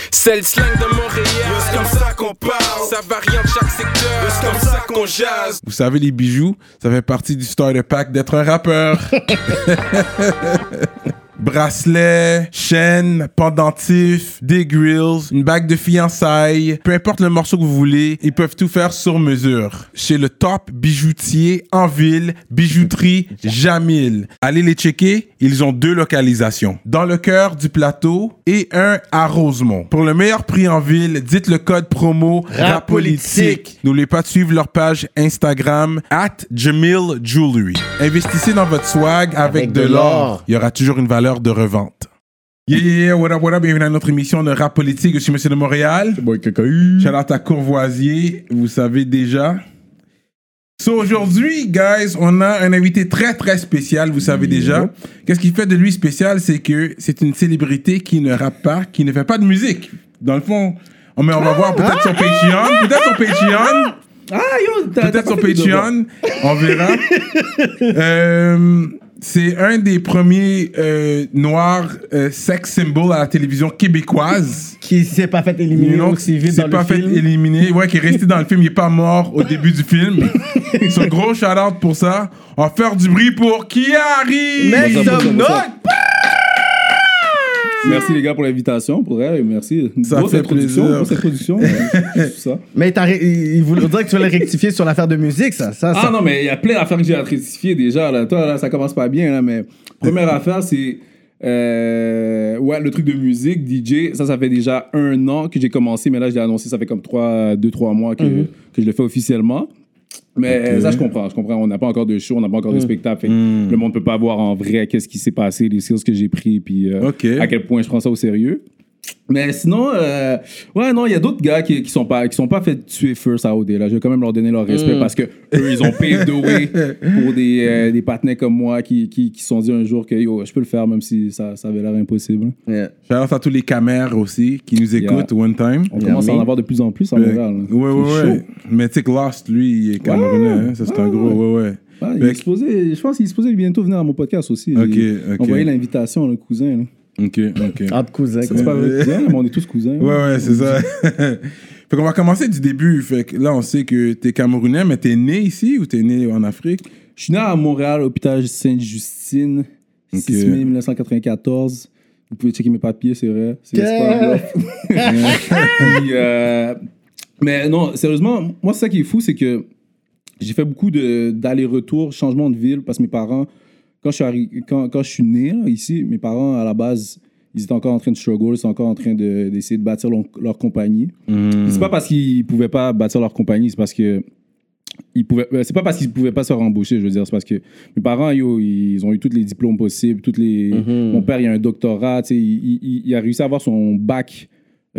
C'est le slang de Montréal, c'est comme ça qu'on parle. Ça varie en chaque secteur, c'est comme ça qu'on jase. Vous savez, les bijoux, ça fait partie du starter pack d'être un rappeur. Bracelet, chaîne, pendentif, des grills, une bague de fiançailles, peu importe le morceau que vous voulez, ils peuvent tout faire sur mesure. Chez le top bijoutier en ville, bijouterie Jamil. Allez les checker, ils ont 2 localisations. Dans le cœur du plateau et un à Rosemont. Pour le meilleur prix en ville, dites le code promo RAPOLITIQUE. N'oubliez pas de suivre leur page Instagram @JamilJewelry. Investissez dans votre swag avec de l'or. Il y aura toujours une valeur de revente. Yeah, what up, bienvenue à notre émission de Rap Politique. Je suis Monsieur de Montréal. Shout out à Courvoisier, vous savez déjà. So, aujourd'hui, guys, on a un invité très, très spécial, vous savez déjà. Qu'est-ce qui fait de lui spécial, c'est que c'est une célébrité qui ne rappe pas, qui ne fait pas de musique. Dans le fond, on va voir peut-être son Patreon, peut-être son Patreon, on verra. C'est un des premiers noirs sex symboles à la télévision québécoise. Qui s'est pas fait éliminer aussi vite dans le film. S'est pas fait éliminer, ouais, qui est resté dans le film, il est pas mort au début du film. C'est un gros shout-out pour ça. On va faire du bruit pour Kiari! Make some noise! Merci les gars pour l'invitation, pour elle, merci. Ça fait plaisir. Grosse introduction, tout ça. Mais il voudrait que tu veux le rectifier sur l'affaire de musique, ça. Non, mais il y a plein d'affaires que j'ai à rectifier déjà. Là. Toi, là, ça commence pas bien, là, mais première affaire, c'est le truc de musique, DJ. Ça fait déjà 1 an que j'ai commencé, mais là, je l'ai annoncé, ça fait comme 2-3 mois que je le fais officiellement. Mais ça, je comprends. On n'a pas encore de show, on n'a pas encore de spectacle. Le monde ne peut pas voir en vrai qu'est-ce qui s'est passé, les skills que j'ai pris, puis à quel point je prends ça au sérieux. Mais sinon, il y a d'autres gars qui sont pas fait tuer First AOD. Là. Je vais quand même leur donner leur respect parce que eux, ils ont paved the way pour des partenaires comme moi qui se sont dit un jour que yo, je peux le faire même si ça avait l'air impossible. Yeah. Shout-out à tous les caméras aussi qui nous écoutent one time. On commence à en avoir de plus en plus en Montréal. Ouais. Mais tu sais que Lost, lui, il est camerounais. Hein? Ça, c'est un gros. Ouais. Je pense qu'il est supposé bientôt venir à mon podcast aussi. Ok. Envoyer l'invitation à le cousin. Là. Ok. Entre cousins. C'est pas vrai cousin, mais on est tous cousins. Ouais, c'est ça. Fait qu'on va commencer du début. Fait que là, on sait que t'es Camerounais, mais t'es né ici ou t'es né en Afrique? Je suis né à Montréal, hôpital Sainte-Justine, 6 mai 1994. Vous pouvez checker mes papiers, c'est vrai. C'est pas mais non, sérieusement, moi, c'est ça qui est fou, c'est que j'ai fait beaucoup d'aller-retour, changement de ville, parce que mes parents... Quand je suis né là, ici, mes parents, à la base, ils étaient encore en train de struggle, ils étaient encore en train d'essayer de bâtir leur compagnie. C'est pas parce qu'ils pouvaient pas bâtir leur compagnie, c'est parce que c'est pas parce qu'ils pouvaient pas se faire embaucher, je veux dire, c'est parce que mes parents, ils ont eu tous les diplômes possibles, mon père, il a un doctorat, il a réussi à avoir son bac,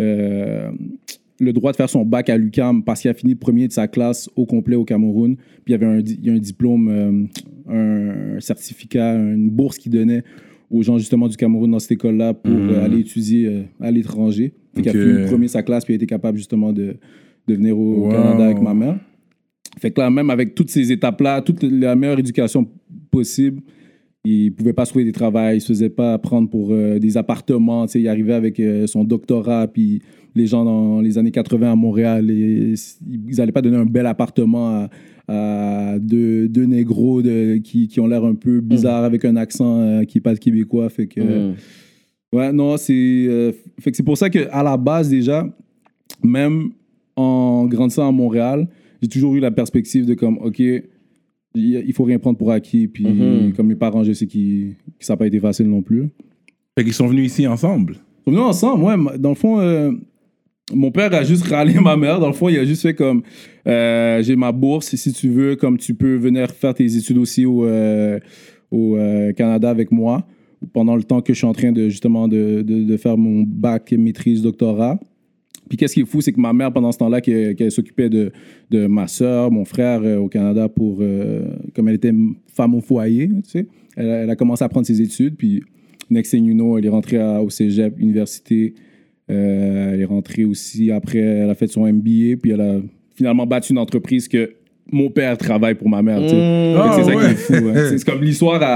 le droit de faire son bac à l'UQAM parce qu'il a fini premier de sa classe au complet au Cameroun. Puis il y a un diplôme, un certificat, une bourse qu'il donnait aux gens justement du Cameroun dans cette école-là pour aller étudier à l'étranger. Il a fini premier de sa classe puis il a été capable justement de venir au Canada avec ma mère. Fait que là, même avec toutes ces étapes-là, toute la meilleure éducation possible, il ne pouvait pas se trouver des travails, il ne se faisait pas prendre pour des appartements. Il arrivait avec son doctorat, puis les gens dans les années 80 à Montréal, ils n'allaient pas donner un bel appartement à deux négros qui ont l'air un peu bizarres avec un accent qui n'est pas québécois. Fait que, fait que c'est pour ça qu'à la base, déjà, même en grandissant à Montréal, j'ai toujours eu la perspective de comme, OK, il faut rien prendre pour acquis. Puis, comme mes parents, je sais que ça n'a pas été facile non plus. Fait qu'ils sont venus ici ensemble? Ils sont venus ensemble, ouais. Dans le fond, mon père a juste râlé ma mère. Dans le fond, il a juste fait comme, j'ai ma bourse, et si tu veux, comme tu peux venir faire tes études aussi au Canada avec moi, pendant le temps que je suis en train de, justement, de faire mon bac, maîtrise, doctorat. Puis qu'est-ce qui est fou, c'est que ma mère, pendant ce temps-là, qu'elle s'occupait de ma soeur, mon frère au Canada comme elle était femme au foyer, tu sais, elle a commencé à prendre ses études, puis next thing you know, elle est rentrée au cégep, université, elle est rentrée aussi, après, elle a fait son MBA, puis elle a finalement battu une entreprise que mon père travaille pour ma mère, tu sais. C'est ça qui est fou. Hein. C'est comme l'histoire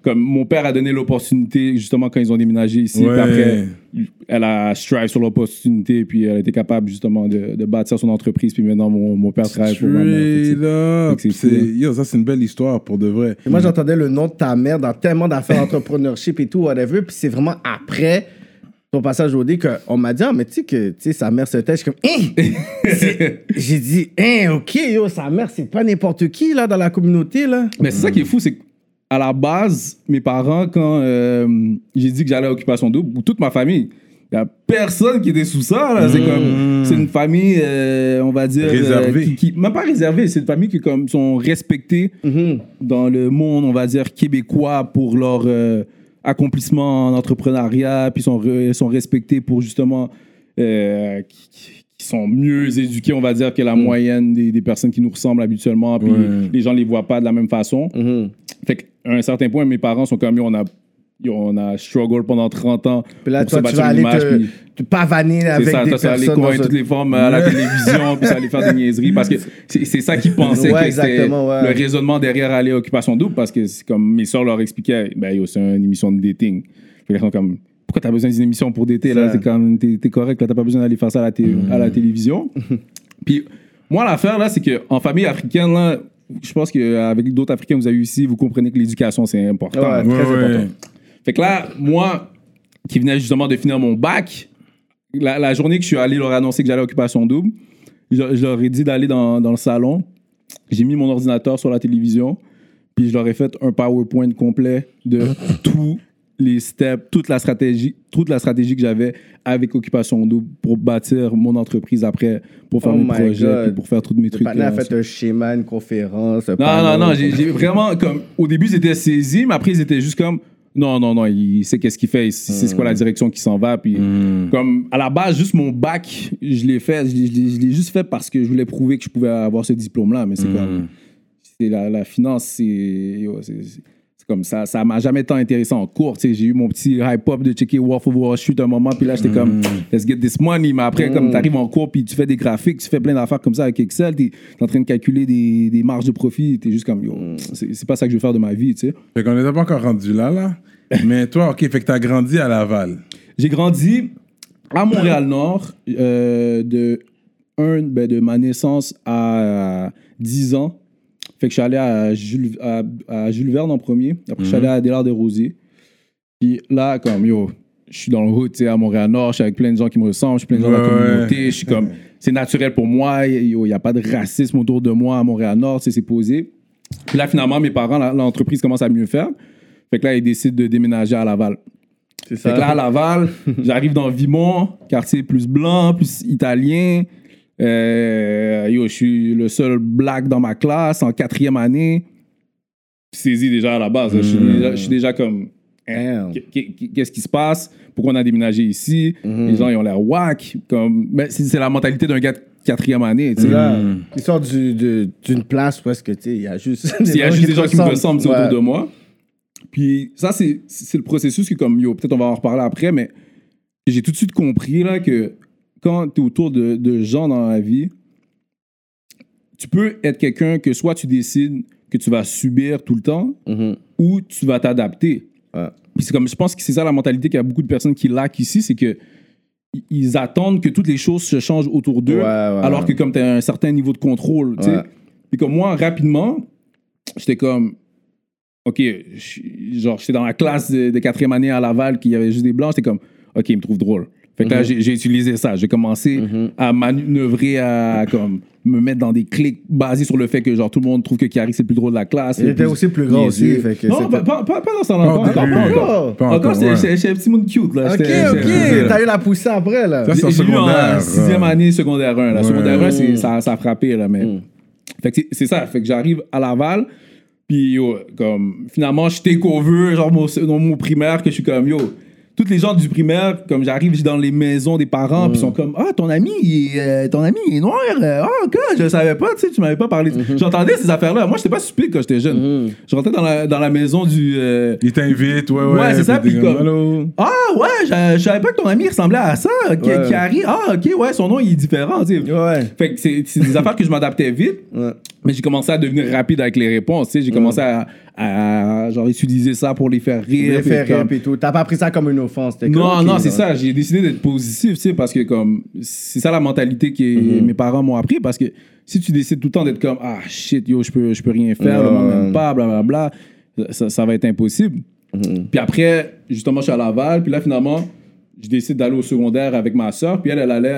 comme mon père a donné l'opportunité justement quand ils ont déménagé ici. Ouais. Puis après, elle a strive sur l'opportunité, puis elle a été capable justement de bâtir son entreprise. Puis maintenant, mon père travaille pour maman. Straight up. Fait que c'est cool. Yo, ça, c'est une belle histoire pour de vrai. Et moi, j'entendais le nom de ta mère dans tellement d'affaires entrepreneurship et tout, whatever. Puis c'est vraiment après ton passage au dé qu'on m'a dit, ah, mais tu sais, sa mère se tait. Je suis comme, j'ai dit, OK, yo, sa mère, c'est pas n'importe qui, là, dans la communauté, là. Mais c'est ça qui est fou, c'est qu'à la base, mes parents, quand j'ai dit que j'allais à Occupation Double, toute ma famille, il n'y a personne qui était sous ça. Là. C'est une famille, on va dire... Réservée. Même pas réservée, c'est une famille qui comme, sont respectées dans le monde, on va dire, québécois pour leur accomplissement en entrepreneuriat, puis sont respectés pour justement... qui sont mieux éduqués, on va dire, que la moyenne des personnes qui nous ressemblent habituellement, puis les gens les voient pas de la même façon. Fait qu'à un certain point, mes parents sont comme, on a struggle pendant 30 ans. Puis là, pour toi, se tu bâtir vas une aller image, puis te pavaner avec ça, des toi, ça allait personnes. courir toutes les formes à la télévision, puis ça allait faire des niaiseries, parce que c'est ça qu'ils pensaient Ouais, que c'était exactement, ouais. le raisonnement derrière aller à Occupation Double, parce que c'est comme mes soeurs leur expliquaient, ben yo, c'est une émission de dating. Fait qu'ils sont comme, pourquoi t'as besoin d'une émission pour dater, là? C'est comme, t'es correct, là, t'as pas besoin d'aller faire ça à la télévision. Puis moi, l'affaire, là, c'est qu'en famille africaine, là, je pense qu'avec d'autres Africains que vous avez eu ici, vous comprenez que l'éducation, c'est important. Ouais, très important. Fait que là, moi, qui venais justement de finir mon bac, la journée que je suis allé leur annoncer que j'allais à Occupation Double, je leur ai dit d'aller dans le salon. J'ai mis mon ordinateur sur la télévision, puis je leur ai fait un PowerPoint complet de tous les steps, toute la stratégie que j'avais avec Occupation Double pour bâtir mon entreprise après, pour faire mes projets, puis pour faire tous mes trucs. Le panneau a fait un schéma, une conférence. Non, j'ai vraiment comme... Au début, ils étaient saisis, mais après, ils étaient juste comme... Non, il sait qu'est-ce qu'il fait, il sait c'est quoi la direction qui s'en va. Puis, comme à la base, juste mon bac, je l'ai juste fait parce que je voulais prouver que je pouvais avoir ce diplôme-là. Mais c'est comme. C'est la finance, c'est comme ça. Ça m'a jamais tant intéressé en cours. Tu sais, j'ai eu mon petit hype-up de checker Wolf of Wall Street un moment. Puis là, j'étais comme, let's get this money. Mais après, comme tu arrives en cours, puis tu fais des graphiques, tu fais plein d'affaires comme ça avec Excel, tu es en train de calculer des marges de profit. Tu es juste comme, yo, c'est pas ça que je veux faire de ma vie, tu sais. Fait qu'on n'était pas encore rendu là. Mais toi, OK, fait que t'as grandi à Laval. J'ai grandi à Montréal-Nord de ma naissance à 10 ans. Fait que je suis allé à Jules Verne en premier. Après, je suis allé à Des-Lards-des-Rosiers. Puis là, comme, yo, je suis dans le hood, tu sais, à Montréal-Nord. Je suis avec plein de gens qui me ressemblent. Je suis plein de gens de la communauté. Je suis comme, c'est naturel pour moi. Il n'y a pas de racisme autour de moi à Montréal-Nord. C'est posé. Puis là, finalement, mes parents, l'entreprise commence à mieux faire. Fait que là, ils décident de déménager à Laval. C'est ça. Fait que là, à Laval, j'arrive dans Vimont, quartier plus blanc, plus italien. Je suis le seul black dans ma classe en 4e année. Saisi déjà à la base. Je suis déjà comme... Qu'est-ce qui se passe? Pourquoi on a déménagé ici? Les gens, ils ont l'air whack. Mais c'est la mentalité d'un gars de 4e année. Ils sortent d'une place où est-ce que, tu sais, il y a juste des gens qui me ressemblent autour de moi. Puis ça, c'est le processus que, comme, peut-être on va en reparler après, mais j'ai tout de suite compris là, que quand tu es autour de gens dans la vie, tu peux être quelqu'un que soit tu décides que tu vas subir tout le temps ou tu vas t'adapter. Puis c'est comme, je pense que c'est ça la mentalité qu'il y a beaucoup de personnes qui laquent ici, c'est que ils attendent que toutes les choses se changent autour d'eux, alors que comme tu as un certain niveau de contrôle, tu sais. Puis comme moi, rapidement, j'étais comme... OK, j'étais dans la classe de 4e année à Laval, qu'il y avait juste des blancs, j'étais comme, OK, il me trouve drôle. Fait que là, j'ai utilisé ça. J'ai commencé à manœuvrer, à comme, me mettre dans des clics basés sur le fait que genre, tout le monde trouve que Kiari, c'est le plus drôle de la classe. Il était aussi plus grand aussi. Fait que non, pas dans ce temps-là. Pas encore. J'étais un petit monde cute. Là. OK. T'as eu la poussée après, là. Ça, c'est en J'ai eu en secondaire. 6e année, secondaire 1. La secondaire 1, ça a frappé. Là, mais... Fait que c'est ça. Fait que j'arrive à Laval. Puis, comme, finalement, je take over, genre, dans mon primaire, que je suis comme, toutes les gens du primaire, comme j'arrive dans les maisons des parents, puis ils sont comme, ah, ton ami est noir, quoi, je savais pas, tu m'avais pas parlé. J'entendais ces affaires-là. Moi, j'étais pas stupide quand j'étais jeune. Je rentrais dans la maison du. Il t'invite, Ouais, c'est ça, puis comme. Ah, ouais, je savais pas que ton ami ressemblait à ça, Kiari. Ah, ok, ouais, son nom, il est différent, tu sais. Ouais. Fait que c'est des affaires que je m'adaptais vite. Mais j'ai commencé à devenir rapide avec les réponses, tu sais. J'ai commencé à genre utiliser ça pour les faire rire. Les faire comme... rap et tout. T'as pas pris ça comme une offense. T'es Non, comme, non, ok, c'est ça. J'ai décidé d'être positif, tu sais, parce que comme c'est ça la mentalité que mes parents m'ont appris. Parce que si tu décides tout le temps d'être comme ah shit, yo, je peux rien faire, le monde m'aime pas, blablabla, ça va être impossible. Puis après, justement, je suis à Laval, puis là, finalement, je décide d'aller au secondaire avec ma soeur, puis elle allait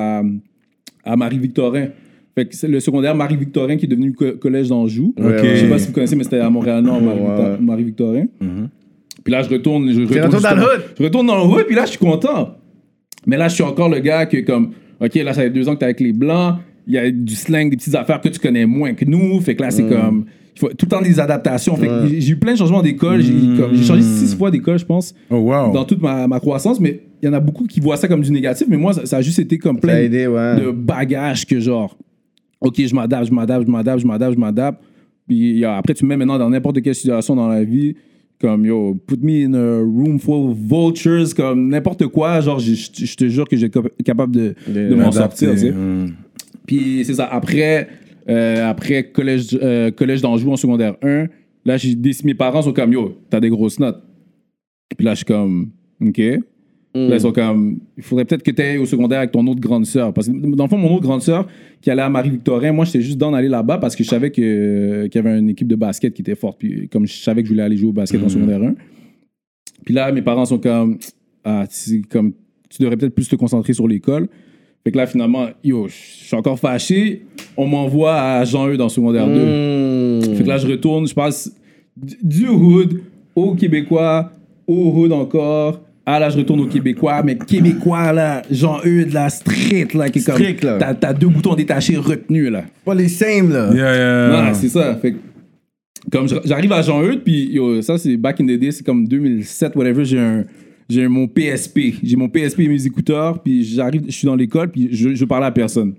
à Marie-Victorin. Fait que c'est le secondaire Marie-Victorin qui est devenu le collège d'Anjou. Ok. Je sais pas si vous connaissez, mais c'était à Montréal-Nord, Marie-Victorin. Puis là, je retourne dans le hood. Je retourne dans le hood, puis là, je suis content. Mais là, je suis encore le gars que comme, OK, là, ça fait 2 ans que t'es avec les Blancs, il y a du slang, des petites affaires que tu connais moins que nous. Fait que là, c'est comme... Il faut tout le temps des adaptations. Fait que j'ai eu plein de changements d'école. J'ai changé 6 fois d'école, je pense, dans toute ma croissance. Mais il y en a beaucoup qui voient ça comme du négatif. Mais moi, ça a juste été comme plein de bagages que genre, OK, je m'adapte. Puis après, tu me mets maintenant dans n'importe quelle situation dans la vie. Comme, yo, put me in a room full of vultures, comme n'importe quoi. Genre, je te jure que j'ai capable de m'en sortir, tu sais. Puis c'est ça. Après collège d'Anjou en secondaire 1, là, mes parents sont comme, yo, t'as des grosses notes. Puis là, je suis comme, OK. Là, ils sont comme, il faudrait peut-être que t'ailles au secondaire avec ton autre grande sœur. Parce que, dans le fond, mon autre grande sœur qui allait à Marie-Victorin, moi, j'étais juste d'en aller là-bas parce que je savais qu'il y avait une équipe de basket qui était forte. Puis comme je savais que je voulais aller jouer au basket en secondaire 1. Puis là, mes parents sont comme, comme, tu devrais peut-être plus te concentrer sur l'école. Fait que là, finalement, yo, je suis encore fâché. On m'envoie à Jean-Eudes dans secondaire 2. Fait que là, je retourne, je passe du hood au Québécois, au hood encore. Ah là, je retourne au Québécois, mais Québécois, là, Jean-Eudes, là, street, là, qui est comme... Strict, là. T'as 2 boutons détachés retenus, là. Pas les same, là. Non, c'est ça. Fait que, comme j'arrive à Jean-Eudes, puis yo, ça, c'est back in the day, c'est comme 2007, whatever, j'ai mon PSP. J'ai mon PSP et mes écouteurs, puis je suis dans l'école, puis je parlais à personne.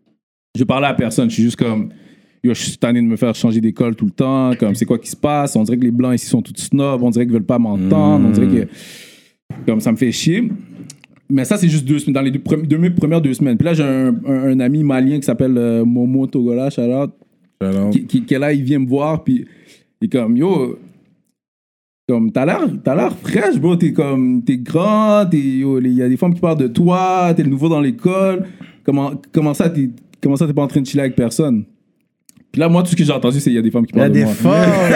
Je suis juste comme... Yo, je suis tanné de me faire changer d'école tout le temps. Comme, c'est quoi qui se passe? On dirait que les Blancs ici sont tous snobs. On dirait qu'ils veulent pas m'entendre. On dirait que... Comme ça me fait chier. Mais ça, c'est juste 2 semaines. Dans les mes premières 2 semaines. Puis là, j'ai un ami malien qui s'appelle Momo Togola, shout-out, qui est là, il vient me voir, puis il est comme, yo... Comme, t'as l'air fraîche, bro. T'es grand, il y a des femmes qui parlent de toi, t'es le nouveau dans l'école. Comment ça, t'es pas en train de chiller avec personne? Puis là, moi, tout ce que j'ai entendu, c'est qu'il y a des femmes qui parlent de moi. Il y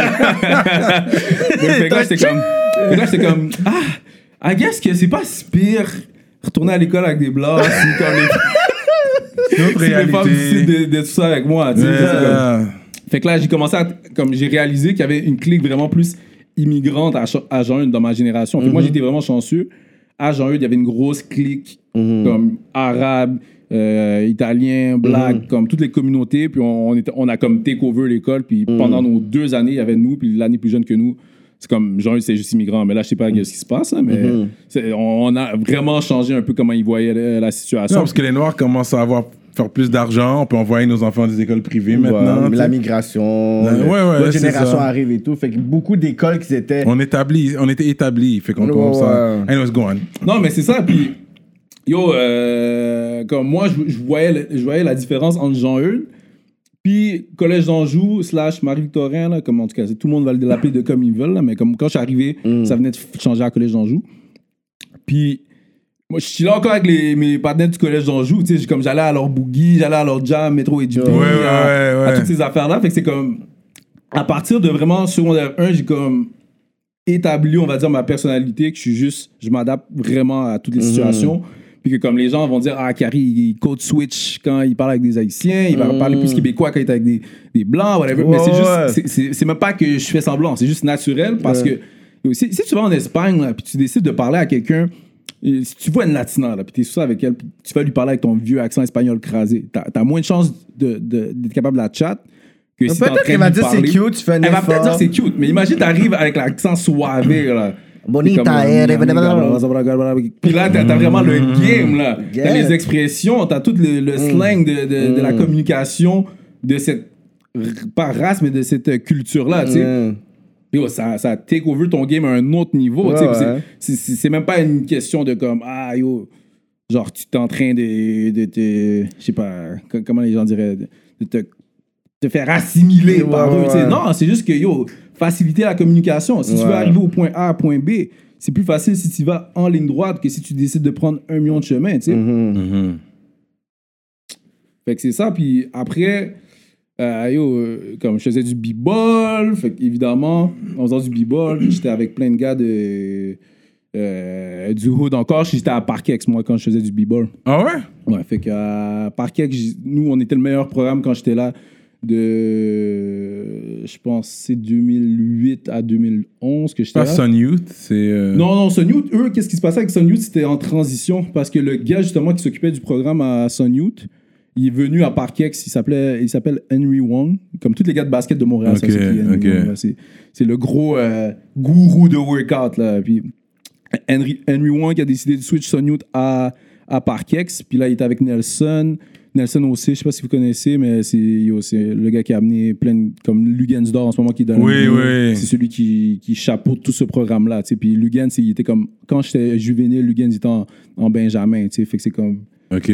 a des femmes. Fait que là, j'étais comme, I guess que c'est pas si pire retourner à l'école avec des blancs, si comme les femmes décident de tout ça avec moi, tu sais. Fait que là, j'ai commencé j'ai réalisé qu'il y avait une clique vraiment plus immigrante à Jean-Eudes dans ma génération. Fait que moi, j'étais vraiment chanceux. À Jean-Eudes, il y avait une grosse clique comme arabe, italien, black, comme toutes les communautés. Puis on a comme take over l'école. Puis pendant nos 2 années, il y avait nous, puis l'année plus jeune que nous. C'est comme, Jean-Eudes, c'est juste immigrant. Mais là, je sais pas ce qui se passe, hein, mais on a vraiment changé un peu comment ils voyaient la situation. Non, parce que les Noirs commencent à faire plus d'argent. On peut envoyer nos enfants dans des écoles privées maintenant. La migration, l'autre génération arrive et tout. Fait que beaucoup d'écoles qui étaient... On était établis. Fait qu'on pense ça. Anyways, go on. Non, mais c'est ça. Puis, yo, comme moi, je voyais la différence entre Jean-Eudes puis Collège d'Anjou / Marie-Victorin, là, comme en tout cas, tout le monde va l'appeler de comme ils veulent, là, mais comme quand je suis arrivé, ça venait de changer à Collège d'Anjou. Puis, moi, je suis là encore avec mes partenaires du Collège d'Anjou, tu sais, comme j'allais à leur boogie, j'allais à leur jam, métro et du à toutes ces affaires-là. Fait que c'est comme, à partir de vraiment secondaire 1, j'ai comme établi, on va dire, ma personnalité, que je m'adapte vraiment à toutes les situations. Puis que comme les gens vont dire, Carrie, il code switch quand il parle avec des Haïtiens, il va parler plus québécois quand il est avec des Blancs, whatever. Mais c'est juste, c'est même pas que je fais semblant, c'est juste naturel parce que si tu vas en Espagne, là, puis tu décides de parler à quelqu'un, si tu vois une Latina, là, puis t'es sous ça avec elle, puis tu vas lui parler avec ton vieux accent espagnol crasé, t'as moins de chances d'être capable de la chat que si t'es en train de lui parler. Peut-être qu'elle va dire c'est cute, tu fais un effort. Elle va peut-être dire c'est cute, mais imagine t'arrives avec l'accent suavé, là. Bonita, puis là, t'as vraiment le game, là. T'as les expressions, t'as tout le slang de la communication de cette, pas race, mais de cette culture-là, tu sais. Yo, ça take over ton game à un autre niveau, tu sais. C'est même pas une question de comme, yo, genre, tu t'es en train de je sais pas, comment les gens diraient, de te te faire assimiler par eux. ouais. Tu sais. Non, c'est juste que, faciliter la communication. Si tu veux arriver au point A, point B, c'est plus facile si tu vas en ligne droite que si tu décides de prendre 1 million de chemins, tu sais. Fait que c'est ça, puis après, comme je faisais du b-ball, fait qu'évidemment, en faisant du b-ball, j'étais avec plein de gars du hood encore. J'étais à Parkex, moi, quand je faisais du b-ball. Ah ouais? Ouais, fait qu'à Parkex, nous, on était le meilleur programme quand j'étais là je pense, c'est 2008 à 2011 que j'étais Pas là. Sun Youth, c'est... Non, Sun Youth, eux, qu'est-ce qui se passait avec Sun Youth? C'était en transition, parce que le gars, justement, qui s'occupait du programme à Sun Youth, il est venu à Parkex, il s'appelle Henry Wong, comme tous les gars de basket de Montréal. Ok, ça, c'est qui, Henry Wong, là. C'est le gros gourou de workout, là. Puis Henry Wong a décidé de switch Sun Youth à Parkex, puis là, il était avec Nelson aussi, je sais pas si vous connaissez, mais c'est le gars qui a amené comme Lugansdor en ce moment qui est dans Oui. C'est celui qui chapeaute tout ce programme-là, tu sais. Puis Lugans, il était comme, quand j'étais juvénile, Lugans était en Benjamin, tu sais. Fait que c'est comme... OK.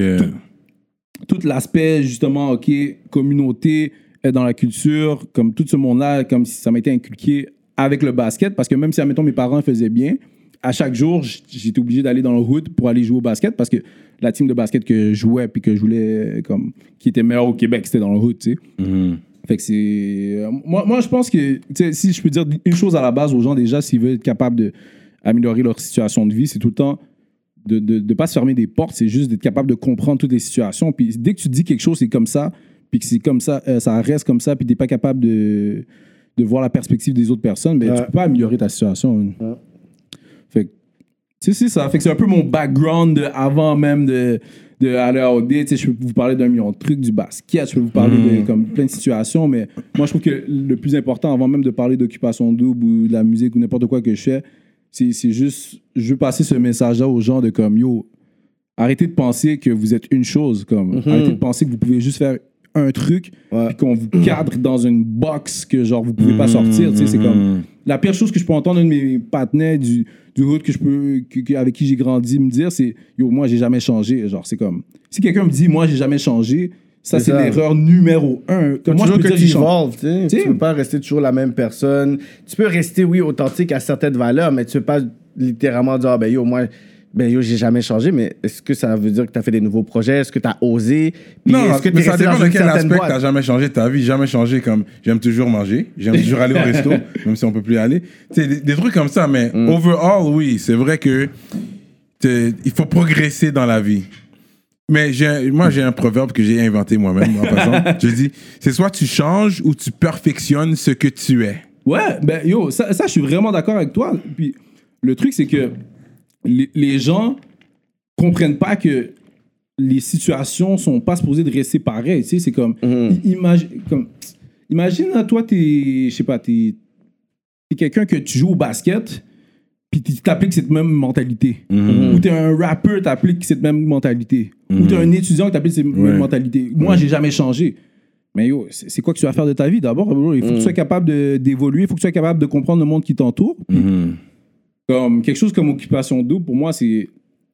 Tout l'aspect, justement, OK, communauté, être dans la culture, comme tout ce monde-là, comme si ça m'était inculqué avec le basket, parce que même si, admettons, mes parents faisaient bien, à chaque jour, j'étais obligé d'aller dans le hood pour aller jouer au basket, parce que la team de basket que je jouais, puis que je voulais, comme, qui était meilleure au Québec, c'était dans le hood, tu sais. Fait que c'est... Moi, je pense que, tu sais, si je peux dire une chose à la base aux gens, déjà, s'ils veulent être capables d'améliorer leur situation de vie, c'est tout le temps de ne pas se fermer des portes, c'est juste d'être capable de comprendre toutes les situations. Puis dès que tu dis quelque chose, c'est comme ça, puis que c'est comme ça, ça reste comme ça, puis tu n'es pas capable de voir la perspective des autres personnes, mais tu peux pas améliorer ta situation. Fait que, tu sais, c'est ça. Fait que c'est un peu mon background avant même de aller à OD. Tu sais, je peux vous parler d'un million de trucs, du basket, je peux vous parler de comme, plein de situations, mais moi, je trouve que le plus important, avant même de parler d'occupation double ou de la musique ou n'importe quoi que je fais, c'est juste, je veux passer ce message-là aux gens de comme, arrêtez de penser que vous êtes une chose, comme, arrêtez de penser que vous pouvez juste faire un truc, puis qu'on vous cadre dans une box que, genre, vous pouvez pas sortir, tu sais, c'est comme, la pire chose que je peux entendre d'un de mes partenaires du hood avec qui j'ai grandi me dire, c'est, moi, j'ai jamais changé, genre, c'est comme, si quelqu'un me dit, moi, j'ai jamais changé, ça, c'est l'erreur numéro 1. Comme moi, je peux dire que tu evolves, tu sais. Tu peux pas rester toujours la même personne. Tu peux rester, oui, authentique à certaines valeurs, mais tu peux pas littéralement dire, moi, j'ai jamais changé, mais est-ce que ça veut dire que tu as fait des nouveaux projets? Est-ce que tu as osé? Puis Non, est-ce que mais ça dépend de quel aspect boîte? tu n'as jamais changé ta vie. Jamais changé comme j'aime toujours manger, j'aime toujours aller au resto, même si on peut plus y aller. Tu sais, des trucs comme ça, mais overall, oui, c'est vrai que il faut progresser dans la vie. Mais moi, j'ai un proverbe que j'ai inventé moi-même en passant. Je dis, c'est soit tu changes ou tu perfectionnes ce que tu es. Ouais, ça, je suis vraiment d'accord avec toi. Puis le truc, c'est que les gens comprennent pas que les situations sont pas supposées de rester pareilles. Tu sais, c'est comme, imagine, là, toi, je sais pas, t'es quelqu'un que tu joues au basket, puis tu t'appliques cette même mentalité. Ou t'es un rappeur, t'appliques cette même mentalité. Ou t'es un étudiant qui t'applique cette même mentalité. Moi, j'ai jamais changé. Mais c'est quoi que tu vas faire de ta vie d'abord? Il faut que tu sois capable d'évoluer, il faut que tu sois capable de comprendre le monde qui t'entoure. Comme quelque chose comme Occupation Double, pour moi, c'est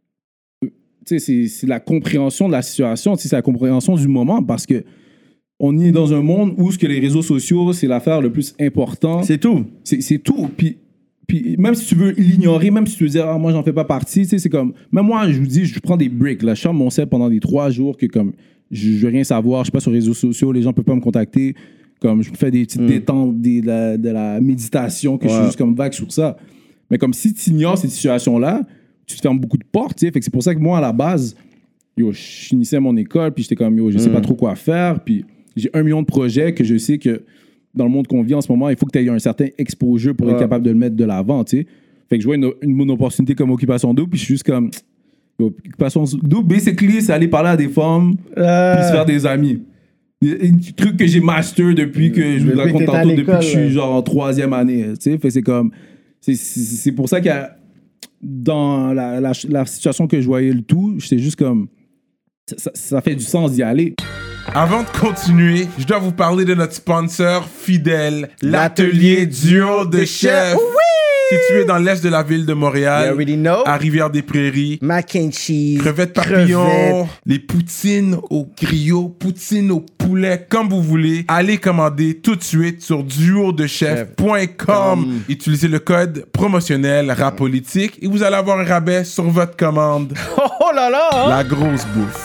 la compréhension de la situation, c'est la compréhension du moment, parce que on est dans un monde où ce que les réseaux sociaux, c'est l'affaire le plus important. C'est tout. C'est tout. Puis même si tu veux l'ignorer, même si tu veux dire, moi, j'en fais pas partie, c'est comme... Même moi, je vous dis, je prends des breaks. Là. Je ferme mon set pendant des 3 jours que comme je veux rien savoir, je suis pas sur les réseaux sociaux, les gens peuvent pas me contacter. Comme je me fais des petites détentes, de la méditation, que je suis juste comme vague sur ça. Mais comme si tu ignores cette situation-là, tu te fermes beaucoup de portes, tu sais. Fait que c'est pour ça que moi, à la base, je finissais mon école, puis j'étais comme, je sais pas trop quoi faire, puis j'ai 1 million de projets que je sais que dans le monde qu'on vit en ce moment, il faut que tu aies un certain exposure pour être capable de le mettre de l'avant, tu sais. Fait que je vois une opportunité comme Occupation Double, puis je suis juste comme, Occupation Double, basically, c'est aller parler à des femmes, puis se faire des amis. Des trucs que j'ai master depuis que je vous raconte tantôt, depuis que je suis genre en 3e année, tu sais. Fait que c'est comme... C'est pour ça qu'il y a dans la situation que je voyais le tout, j'étais juste comme ça fait du sens d'y aller. Avant de continuer, je dois vous parler de notre sponsor fidèle, l'atelier duo de chef. situé dans l'est de la ville de You Montréal, already know. à Rivière-des-Prairies. Mac and cheese. Crevettes papillons, les poutines au griot, poutines au poulet, comme vous voulez. Allez commander tout de suite sur duodechef.com. Utilisez le code promotionnel RAPOLITIQUE et vous allez avoir un rabais sur votre commande. Oh là là! La grosse bouffe.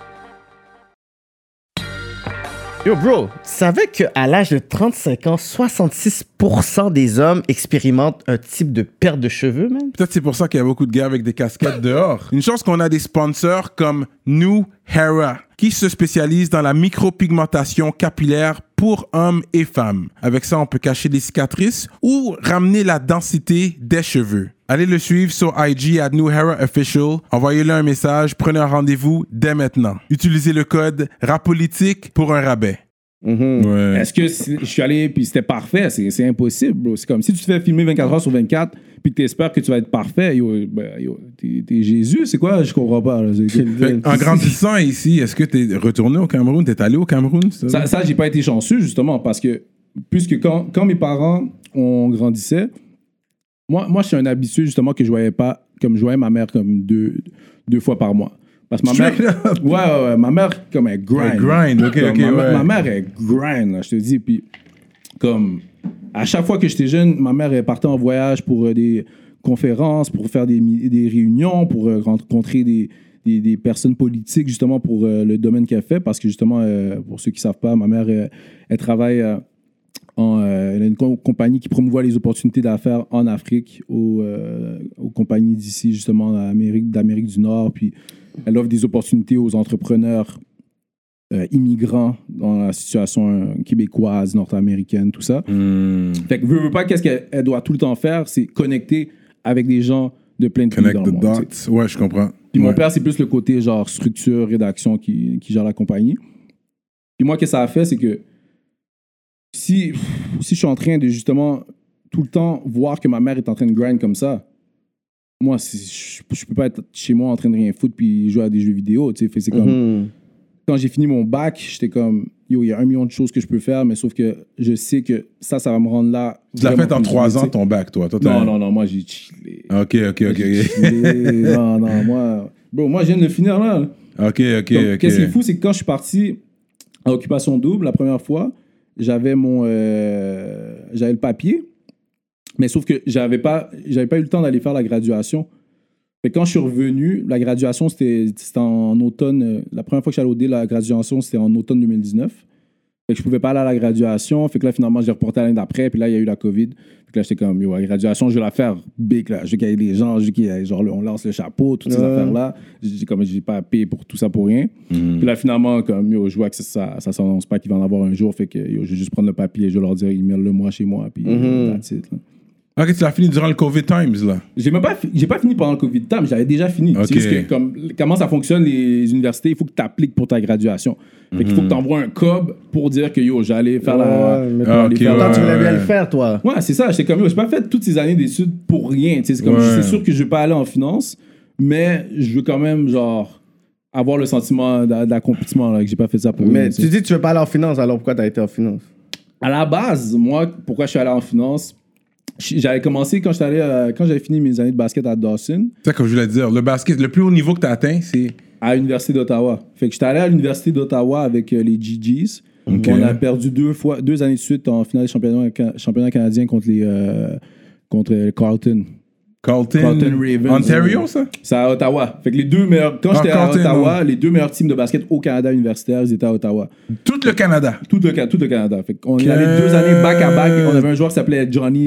Yo, bro, tu savais qu'à l'âge de 35 ans, 66% des hommes expérimentent un type de perte de cheveux, man? Peut-être c'est pour ça qu'il y a beaucoup de gars avec des casquettes dehors. Une chance qu'on a des sponsors comme New Hera, qui se spécialise dans la micropigmentation capillaire pour hommes et femmes. Avec ça, on peut cacher les cicatrices ou ramener la densité des cheveux. Allez le suivre sur IG à New Hera Official. Envoyez-le un message, prenez un rendez-vous dès maintenant. Utilisez le code RAPOLITIQUE pour un rabais. Ouais. Est-ce que je suis allé puis c'était parfait? C'est impossible, bro. C'est comme si tu te fais filmer 24 heures sur 24 puis que tu espères que tu vas être parfait. Yo, t'es Jésus, c'est quoi? Je comprends pas. Là. En grandissant ici, est-ce que t'es retourné au Cameroun? T'es allé au Cameroun? Ça j'ai pas été chanceux, justement, parce que puisque quand mes parents on grandissait, moi je suis un habitué, justement, que je voyais pas, comme je voyais ma mère comme deux fois par mois. Parce que ma mère, ouais, ma mère, comme elle grind. Elle grind, ok, Ma mère, elle grind, là, je te dis. Puis, comme, à chaque fois que j'étais jeune, ma mère, elle partait en voyage pour des conférences, pour faire des réunions, pour rencontrer des personnes politiques, justement, pour le domaine qu'elle fait. Parce que, justement, pour ceux qui ne savent pas, ma mère, elle travaille elle a une compagnie qui promouvoit les opportunités d'affaires en Afrique aux compagnies d'ici, justement, d'Amérique du Nord. Puis, elle offre des opportunités aux entrepreneurs immigrants dans la situation québécoise, nord-américaine, tout ça. Fait que veux pas, qu'est-ce qu'elle doit tout le temps faire, c'est connecter avec des gens de plein de pays dans le monde. Connect the dots. Ouais, je comprends. Puis mon père, c'est plus le côté genre structure, rédaction qui gère la compagnie. Puis moi, qu'est-ce que ça a fait, c'est que si je suis en train de justement tout le temps voir que ma mère est en train de grind comme ça, moi, je peux pas être chez moi en train de rien foutre puis jouer à des jeux vidéo, tu sais. C'est comme... Quand j'ai fini mon bac, j'étais comme... Yo, il y a 1 million de choses que je peux faire, mais sauf que je sais que ça va me rendre là... Tu l'as fait en 3 ans, ton bac, toi? Non, moi, j'ai chillé. OK. Non, moi... Bro, moi, je viens de le finir, là. OK. Qu'est-ce qui est fou, c'est que quand je suis parti à Occupation Double, la première fois, j'avais le papier, mais sauf que j'avais pas eu le temps d'aller faire la graduation. Fait que quand je suis revenu, la graduation, c'était en automne. La première fois que je suis allé au D, la graduation, c'était en automne 2019. Fait que je pouvais pas aller à la graduation. Fait que là, finalement, j'ai reporté l'année d'après. Puis là, il y a eu la COVID. Fait que là, j'étais comme, yo, la graduation, je vais la faire big. Là. Je veux qu'il y ait des gens, je veux qu'il y ait, genre, on lance le chapeau, toutes ces affaires-là. J'ai pas payé pour tout ça pour rien. Puis là, finalement, comme, yo, je vois que ça s'annonce pas qu'il va en avoir un jour. Fait que, yo, je vais juste prendre le papier et je vais leur dire, email-le moi chez moi. Puis, that's it, là. OK, tu l'as fini durant le COVID Times, là. J'ai pas fini pendant le COVID Times, j'avais déjà fini. Okay. C'est juste que, comment ça fonctionne, les universités, il faut que tu appliques pour ta graduation. Fait qu'il faut que tu envoies un cob pour dire que, yo, j'allais faire Attends, tu voulais bien le faire, toi. Ouais, c'est ça. J'étais comme, yo, j'ai pas fait toutes ces années d'études pour rien. C'est comme, c'est sûr que je vais pas aller en finance, mais je veux quand même, genre, avoir le sentiment d'accomplissement, là, que j'ai pas fait ça pour rien. Mais tu dis que tu veux pas aller en finance, alors pourquoi t'as été en finance? À la base, moi, pourquoi je suis allé en finance? J'avais commencé quand j'avais fini mes années de basket à Dawson. C'est ça, comme je voulais dire. Le basket, le plus haut niveau que tu as atteint, c'est... À l'Université d'Ottawa. Fait que j'étais allé à l'Université d'Ottawa avec les GGs. Okay. On a perdu 2 années de suite en finale de championnat canadien contre Carleton. Carleton Ravens. Ontario, ça? C'est à Ottawa. Fait que les deux meilleurs... Quand j'étais à Ottawa, les 2 meilleurs teams de basket au Canada universitaire, ils étaient à Ottawa. Tout le Canada? Tout le Canada. Fait qu'on avait 2 années back-à-back. On avait un joueur qui s'appelait Johnny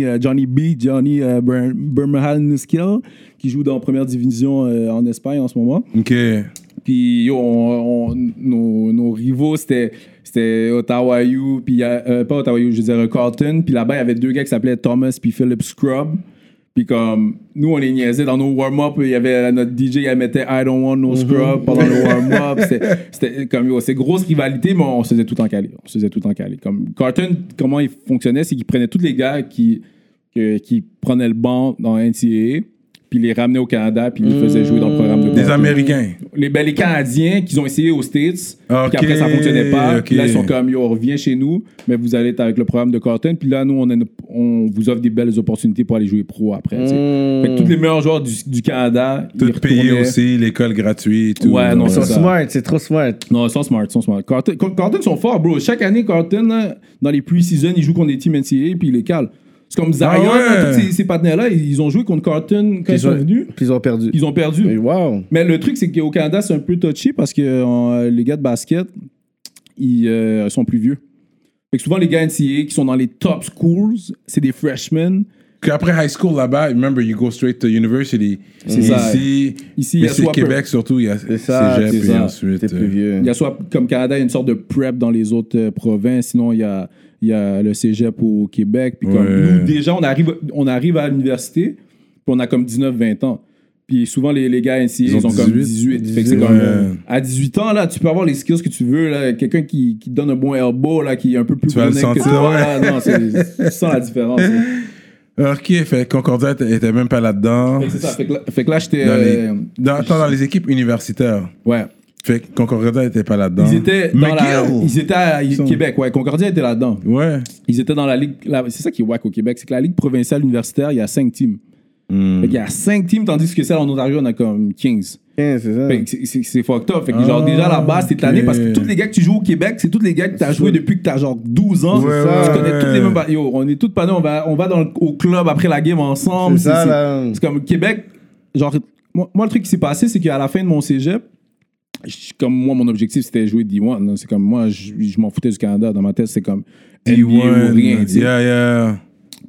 Bermehalnuskill, qui joue dans première division en Espagne en ce moment. OK. Puis nos rivaux, c'était Ottawa U, puis pas Ottawa U, je veux dire Carleton. Puis là-bas, il y avait 2 gars qui s'appelaient Thomas puis Philip Scrub. Puis comme, nous, on les niaisait dans nos warm-up. Il y avait notre DJ, elle mettait I don't want no scrub pendant le warm-up. C'était comme, c'est grosse rivalité, mais on se faisait tout en calé. Comme Carleton, comment il fonctionnait, c'est qu'il prenait tous les gars qui prenaient le banc dans NCAA. puis les ramenaient au Canada, puis ils les faisaient jouer dans le programme de Des Carlton. Américains. Les Canadiens qu'ils ont essayé aux States, Ok, puis après ça fonctionnait pas. ok. Puis là, ils sont comme, yo, reviens chez nous, mais vous allez être avec le programme de Carlton. Puis là, nous, on vous offre des belles opportunités pour aller jouer pro après. tu sais. Fait que tous les meilleurs joueurs du Canada, Tout ils payé retournaient. aussi, l'école gratuite. Tout. Ouais, non, Ils sont c'est ça. smart, c'est trop smart. Non, ils sont smart, ils sont smart. Carlton sont forts, bro. Chaque année, Carlton, là, dans les pre-season, ils jouent contre des teams NCAA, puis ils les calent. C'est comme Zion, Ah ouais. là, tous ces partenaires-là, ils ont joué contre Carlton quand ils sont venus. Puis ils ont perdu. Ils ont perdu. Et wow. Mais le truc, c'est qu'au Canada, c'est un peu touchy parce que les gars de basket, ils sont plus vieux. Fait que souvent, les gars NCAA qui sont dans les top schools, c'est des freshmen. Puis après high school là-bas, remember, you go straight to university. C'est ça. Ici, Ici, il y a mais c'est soit Québec surtout, il y a C'est ça, cégep, c'est puis ça. ensuite. T'es plus vieux. Il y a soit, comme Canada, il y a une sorte de prep dans les autres provinces. Sinon, il y a le cégep au Québec. Puis comme Ouais. nous, déjà, on arrive à l'université, puis on a comme 19-20 ans. Puis souvent, les gars NCAA, Ils ont ils ont comme 18. 18. Fait que c'est Ouais. comme, à 18 ans, là, tu peux avoir les skills que tu veux. Là, quelqu'un qui te donne un bon elbow, là, qui est un peu plus Tu vas le connect que sentir, toi. ouais. là. Non, tu sens la différence. Ok, fait que Concordia était même pas là-dedans. Fait que c'est ça. Fait que là, j'étais... Dans les équipes universitaires. ouais. Fait que Concordia était pas là-dedans. Ils étaient dans McGill. Ils étaient à Québec, ouais. Concordia était là-dedans. Ouais. Ils étaient dans la ligue... c'est ça qui est wack au Québec, c'est que la ligue provinciale universitaire, il y a 5 teams. Fait qu'il y a 5 teams, tandis que celle en Ontario, on a comme 15. Yeah, c'est ça. Fait que c'est fucked up. Fait que genre, déjà, à la base, t'es tanné parce que tous les gars que tu joues au Québec, c'est tous les gars que t'as joué depuis que t'as genre 12 ans. Ouais, Tu connais ouais. tous les mêmes... Yo, on est tous panés, on va au club après la game ensemble. C'est ça, là. C'est comme Québec... Genre, moi, le truc qui s'est passé, c'est qu'à la fin de mon cégep, comme moi, mon objectif, c'était jouer D1. là. C'est comme moi, je m'en foutais du Canada. Dans ma tête, c'est comme NBA ou rien. tu sais. Yeah.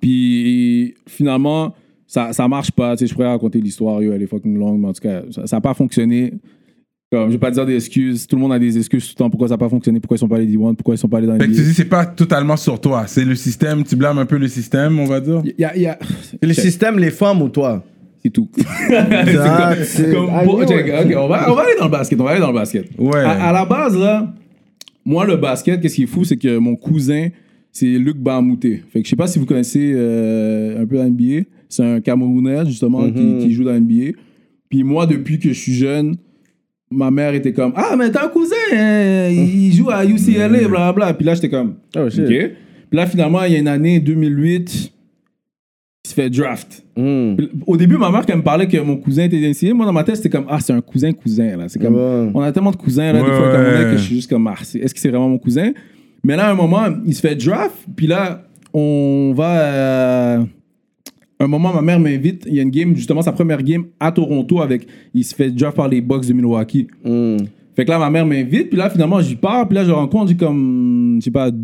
Puis finalement, ça marche pas. Tu sais, je pourrais raconter l'histoire, yo, elle est fucking longue, mais en tout cas, ça a pas fonctionné. Comme, je vais pas dire des excuses. Tout le monde a des excuses tout le temps. Pourquoi ça a pas fonctionné? Pourquoi ils sont pas allés D1? Pourquoi ils sont pas allés dans Fait que tu NBA? dis, c'est pas totalement sur toi. C'est le système, tu blâmes un peu le système, on va dire. Il y a... Le système, les femmes ou toi? C'est tout. Ah, C'est comme, Ah, bon, yo. check, ok, on va aller dans le basket. Ouais. À la base, là, moi, le basket, qu'est-ce qui est fou, c'est que mon cousin, c'est Luc Bahamouté. Fait que je sais pas si vous connaissez un peu la NBA. C'est un Camerounais, justement, qui joue dans la NBA. Puis moi, depuis que je suis jeune, ma mère était comme, ah, mais t'as un cousin, hein, il joue à UCLA, blablabla. Puis là, j'étais comme, Oh, shit. OK. Puis là, finalement, il y a une année, 2008, il se fait draft. Puis, au début, ma mère, quand elle me parlait que mon cousin était NCAA, moi, dans ma tête, c'était comme, ah, c'est un cousin. Là. C'est comme, Ouais. on a tellement de cousins, là, des fois, comme on est, que je suis juste comme, ah, est-ce que c'est vraiment mon cousin? Mais là, à un moment, il se fait draft, puis là, on va... un moment, ma mère m'invite, il y a une game, justement, sa première game à Toronto, il se fait draft par les Bucks de Milwaukee. Fait que là, ma mère m'invite, puis là, finalement, j'y pars, puis là, je rencontre, j'ai comme, je sais pas,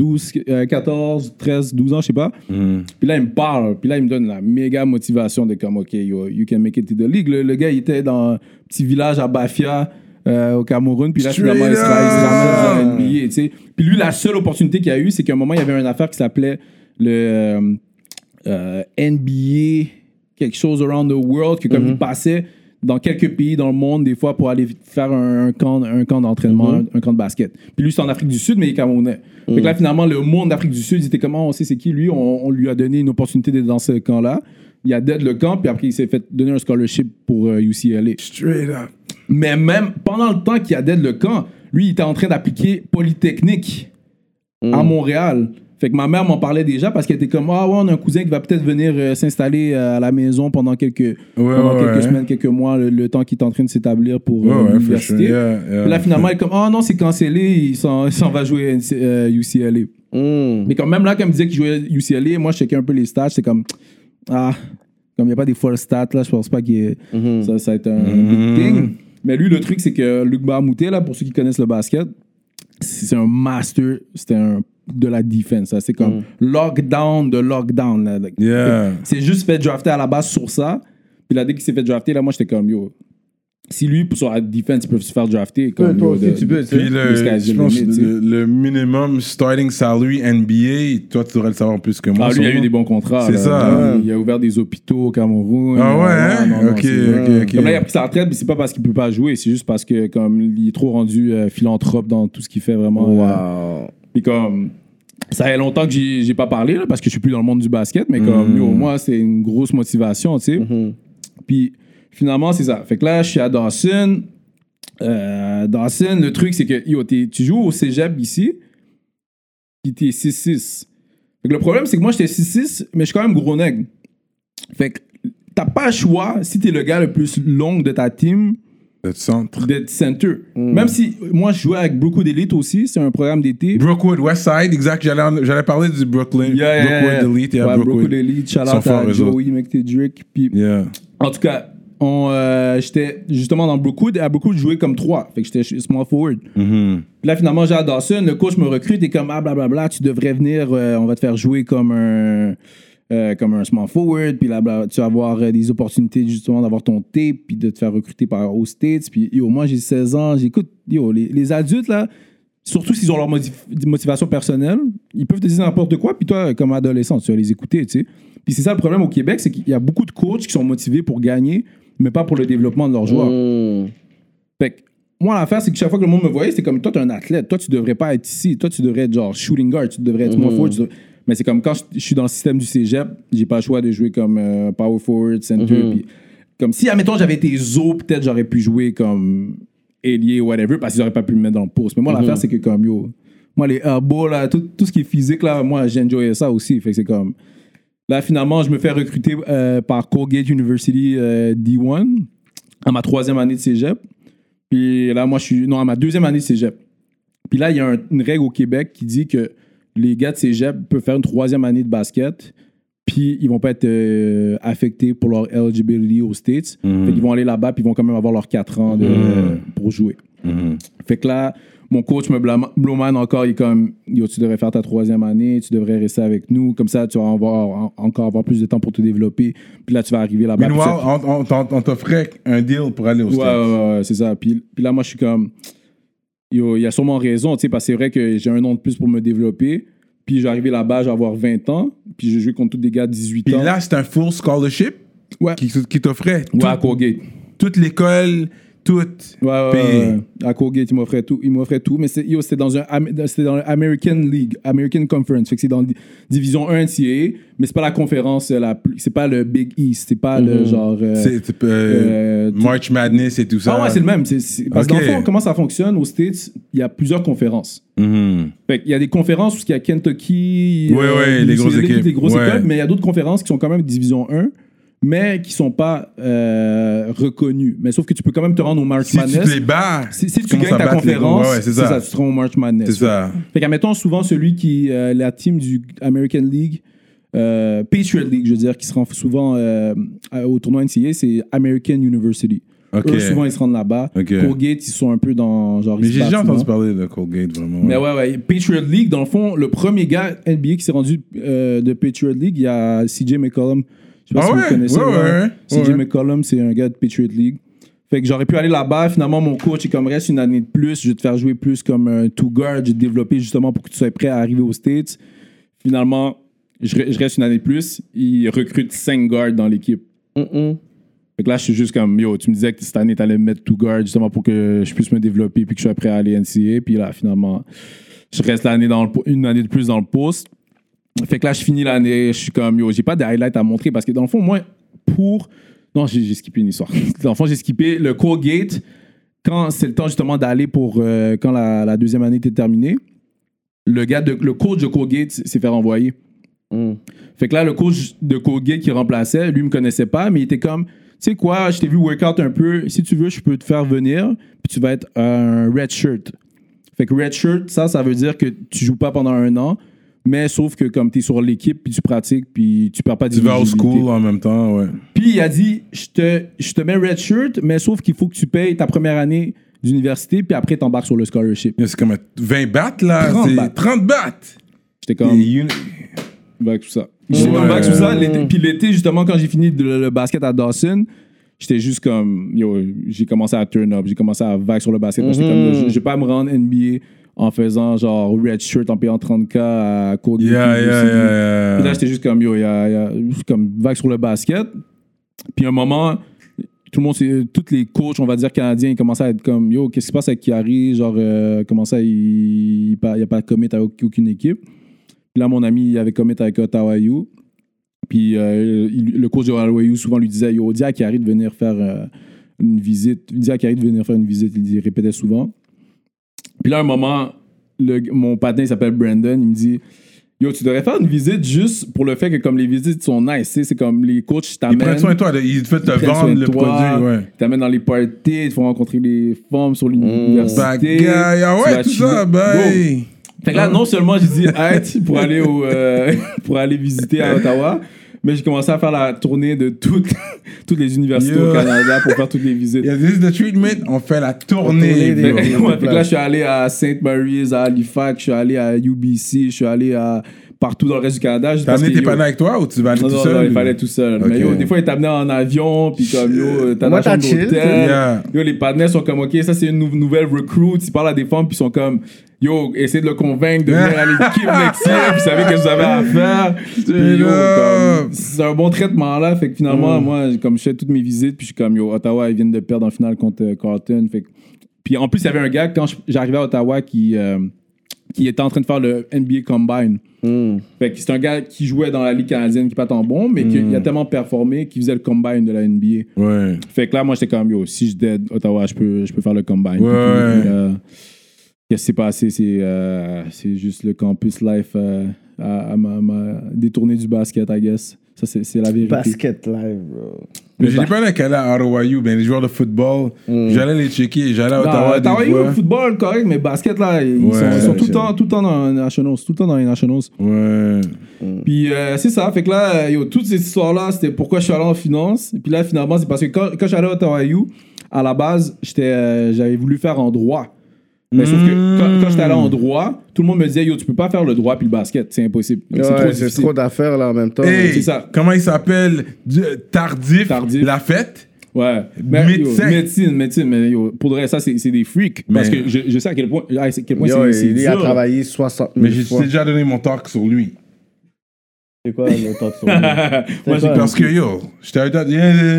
14, 13, 12 ans, je sais pas. Puis là, il me parle, puis là, il me donne la méga motivation de comme, OK, yo, you can make it to the league. Le gars, il était dans un petit village à Bafia, au Cameroun, puis là, finalement, il se ramène à NBA, tu sais. Puis lui, la seule opportunité qu'il a eue, c'est qu'à un moment, il y avait une affaire qui s'appelait le NBA, quelque chose around the world, que comme il passait dans quelques pays dans le monde, des fois, pour aller faire un camp d'entraînement, un camp de basket. Puis lui, c'est en Afrique du Sud, mais il est camerounais. Fait que là, finalement, le monde d'Afrique du Sud, il était comment, on sait c'est qui, lui, on lui a donné une opportunité d'être dans ce camp-là. Il a dead le camp, puis après, il s'est fait donner un scholarship pour UCLA. Straight up. Mais même pendant le temps qu'il a dead le camp, lui, il était en train d'appliquer Polytechnique à Montréal. Fait que ma mère m'en parlait déjà parce qu'elle était comme, ah ouais, on a un cousin qui va peut-être venir s'installer à la maison pendant quelques semaines, quelques mois, le temps qu'il est en train de s'établir pour l'université. Puis là, finalement, elle est comme, ah non, c'est cancellé, il s'en va jouer UCLA. Mais quand même là, quand elle me disait qu'il jouait UCLA, moi, je checkais un peu les stats, c'est comme, comme il n'y a pas des full stats, là, je pense pas que ça va être un big thing. Mais lui, le truc, c'est que Luc Bahamouté, là, pour ceux qui connaissent le basket, c'est un master, de la défense. Ça. C'est comme lockdown de lockdown. Là. C'est juste fait drafter à la base sur ça. Puis là, dès qu'il s'est fait drafter, là, moi, j'étais comme, yo, si lui, sur la défense, il peut se faire drafter, comme, toi aussi, tu peux, Puis je pense le minimum starting salary NBA, toi, tu devrais le savoir plus que moi. Lui, il a eu des bons contrats. C'est là. ça. Il a ouvert des hôpitaux au Cameroun. Ah ouais, hein? Non, Ok. Comme là, il a pris sa retraite, mais c'est pas parce qu'il peut pas jouer, c'est juste parce que comme il est trop rendu philanthrope dans tout ce qu'il fait vraiment. Wow. Puis comme ça fait longtemps que j'ai pas parlé là, parce que je suis plus dans le monde du basket, mais comme yo, moi c'est une grosse motivation, tu sais. Puis finalement, c'est ça. Fait que là, je suis à Dawson. Dawson, le truc, c'est que yo, tu joues au cégep ici, puis t'es 6'6". Fait que le problème, c'est que moi, j'étais 6'6", mais je suis quand même gros nègre. Fait que t'as pas le choix, si t'es le gars le plus long de ta team, Le centre. d'être center. Même si moi, je jouais avec Brookwood Elite aussi, c'est un programme d'été. Brookwood, Westside, exact. J'allais parler du Brooklyn. Brookwood Elite, ouais, Brookwood Elite, shout out à Joey McTedrick. Puis, en tout cas, j'étais justement dans Brookwood, et à Brookwood, je jouais comme 3. Fait que j'étais small forward. Puis là, finalement, j'ai à Dawson, le coach me recrute et comme, blablabla, tu devrais venir, on va te faire jouer comme un small forward, puis là, tu vas avoir des opportunités justement d'avoir ton tape, puis de te faire recruter aux States. Puis yo, moi, j'ai 16 ans, j'écoute, yo, les adultes, là, surtout s'ils ont leur motivation personnelle, ils peuvent te dire n'importe quoi, puis toi, comme adolescent, tu vas les écouter, tu sais. Puis c'est ça le problème au Québec, c'est qu'il y a beaucoup de coachs qui sont motivés pour gagner, mais pas pour le développement de leurs joueurs. Fait que moi, l'affaire, c'est que chaque fois que le monde me voyait, c'était comme, toi, t'es un athlète, toi, tu devrais pas être ici, toi, tu devrais être genre shooting guard, tu devrais être small forward, mais c'est comme quand je suis dans le système du cégep, j'ai pas le choix de jouer comme power forward, center. Puis, comme si, admettons, j'avais été zo, peut-être j'aurais pu jouer comme ailier ou whatever, parce qu'ils auraient pas pu me mettre dans le poste. Mais moi, l'affaire, c'est que comme, yo, moi, les elbows, là, tout ce qui est physique, là, moi, j'enjoyais ça aussi. Fait que c'est comme... Là, finalement, je me fais recruter par Colgate University D1 à ma 3e année de cégep. Puis là, moi, je suis... Non, à ma 2e année de cégep. Puis là, il y a une règle au Québec qui dit que les gars de cégep peuvent faire une 3e année de basket, puis ils vont pas être affectés pour leur eligibility aux States. Fait qu'ils vont aller là-bas, puis ils vont quand même avoir leurs 4 ans pour jouer. Fait que là, mon coach me blowman encore, il est comme, yo, tu devrais faire ta 3e année, tu devrais rester avec nous, comme ça, tu vas encore avoir plus de temps pour te développer, puis là, tu vas arriver là-bas. On t'offrait un deal pour aller aux States. Ouais, c'est ça. Puis là, moi, je suis comme... Yo, il y a sûrement raison, tu sais, parce que c'est vrai que j'ai un an de plus pour me développer. Puis je vais arriver là-bas, je vais avoir 20 ans. Puis je vais jouer contre tous des gars de 18 ans. Puis là, c'est un full scholarship qui t'offrait. Ouais, à Colgate. Toute l'école, toute. Ouais. À Colgate, il m'offrait tout. Mais c'était dans l'American League, American Conference. Fait que c'est dans la division 1 NCAA, mais c'est pas la conférence, c'est pas le Big East. C'est pas le genre. March Madness et tout ça. Ah ouais, c'est le même. Parce que dans le fond, comment ça fonctionne aux States, il y a plusieurs conférences. Fait qu'il y a des conférences où il y a Kentucky, les grosses équipes. Les grosses écoles, mais il y a d'autres conférences qui sont quand même division 1. Mais qui sont pas reconnus. Mais sauf que tu peux quand même te rendre au March Madness. Si tu te les bats, si tu gagnes ta conférence, c'est ça, tu te rends au March Madness. C'est ça. Fait qu'admettons, souvent, celui qui la team du American League, Patriot League, je veux dire, qui se rend souvent au tournoi NCAA, c'est American University. Eux, souvent, ils se rendent là-bas. Colgate, ils sont un peu dans... genre. Mais j'ai déjà entendu parler de Colgate, vraiment. Mais ouais. Patriot League, dans le fond, le premier gars NBA qui s'est rendu de Patriot League, il y a CJ McCollum. Je sais pas si vous connaissez. CJ McCollum, c'est un gars de Patriot League. Fait que j'aurais pu aller là-bas. Finalement, mon coach est comme, reste une année de plus. Je vais te faire jouer plus comme un two-guard. Je vais te développer justement pour que tu sois prêt à arriver aux States. Finalement, je reste une année de plus. Il recrute 5 guards dans l'équipe. Fait que là, je suis juste comme, yo, tu me disais que cette année, t'allais me mettre two-guard justement pour que je puisse me développer puis que je sois prêt à aller NCAA. Puis là, finalement, je reste une année de plus dans le poste. Fait que là, je finis l'année, je suis comme, yo, j'ai pas de highlights à montrer parce que dans le fond, moi, non, j'ai skippé une histoire. Dans le fond, j'ai skippé le Colgate quand c'est le temps justement d'aller pour quand la 2e année était terminée. Le coach de Colgate s'est fait renvoyer. Fait que là, le coach de Colgate qui remplaçait, lui, me connaissait pas, mais il était comme, tu sais quoi, je t'ai vu workout un peu, si tu veux, je peux te faire venir, puis tu vas être un red shirt. Fait que red shirt, ça veut dire que tu joues pas pendant 1 an. Mais sauf que comme tu es sur l'équipe, puis tu pratiques, puis tu perds pas tu vas au school en même temps, ouais. Puis il a dit, je te mets red shirt, mais sauf qu'il faut que tu payes ta première année d'université, puis après t'embarques sur le scholarship. C'est comme 20 bahts, là. 30 bahts. J'étais comme... Back tout ça. J'étais comme back tout ça. Puis l'été, justement, quand j'ai fini le basket à Dawson, j'étais juste comme... Yo, j'ai commencé à turn up, j'ai commencé à vague sur le basket. J'étais comme, je vais pas me rendre NBA... en faisant genre red shirt en payant 30K à Colgate. Puis là, j'étais juste comme, yo, juste comme vague sur le basket. Puis à un moment, tous les coachs, on va dire canadiens, ils commençaient à être comme, yo, qu'est-ce qui se passe avec Chiari? Genre, comment ça, il n'y a pas de commit avec aucune équipe. Puis là, mon ami, il avait commit avec Ottawa U. Puis le coach de Ralwayu souvent lui disait, yo, dis à Kari de venir faire une visite. Il répétait souvent. Puis là, à un moment, mon patin, il s'appelle Brandon, il me dit, yo, tu devrais faire une visite juste pour le fait que comme les visites sont nice, tu sais, c'est comme les coachs t'amènent. Ils prennent soin de toi, ils te font te vendre le produit, ouais. Ils t'amènent dans les parties, ils te font rencontrer les femmes sur l'université. Bagaille, ah ouais, tout ça, bye. Fait que là, non seulement j'ai dit arrête pour aller visiter à Ottawa, mais j'ai commencé à faire la tournée de toutes les universités au Canada pour faire toutes les visites. Il y a des treatment, on fait la tournée. Fait que là, je suis allé à St. Mary's, à Halifax, je suis allé à UBC, je suis allé partout dans le reste du Canada. T'as amené tes panneaux avec toi ou tu vas aller tout seul? Non, il fallait tout seul. Okay. Mais yo, des fois, ils t'amenaient en avion, puis comme yo, t'as la chambre d'hôtel. Yo, les partenaires sont comme, ok, ça c'est une nouvelle recruit. Ils parlent à des femmes, puis ils sont comme, yo, essayez de le convaincre de venir à l'équipe next year, puis vous savez que vous avez à faire. Puis yo, c'est un bon traitement là. Fait que finalement, moi, comme je fais toutes mes visites, puis je suis comme, yo, Ottawa, ils viennent de perdre en finale contre Carleton. Fait que... Puis en plus, il y avait un gars, quand j'arrivais à Ottawa, qui était en train de faire le NBA Combine. Fait que c'est un gars qui jouait dans la Ligue canadienne, qui est pas tant bon, mais qui a tellement performé qu'il faisait le Combine de la NBA. Ouais. Fait que là, moi, j'étais comme, yo, si je dead Ottawa, je peux faire le Combine. Ouais. Qu'est-ce qui s'est passé? C'est juste le campus life m'a détourné du basket, I guess. Ça, c'est la vérité. Basket live, bro. Mais j'ai pas qu'elle à Ottawa-U, ben les joueurs de football, j'allais les checker, j'allais à Ottawa. Ottawa-U, football, correct, mais basket, là, ils sont tout le temps dans les Nationals. Tout le temps dans les Nationals. Ouais. Puis c'est ça, fait que là, toutes ces histoires-là, c'était pourquoi je suis allé en finance. Et puis là, finalement, c'est parce que quand je suis allé à Ottawa-U, à la base, j'avais voulu faire en droit. Mais sauf que quand j'étais allé en droit, tout le monde me disait, yo, tu peux pas faire le droit puis le basket, c'est impossible. C'est trop d'affaires là en même temps. Hey, c'est ça. Comment il s'appelle? Tardif. La fête. Ouais. Médecine. Mais yo, pour de vrai, ça, c'est des freaks. Parce que je sais à quel point, c'est il dur. A travaillé 60 000 Mais j'ai déjà donné mon talk sur lui. C'est quoi le talk sur lui? Moi, j'ai parce que yo, j'étais à Ottawa.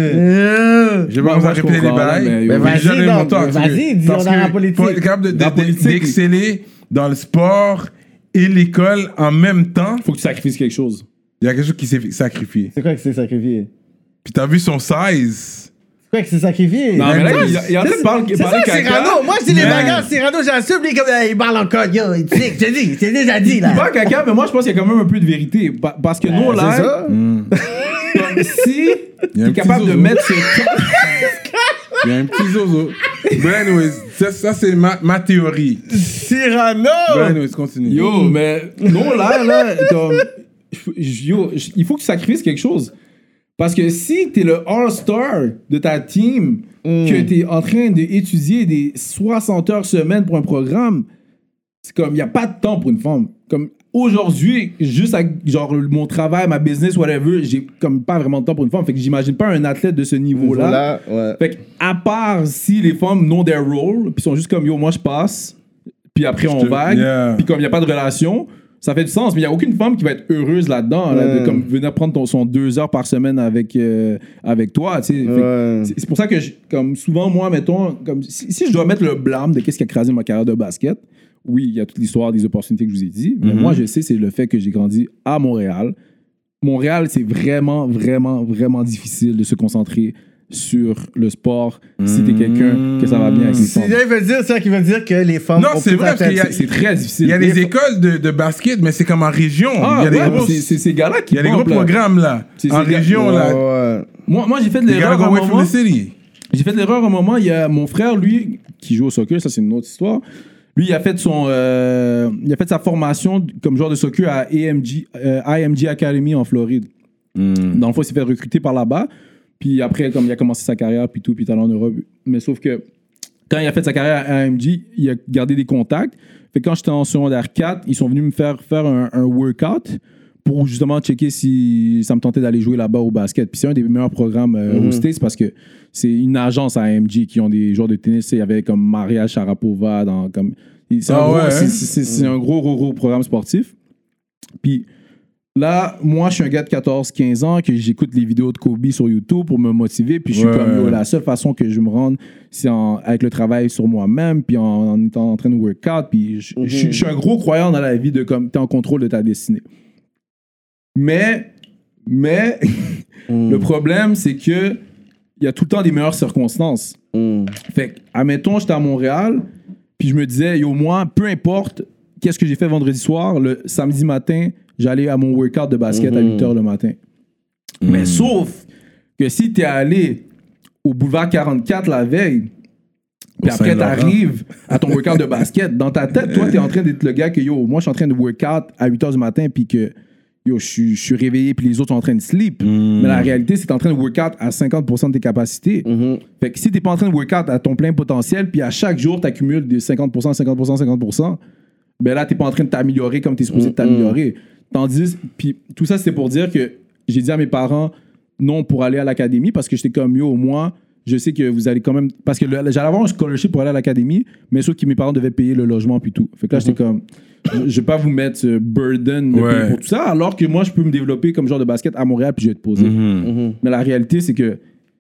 J'ai pas besoin de répéter les bails. Mais vas-y, dis, on a la politique. Pour être capable d'exceller dans le sport et l'école en même temps. Faut que tu sacrifies quelque chose. Il y a quelque chose qui s'est sacrifié. C'est quoi que c'est sacrifié? Puis t'as vu son size? C'est quoi que c'est sacrifié? Non, mais là, il est en train de parler caca. Cyrano. Moi, je dis les bagarres. Cyrano, j'assume, il parle encore. Yo, tu sais, je t'ai déjà dit, là. Il parle caca, mais moi, je pense qu'il y a quand même un peu de vérité. Parce que nous, là... C'est ça? Comme si t'es capable de mettre ce... Il y a un petit zozo. Anyways, ça c'est ma théorie. Cyrano! Anyways, continue. Yo, mais non, là, comme... Yo, il faut que tu sacrifies quelque chose. Parce que si t'es le all-star de ta team, que t'es en train d'étudier des 60 heures semaine pour un programme, c'est comme, il n'y a pas de temps pour une femme. Comme, aujourd'hui, juste avec, genre, mon travail, ma business, whatever, j'ai comme pas vraiment de temps pour une femme. Fait que j'imagine pas un athlète de ce niveau-là. Ouais. Fait que, à part si les femmes know their role, puis sont juste comme, yo, moi, je passe, puis après, on vague, puis comme il n'y a pas de relation... Ça fait du sens, mais il n'y a aucune femme qui va être heureuse là-dedans, là, de comme venir prendre son 2 heures par semaine avec toi. C'est pour ça que, comme souvent, moi, mettons, comme, si je dois mettre le blâme de qu'est-ce qui a crasé ma carrière de basket, oui, il y a toute l'histoire des opportunités que je vous ai dit, mais moi, je sais, c'est le fait que j'ai grandi à Montréal. Montréal, c'est vraiment, vraiment, vraiment difficile de se concentrer sur le sport si t'es quelqu'un que ça va bien avec les femmes. C'est ça qui veut dire que les femmes... Non, c'est vrai, parce que c'est très difficile. Il y a des écoles de basket, mais c'est comme en région. Il y a des gros... C'est ces gars-là qui... Il y a des gros programmes, là. En région, là. Moi, j'ai fait de l'erreur à un moment. J'ai fait de l'erreur à un moment. Il y a mon frère, lui, qui joue au soccer, ça, c'est une autre histoire. Lui, il a fait sa formation comme joueur de soccer à IMG Academy en Floride. Dans le fond, il s'est fait recruter par là-bas. Puis après, comme il a commencé sa carrière, puis tout, puis il est allé en Europe. Mais sauf que quand il a fait sa carrière à AMG, il a gardé des contacts. Fait que quand j'étais en secondaire 4, ils sont venus me faire un workout pour justement checker si ça me tentait d'aller jouer là-bas au basket. Puis c'est un des meilleurs programmes aux States parce que c'est une agence à AMG qui ont des joueurs de tennis. Il y avait comme Maria Sharapova. C'est un gros programme sportif. Puis... Là, moi, je suis un gars de 14-15 ans que j'écoute les vidéos de Kobe sur YouTube pour me motiver. Puis je suis comme, la seule façon que je me rende, c'est avec le travail sur moi-même, puis en étant en train de workout. Puis je suis un gros croyant dans la vie de comme t'es en contrôle de ta destinée. Mais Mais le problème, c'est que il y a tout le temps des meilleures circonstances. Fait que, admettons, j'étais à Montréal, puis je me disais, yo, moi, peu importe qu'est-ce que j'ai fait vendredi soir, le samedi matin, j'allais à mon workout de basket à 8h le matin. Mais sauf que si t'es allé au boulevard 44 la veille, puis après t'arrives à ton workout de basket, dans ta tête, toi, t'es en train d'être le gars que, yo, moi, je suis en train de workout à 8h du matin, puis que, yo, je suis réveillé, puis les autres sont en train de sleep. Mais la réalité, c'est que t'es en train de workout à 50% de tes capacités. Fait que si t'es pas en train de workout à ton plein potentiel, puis à chaque jour, t'accumules des 50%, 50%, 50%, ben là, t'es pas en train de t'améliorer comme t'es supposé t'améliorer. Tandis, puis tout ça, c'est pour dire que j'ai dit à mes parents non pour aller à l'académie, parce que j'étais comme, yo, moi, je sais que vous allez quand même... Parce que j'allais avoir un scholarship pour aller à l'académie, mais sauf que mes parents devaient payer le logement puis tout. Fait que là, j'étais comme... Je vais pas vous mettre ce burden de payer pour tout ça, alors que moi, je peux me développer comme genre de basket à Montréal puis je vais te poser. Mais la réalité, c'est que...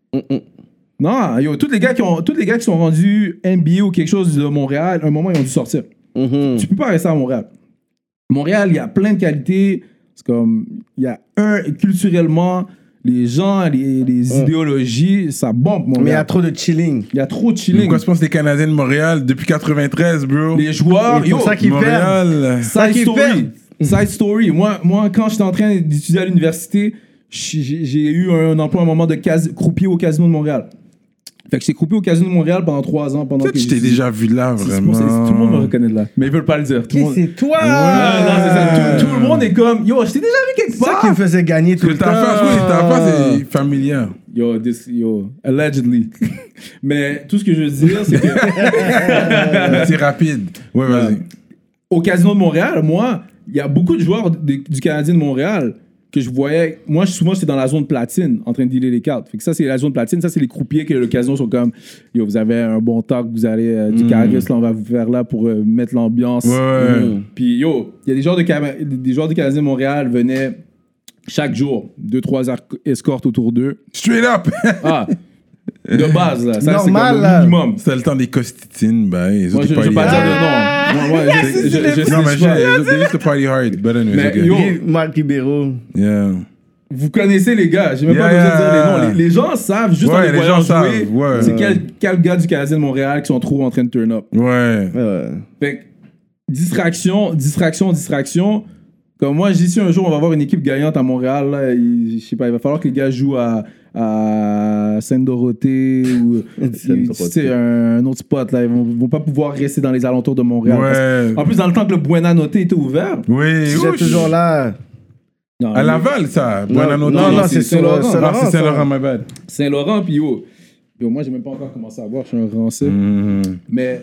Non, yo, tous les gars qui sont rendus NBA ou quelque chose de Montréal, à un moment, ils ont dû sortir. Tu peux pas rester à Montréal. Montréal, il y a plein de qualités. C'est comme... Il y a culturellement... Les gens, les idéologies, ça bombe, mon gars. Mais il y a trop de chilling. Il y a trop de chilling. Pourquoi je pense que les Canadiens de Montréal, depuis 93, bro? Les joueurs, C'est pour ça qu'ils perdent. Montréal. Side story. Side story. Moi, quand j'étais en train d'étudier à l'université, j'ai eu un emploi à un moment de croupier au Casino de Montréal. Fait que j'étais croupier au Casino de Montréal pendant 3 ans. Pendant Peut-être que je t'ai déjà vu là, vraiment. Tout le monde me reconnaît de là. Mais ils veulent pas le dire. Tout le monde... C'est toi! Non, c'est ça. Tout le monde est comme, yo, je t'ai déjà vu quelque C'est ça part. qui me faisait gagner tout Que le ta temps. face, c'est familier. Yo, allegedly. Mais tout ce que je veux dire, c'est que... C'est rapide. Ouais, vas-y. Au Casino de Montréal, moi, il y a beaucoup de joueurs du Canadien de Montréal que je voyais. Moi, souvent, j'étais dans la zone platine en train de dealer les cartes. Fait que ça, c'est la zone platine. Ça, c'est les croupiers que le casino sont comme, yo, vous avez un bon talk, vous allez du charisme, là, on va vous faire là pour mettre l'ambiance. Ouais. Puis, yo, il y a des joueurs du Canadien de Montréal venaient chaque jour, 2-3 escortes autour d'eux. Straight up. Ah, de base, là. Ça, Normal, c'est comme là. le minimum. C'est le temps des costitines, ben. Moi, je ne veux pas dire de nom. Moi, je Non, mais sais pas. they used to party hard. But anyways, Mais, okay. yo, Marc Ribeiro. Yeah. vous connaissez les gars. J'ai même pas besoin de dire les noms. Les gens savent, juste en les voyant jouer, ouais. c'est quel gars du Canadien de Montréal qui sont trop en train de turn up. Ouais. Fait que, distraction. Comme moi, je dis si un jour on va avoir une équipe gagnante à Montréal, là, je sais pas, il va falloir que les gars jouent à Sainte-Dorothée ou un autre spot. Là. Ils vont pas pouvoir rester dans les alentours de Montréal. Ouais. En plus, dans le temps que le Buena Noté était ouvert. Oui, J'étais toujours là. Non, à Laval, ça. Non, c'est Saint-Laurent. C'est Saint-Laurent, my bad. Saint-Laurent, puis yo, moi, j'ai même pas encore commencé à boire, je suis un rancé. Mais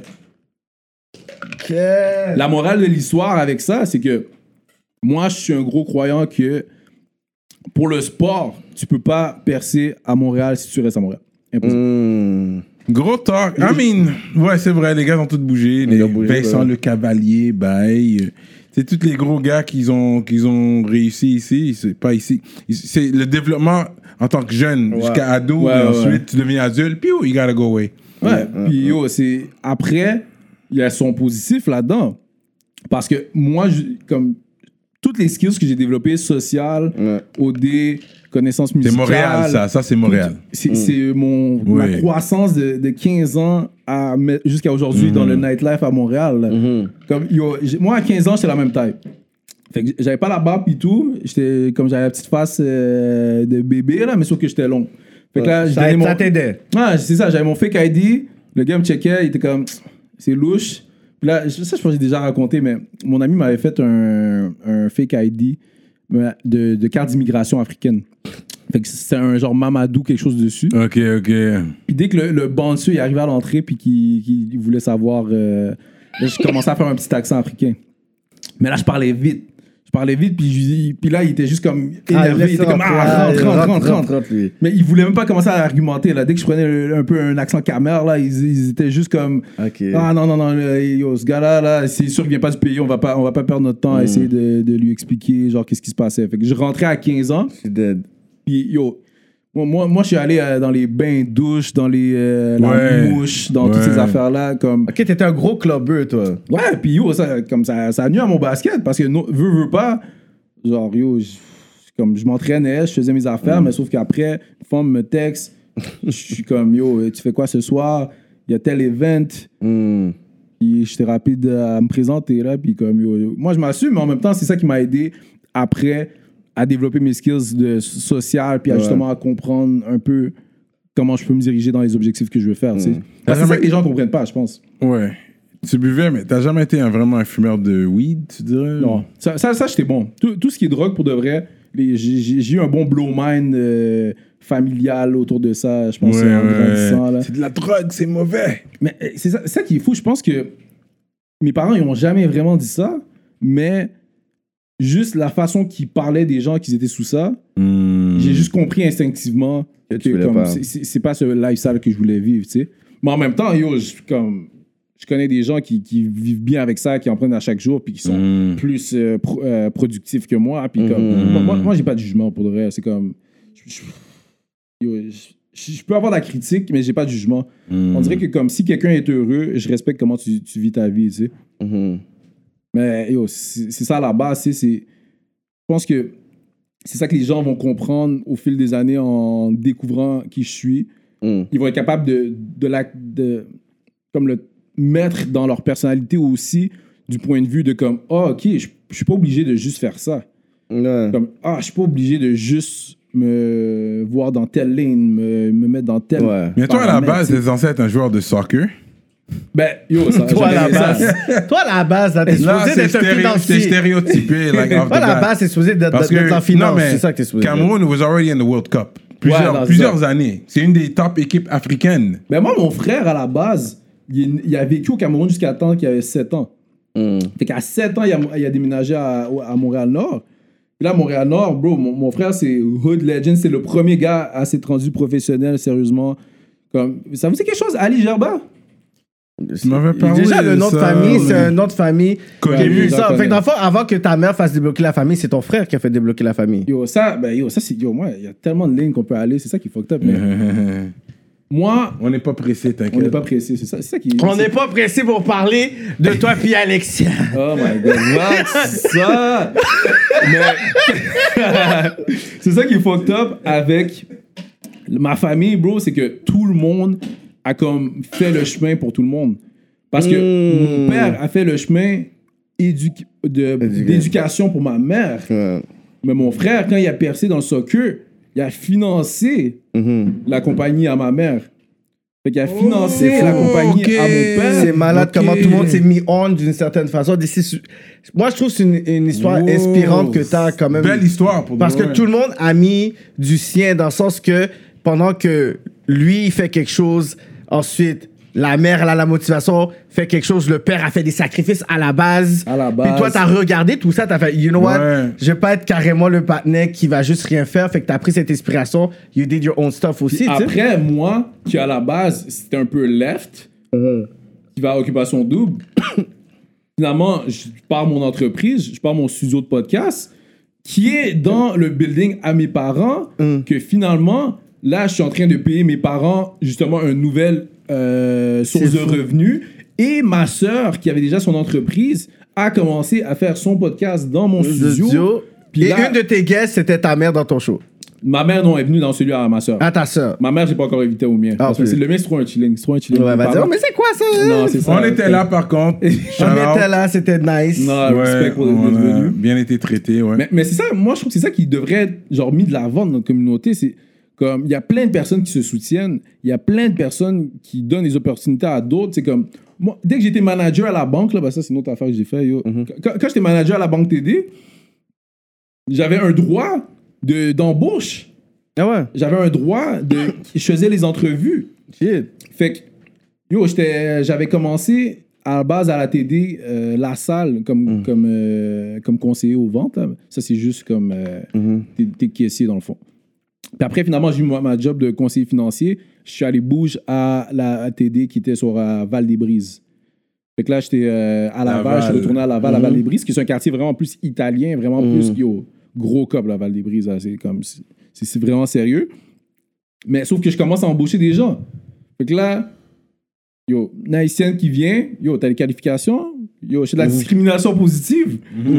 la morale de l'histoire avec ça, c'est que moi, je suis un gros croyant que pour le sport, tu peux pas percer à Montréal si tu restes à Montréal. Impossible. Gros talk. I mean, ouais, c'est vrai, les gars ont tous bougé. Les Vincent Le Cavalier, Baye. C'est tous les gros gars qui ont réussi ici. C'est pas ici. C'est le développement en tant que jeune jusqu'à ado. Et ensuite, tu deviens adulte. Puis, you gotta go away. Ouais. Puis, yo, c'est... Après, il y a son positif là-dedans. Parce que moi, comme... Toutes les skills que j'ai développées, sociales, OD, connaissances musicales... C'est Montréal, ça c'est Montréal. C'est ma croissance de 15 ans jusqu'à aujourd'hui dans le nightlife à Montréal. Comme, moi, à 15 ans, j'étais la même taille. Fait que j'avais pas la barbe et tout. J'avais la petite face de bébé, là, mais sauf que j'étais long. Fait que là, ça t'aidait. Ah, c'est ça, j'avais mon fake ID. Le gars me checkait, il était comme... C'est louche. Puis là, ça, je pense que j'ai déjà raconté, mais mon ami m'avait fait un fake ID de carte d'immigration africaine. Fait que c'était un genre Mamadou, quelque chose dessus. OK. Puis dès que le bouncer est arrivé à l'entrée puis qu'il voulait savoir... là, je commençais à faire un petit accent africain. Mais là, je parlais vite, puis là, il était juste comme énervé. Il était comme, rentre. Mais il voulait même pas commencer à argumenter. Là. Dès que je prenais un peu un accent camère, là, ils étaient juste comme, ah non, yo, ce gars-là, là, c'est sûr qu'il vient pas du pays, on va pas perdre notre temps à essayer de lui expliquer, genre, qu'est-ce qui se passait. Fait que je rentrais à 15 ans. Je suis dead. Puis, yo, moi, je suis allé dans les bains-douches, dans la mouche, dans toutes ces affaires-là. Comme... Ok, t'étais un gros clubbeur, toi. Ouais, puis yo, ça a nuit à mon basket parce que veux pas, genre, yo, comme, je m'entraînais, je faisais mes affaires, mais sauf qu'après, une femme me texte, je suis comme, yo, tu fais quoi ce soir? Il y a tel event. Puis j'étais rapide à me présenter, là, puis comme, yo, moi, je m'assume, mais en même temps, c'est ça qui m'a aidé après à développer mes skills de social, puis à justement à comprendre un peu comment je peux me diriger dans les objectifs que je veux faire, tu sais. Parce que c'est ça que les gens comprennent pas, je pense. Ouais. Tu buvais, mais t'as jamais été vraiment un fumeur de weed, tu dirais? Non. Ça j'étais bon. Tout ce qui est drogue, pour de vrai, j'ai eu un bon blow mind familial autour de ça, je pense, en grandissant, là. C'est de la drogue, c'est mauvais. Mais c'est ça qui est fou. Je pense que mes parents, ils m'ont jamais vraiment dit ça, mais juste la façon qu'ils parlaient des gens qui étaient sous ça, j'ai juste compris instinctivement que comme, c'est pas ce lifestyle que je voulais vivre, tu sais. Mais en même temps, yo, je connais des gens qui vivent bien avec ça, qui en prennent à chaque jour, puis qui sont plus productifs que moi. Puis comme, moi, j'ai pas de jugement pour de vrai. C'est comme... Je peux avoir de la critique, mais j'ai pas de jugement. On dirait que comme si quelqu'un est heureux, je respecte comment tu vis ta vie, tu sais. Mais yo, c'est ça à la base, je pense que c'est ça que les gens vont comprendre au fil des années en découvrant qui je suis. Ils vont être capables de comme le mettre dans leur personnalité aussi, du point de vue de comme, ok, je suis pas obligé de juste faire ça. Comme, je suis pas obligé de juste me voir dans telle ligne, me mettre dans telle... Mais toi, à la base, t'es censé être un joueur de soccer. Ben, yo, ça... Toi, à la base, là, t'es supposé d'être un financier. C'est stéréotypé, like, off the Toi, à la bat. base, t'es supposé d'être en finance. C'est ça que t'es supposé. Cameroun was already in the World Cup. Plusieurs années. C'est une des top équipes africaines. Ben, moi, mon frère, à la base, il a vécu au Cameroun jusqu'à temps qu'il avait 7 ans. Fait qu'à 7 ans, il a déménagé à Montréal-Nord. Puis là, Montréal-Nord, bro, mon frère, c'est Hood Legend. C'est le premier gars à s'être rendu professionnel, sérieusement. Comme, ça vous dit quelque chose, Ali Gerba? Déjà, le nom de famille, c'est un nom de famille qui est vu ça. Fait que dans le fond, avant que ta mère fasse débloquer la famille, c'est ton frère qui a fait débloquer la famille. Yo, ça, c'est... Yo, moi, il y a tellement de lignes qu'on peut aller. C'est ça qui est fucked up, mais... Moi... On n'est pas pressé, t'inquiète. On n'est pas pressé, c'est ça qui... On n'est pas pressé pour parler de toi puis Alexia. Oh my God, c'est ça! Mais... c'est ça qui est fucked up avec ma famille, bro, c'est que tout le monde a comme fait le chemin pour tout le monde. Parce que mon père a fait le chemin d'éducation pour ma mère. Mais mon frère, quand il a percé dans le soccer, il a financé la compagnie à ma mère. Fait qu'il a financé la compagnie à mon père. C'est malade comment tout le monde s'est mis on d'une certaine façon. Moi, je trouve que c'est une histoire inspirante que tu as quand même. Belle histoire pour parce que tout le monde a mis du sien dans le sens que pendant que lui, il fait quelque chose, ensuite, la mère, elle a la motivation, fait quelque chose, le père a fait des sacrifices à la base. Puis toi, t'as regardé tout ça, t'as fait, you know what, je vais pas être carrément le partenaire qui va juste rien faire, fait que t'as pris cette inspiration, you did your own stuff aussi. Après, moi, qui à la base, c'était un peu left, qui va à Occupation Double, finalement, je pars mon entreprise, je pars mon studio de podcast, qui est dans le building à mes parents, que finalement, là, je suis en train de payer mes parents, justement, une nouvelle source de revenus. Et ma sœur, qui avait déjà son entreprise, a commencé à faire son podcast dans mon studio. Et là, une de tes guests, c'était ta mère dans ton show. Ma mère, non, est venue dans celui à ma sœur. Ah, ta sœur. Ma mère, j'ai pas encore invité au mien. Parce que le mien, c'est trop un chilling. C'est trop un chilling. Ouais, va dire, mais c'est quoi ça? Non, c'est ça. On était là, par contre. On était là, c'était nice. Non, respect pour d'être venu. Bien été traité, ouais. Mais c'est ça, moi, je trouve que c'est ça qui devrait être, genre, mis de l'avant dans notre communauté. C'est comme, il y a plein de personnes qui se soutiennent. Il y a plein de personnes qui donnent des opportunités à d'autres. C'est comme, moi, dès que j'étais manager à la banque, là, bah ça, c'est une autre affaire que j'ai fait, yo. Quand j'étais manager à la banque TD, j'avais un droit d'embauche. Ah ouais? J'avais un droit je faisais les entrevues. Shit. Fait que, yo, j'avais commencé à la base à la TD, la salle, comme conseiller aux ventes. Là. Ça, c'est juste comme t'es caissier, dans le fond. Puis après, finalement, j'ai eu ma job de conseiller financier. Je suis allé bouger à la TD qui était sur Val-des-Brises. Fait que là, j'étais à Laval. Je suis retourné à Laval, à Val-des-Brises, qui est un quartier vraiment plus italien, vraiment plus, yo, gros cop, la Val-des-Brises. Là, c'est vraiment sérieux. Mais sauf que je commence à embaucher des gens. Fait que là, yo, une haïtienne qui vient, yo, t'as les qualifications? Yo, c'est de la discrimination positive.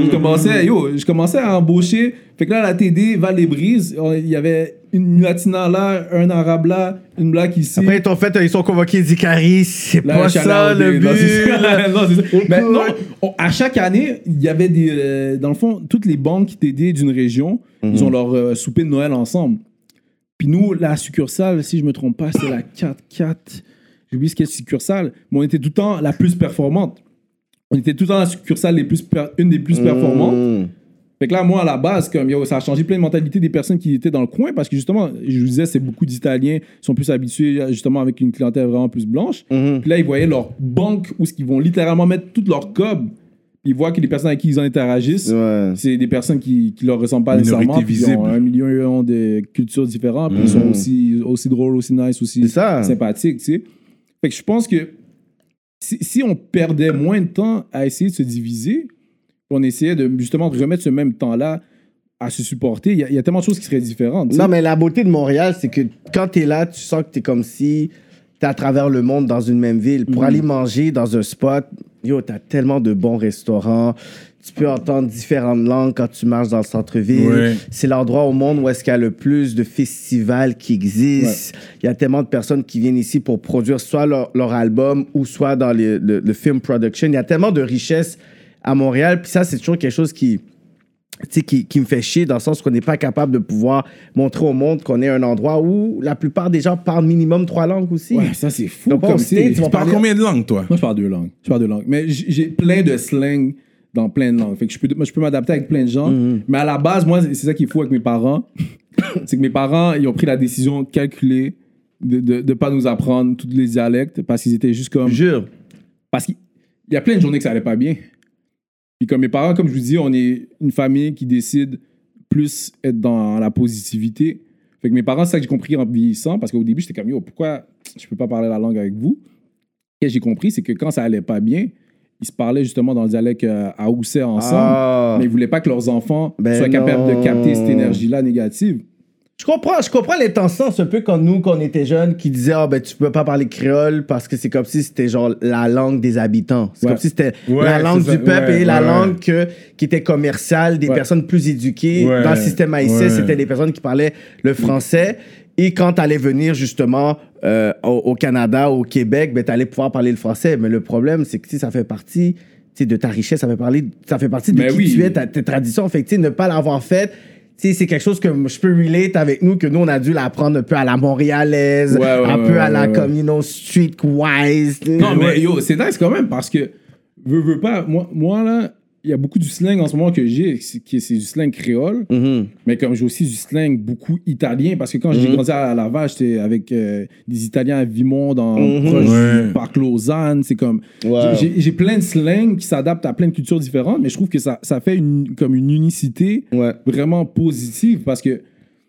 Je commençais à embaucher. Fait que là, la TD, Val-des-Brises, il y avait une Latina là, un Arabe là, une Black ici. Après, ils sont convoqués d'Icaris. C'est Là, pas je suis ça allé le au- non, c'est but. ça. Non, c'est ça. Mais non, à chaque année, il y avait des. Dans le fond, toutes les banques qui TD d'une région, ils ont leur souper de Noël ensemble. Puis nous, la succursale, si je me trompe pas, c'est la 4-4. J'ai oublié ce qu'est succursale, mais on était tout le temps la plus performante. On était tout le temps la succursale une des plus performantes. Fait que là, moi, à la base, comme ça a changé plein de mentalités des personnes qui étaient dans le coin parce que justement, je vous disais, c'est beaucoup d'Italiens qui sont plus habitués justement avec une clientèle vraiment plus blanche. Puis là, ils voyaient leur banque où ils vont littéralement mettre toutes leurs cobs. Ils voient que les personnes avec qui ils en interagissent, c'est des personnes qui leur ressemblent pas Minorité nécessairement. Puis ils ont visible. 1 million de cultures différentes. Puis ils sont aussi drôles, aussi nice, aussi sympathiques, tu sais. Fait que je pense que si on perdait moins de temps à essayer de se diviser, on essayait de justement de remettre ce même temps-là à se supporter, il y a tellement de choses qui seraient différentes. tu sais. Non, mais la beauté de Montréal, c'est que quand t'es là, tu sens que t'es comme si t'es à travers le monde dans une même ville. Pour aller manger dans un spot, t'as tellement de bons restaurants. Tu peux entendre différentes langues quand tu marches dans le centre-ville. Ouais. C'est l'endroit au monde où est-ce qu'il y a le plus de festivals qui existent. Il y a tellement de personnes qui viennent ici pour produire soit leur album ou soit dans le film production. Il y a tellement de richesses à Montréal. Puis ça, c'est toujours quelque chose qui me fait chier dans le sens qu'on n'est pas capable de pouvoir montrer au monde qu'on est un endroit où la plupart des gens parlent minimum 3 langues aussi. Ouais, ça c'est fou. Donc, Comme au States, c'est- on Tu parles combien de langues, toi? Moi, je parle 2 langues. Mais j'ai plein de slang dans plein de langues. Fait que je peux m'adapter avec plein de gens. Mais à la base, moi, c'est ça qui est fou avec mes parents. C'est que mes parents, ils ont pris la décision calculée de ne pas nous apprendre tous les dialectes parce qu'ils étaient juste comme... Jure. Parce qu'il y a plein de journées que ça allait pas bien. Puis comme mes parents, comme je vous dis, on est une famille qui décide plus être dans la positivité. Fait que mes parents, c'est ça que j'ai compris en vieillissant, parce qu'au début, j'étais comme, yo, pourquoi je peux pas parler la langue avec vous? Ce que j'ai compris, c'est que quand ça allait pas bien, ils se parlaient justement dans le dialecte à Housset ensemble, mais ils voulaient pas que leurs enfants soient capables de capter cette énergie-là négative. Je comprends l'intention, c'est un peu comme nous, quand on était jeunes, qui disaient, tu peux pas parler créole parce que c'est comme si c'était genre la langue des habitants. C'est comme si c'était la langue du peuple et la langue qui était commerciale des personnes plus éduquées. Dans le système haïtien, c'était des personnes qui parlaient le français. Et quand t'allais venir justement au Canada, au Québec, t'allais pouvoir parler le français. Mais le problème, c'est que ça fait partie de ta richesse, ça fait partie de qui tu es, tes traditions. Fait que ne pas l'avoir fait, c'est quelque chose que je peux relate avec nous, que nous, on a dû l'apprendre un peu à la montréalaise, un peu à la, comme, streetwise. Non, mais yo, c'est nice quand même, parce que, veux pas, moi là, il y a beaucoup du slang en ce moment que j'ai, c'est du slang créole, mais comme j'ai aussi du slang beaucoup italien, parce que quand j'ai grandi à Laval, j'étais avec des Italiens à Vimont, proche du parc Lausanne, c'est comme... J'ai plein de slang qui s'adaptent à plein de cultures différentes, mais je trouve que ça fait comme une unicité vraiment positive, parce que,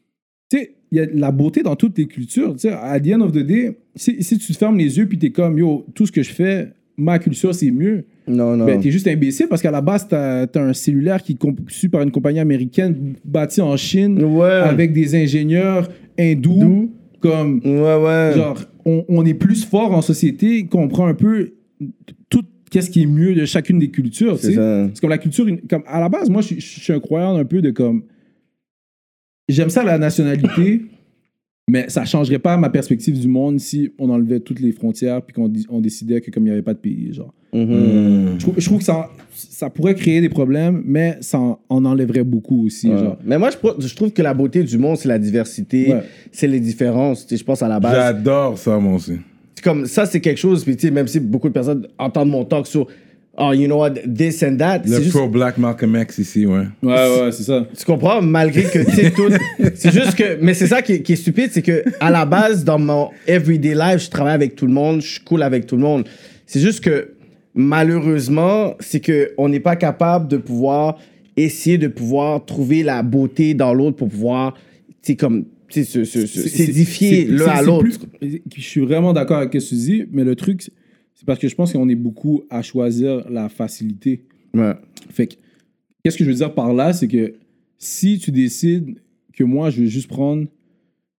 tu sais, il y a la beauté dans toutes les cultures, tu sais, à the end of the day, si tu te fermes les yeux puis t'es comme, yo, tout ce que je fais, ma culture, c'est mieux. Non. Ben, t'es juste imbécile parce qu'à la base, t'as un cellulaire qui est conçu par une compagnie américaine bâtie en Chine avec des ingénieurs hindous. Comme, genre, on est plus fort en société, qu'on prend un peu tout qu'est-ce qui est mieux de chacune des cultures. C'est comme la culture, comme, à la base, moi, je suis un croyant un peu de comme. J'aime ça la nationalité. Mais ça ne changerait pas ma perspective du monde si on enlevait toutes les frontières puis qu'on décidait que comme il n'y avait pas de pays, genre. Je trouve que ça pourrait créer des problèmes, mais ça en enlèverait beaucoup aussi, genre. Mais moi, je trouve que la beauté du monde, c'est la diversité, c'est les différences. Je pense à la base. J'adore ça, moi aussi. Comme ça, c'est quelque chose, puis même si beaucoup de personnes entendent mon talk sur you know what, this and that. Le pro-black Malcolm X ici, Ouais, c'est ça. Tu comprends? Malgré que, tu sais, tout. C'est juste que. Mais c'est ça qui est stupide, c'est que, à la base, dans mon everyday life, je travaille avec tout le monde, je suis cool avec tout le monde. C'est juste que, malheureusement, c'est qu'on n'est pas capable de pouvoir essayer de pouvoir trouver la beauté dans l'autre pour pouvoir, tu sais, comme. S'édifier l'un à l'autre. Je suis vraiment d'accord avec ce que tu dis, mais le truc, c'est parce que je pense qu'on est beaucoup à choisir la facilité. Fait que, qu'est-ce que je veux dire par là, c'est que si tu décides que moi, je veux juste prendre...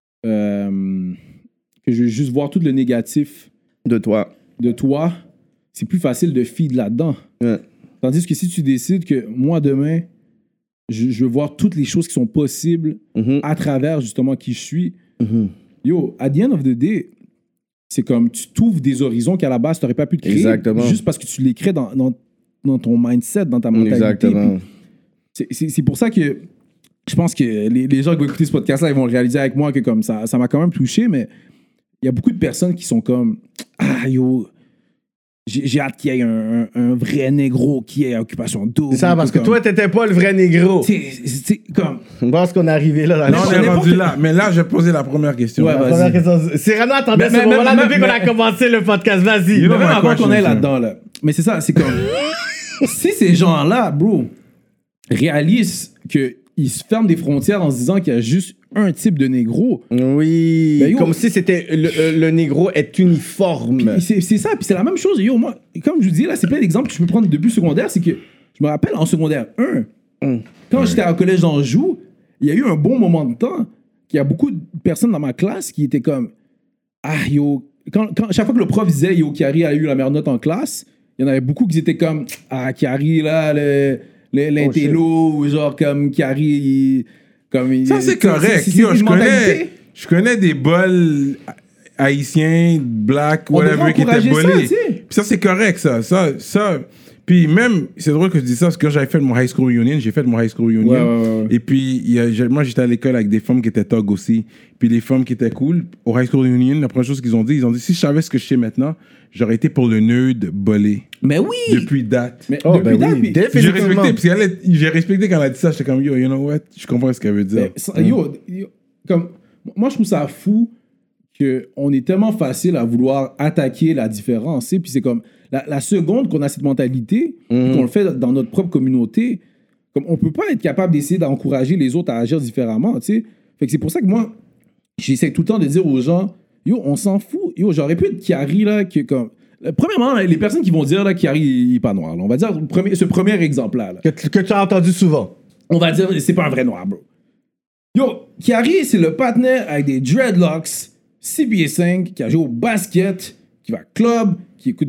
que je veux juste voir tout le négatif de toi, c'est plus facile de feed là-dedans. Ouais. Tandis que si tu décides que moi, demain, je veux voir toutes les choses qui sont possibles à travers justement qui je suis, yo, at the end of the day, c'est comme tu t'ouvres des horizons qu'à la base, tu n'aurais pas pu te créer. Exactement. Juste parce que tu les crées dans ton mindset, dans ta mentalité. Exactement. C'est pour ça que je pense que les gens qui vont écouter ce podcast-là, ils vont réaliser avec moi que comme ça m'a quand même touché, mais il y a beaucoup de personnes qui sont comme « Ah, yo, j'ai hâte qu'il y ait un vrai négro qui ait occupation double. » C'est ça, parce que toi, t'étais pas le vrai négro. C'est comme... Je pense qu'on est arrivé là. Non, on est rendu là. Mais là, je vais poser la première question. Ouais, La vas-y. première question. Cyrano attendait ce moment-là depuis qu'on a commencé le podcast. Vas-y. You know Même my avant qu'on aille question, là-dedans, là. Mais c'est ça, c'est comme... si ces gens-là, bro, réalisent qu'ils se ferment des frontières en se disant qu'il y a juste un type de négro... Oui. Ben, yo, comme si c'était le négro est uniforme. C'est ça, puis c'est la même chose. Yo, moi, comme je vous dis, là, c'est plein d'exemples que je peux prendre depuis secondaire. C'est que je me rappelle en secondaire 1, quand j'étais au collège d'Anjou, il y a eu un bon moment de temps qu'il y a beaucoup de personnes dans ma classe qui étaient comme ah, yo, chaque fois que le prof disait yo, Kiari a eu la meilleure note en classe, il y en avait beaucoup qui étaient comme ah, Kiari, là, l'intello, ou genre comme Kiari, Ça, c'est correct. Yo, je connais des bols haïtiens, black, On devrait whatever, qui étaient encourager ça, bolés. tu sais. Puis ça, c'est correct, ça. Puis même, c'est drôle que je dis ça, parce que quand j'avais fait mon high school reunion, j'ai fait mon high school reunion. Ouais. Et puis, moi, j'étais à l'école avec des femmes qui étaient thug aussi. Puis les femmes qui étaient cool, au high school reunion, la première chose qu'ils ont dit, si je savais ce que je sais maintenant, j'aurais été pour le nerd bolé. Mais oui! Depuis date. Mais Oh, depuis ben là, oui. puis- J'ai respecté, parce j'ai respecté quand elle a dit ça, j'étais comme, yo, you know what, je comprends ce qu'elle veut dire. Yo, comme, moi, je trouve ça fou qu'on est tellement facile à vouloir attaquer la différence. Puis c'est comme, la seconde qu'on a cette mentalité, qu'on le fait dans notre propre communauté, comme on peut pas être capable d'essayer d'encourager les autres à agir différemment, tu sais. Fait que c'est pour ça que moi, j'essaie tout le temps de dire aux gens, yo, on s'en fout. Yo, j'aurais pu être Kiari, là, que comme... Premièrement, les personnes qui vont dire, là, Kiari, il est pas noir, là. On va dire ce premier exemple-là, là. Que tu as entendu souvent. On va dire, c'est pas un vrai noir, bro. Yo, Kiari, c'est le partenaire avec des dreadlocks, 6 pieds 5, qui a joué au basket, qui va club, qui écoute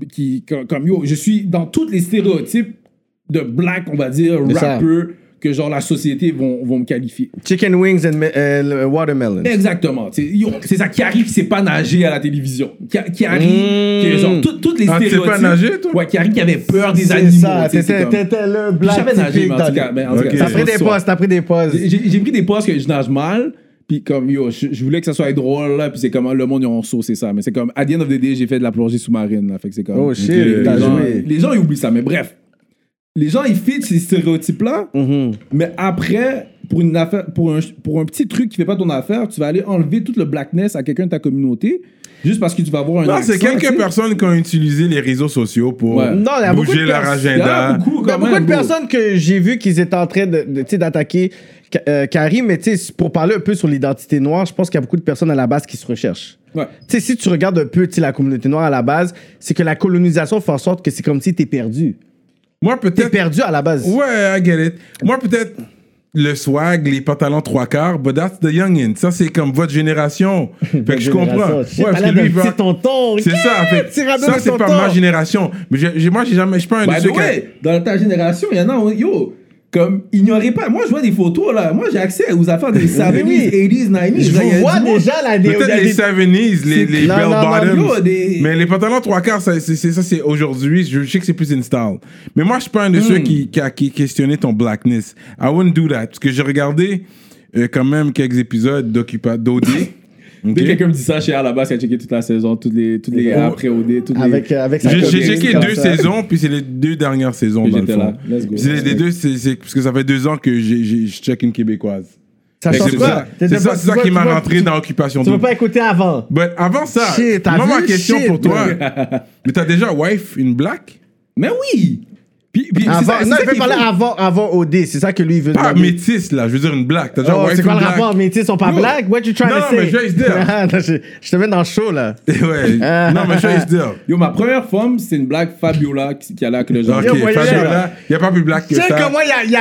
comme yo, je suis dans tous les stéréotypes de black, on va dire, C'est ça. rappeur, que genre la société vont me qualifier. Chicken wings and watermelon. Exactement. Yo, c'est ça, Kiari qui sait pas nager à la télévision. Kiari, que genre, toutes les Ah, tu sais stéréotypes. pas nager, toi? Ouais, Kiari qui avait peur des C'est animaux. ça. tu sais, c'est comme- T'étais le Je black savais nager, typique mais en dans tout cas, les- ben, en tout cas, Ok. T'as pris des pauses, t'as pris des pauses. J'ai pris des pauses que je nage mal, puis comme yo, je voulais que ça soit drôle là, puis c'est comme le monde ils ont saucé ça, mais c'est comme at the end of the day, j'ai fait de la plongée sous-marine là, fait que c'est comme Oh shit, t'as les gens ils oublient ça, mais bref, les gens ils fit ces stéréotypes là, mais après pour une affaire, pour un petit truc qui fait pas ton affaire, tu vas aller enlever tout le blackness à quelqu'un de ta communauté juste parce que tu vas avoir un Non, accent, c'est tu sais. quelques personnes qui ont utilisé les réseaux sociaux pour Ouais. Non, il y a beaucoup bouger de leur personnes- Il y en a agenda. beaucoup Il y a quand beaucoup même, de bro. personnes que j'ai vu qu'ils étaient en train tu sais, d'attaquer Karim, mais tu sais, pour parler un peu sur l'identité noire, je pense qu'il y a beaucoup de personnes à la base qui se recherchent. Ouais. Tu sais, si tu regardes un peu tu sais, la communauté noire à la base, c'est que la colonisation fait en sorte que c'est comme si t'es perdu. Moi, T'es peut-être. perdu à la base. Ouais, I get it. Moi, peut-être le swag, les pantalons 3/4, but that's the youngin. Ça, c'est comme votre génération. Fait que je comprends. Shit, parce t'as que l'air lui, d'un il va- petit tonton. C'est ça, fait que Cyrano ça, le c'est pas tonton. ma génération. Mais moi, je suis pas un de By ceux the qui. way, dans ta génération, il y en a, yo, comme, ignorez pas. Moi, je vois des photos, là. Moi, j'ai accès aux affaires des 70s, oui. 80s, 90s. Je Là, il y a vous vois du monde. déjà la Peut-être les 70s, les Non, bell non, non, bottoms. yo, des- Mais les pantalons 3/4, ça, c'est aujourd'hui. Je sais que c'est plus in style. Mais moi, je suis pas un de ceux qui questionnait ton blackness. I wouldn't do that. Parce que j'ai regardé quand même quelques épisodes d'OD. Dès que quelqu'un me dit ça, chez à la base, il a checké toute la saison, toutes les après OD, toutes Avec sa J'ai copine, checké comme 2 ça. saisons, puis c'est les 2 dernières saisons, Et dans le j'étais fond. là. Let's go. C'est les deux, c'est parce que ça fait 2 ans que je check une québécoise. Ça Fait que change c'est quoi? ça, c'est ça qui m'a rentré dans Occupation Tu veux Double. pas écouter avant? But avant ça, Shit, t'as moi, ma vu? question Shit, pour toi, bro. mais t'as déjà wife une black? Mais oui! Puis c'est Avant, ça- c'est non, ça il veut qui est parler fou. avant OD, c'est ça que lui il veut Pas demander. métis, là. Je veux dire une blague. T'as déjà Oh, white c'est quoi ou le black? rapport? Métis sont pas Yo. black? What you trying Non, to non, say? mais je vais se dire. Ah, non, je te mets dans le show, là. Ouais. Non, mais je vais se dire. Yo, ma première femme, c'est une blague Fabiola qui allait avec le genre. Ok, Yo, voyez, Fabiola, il n'y a pas plus black que Tu sais ça. comment il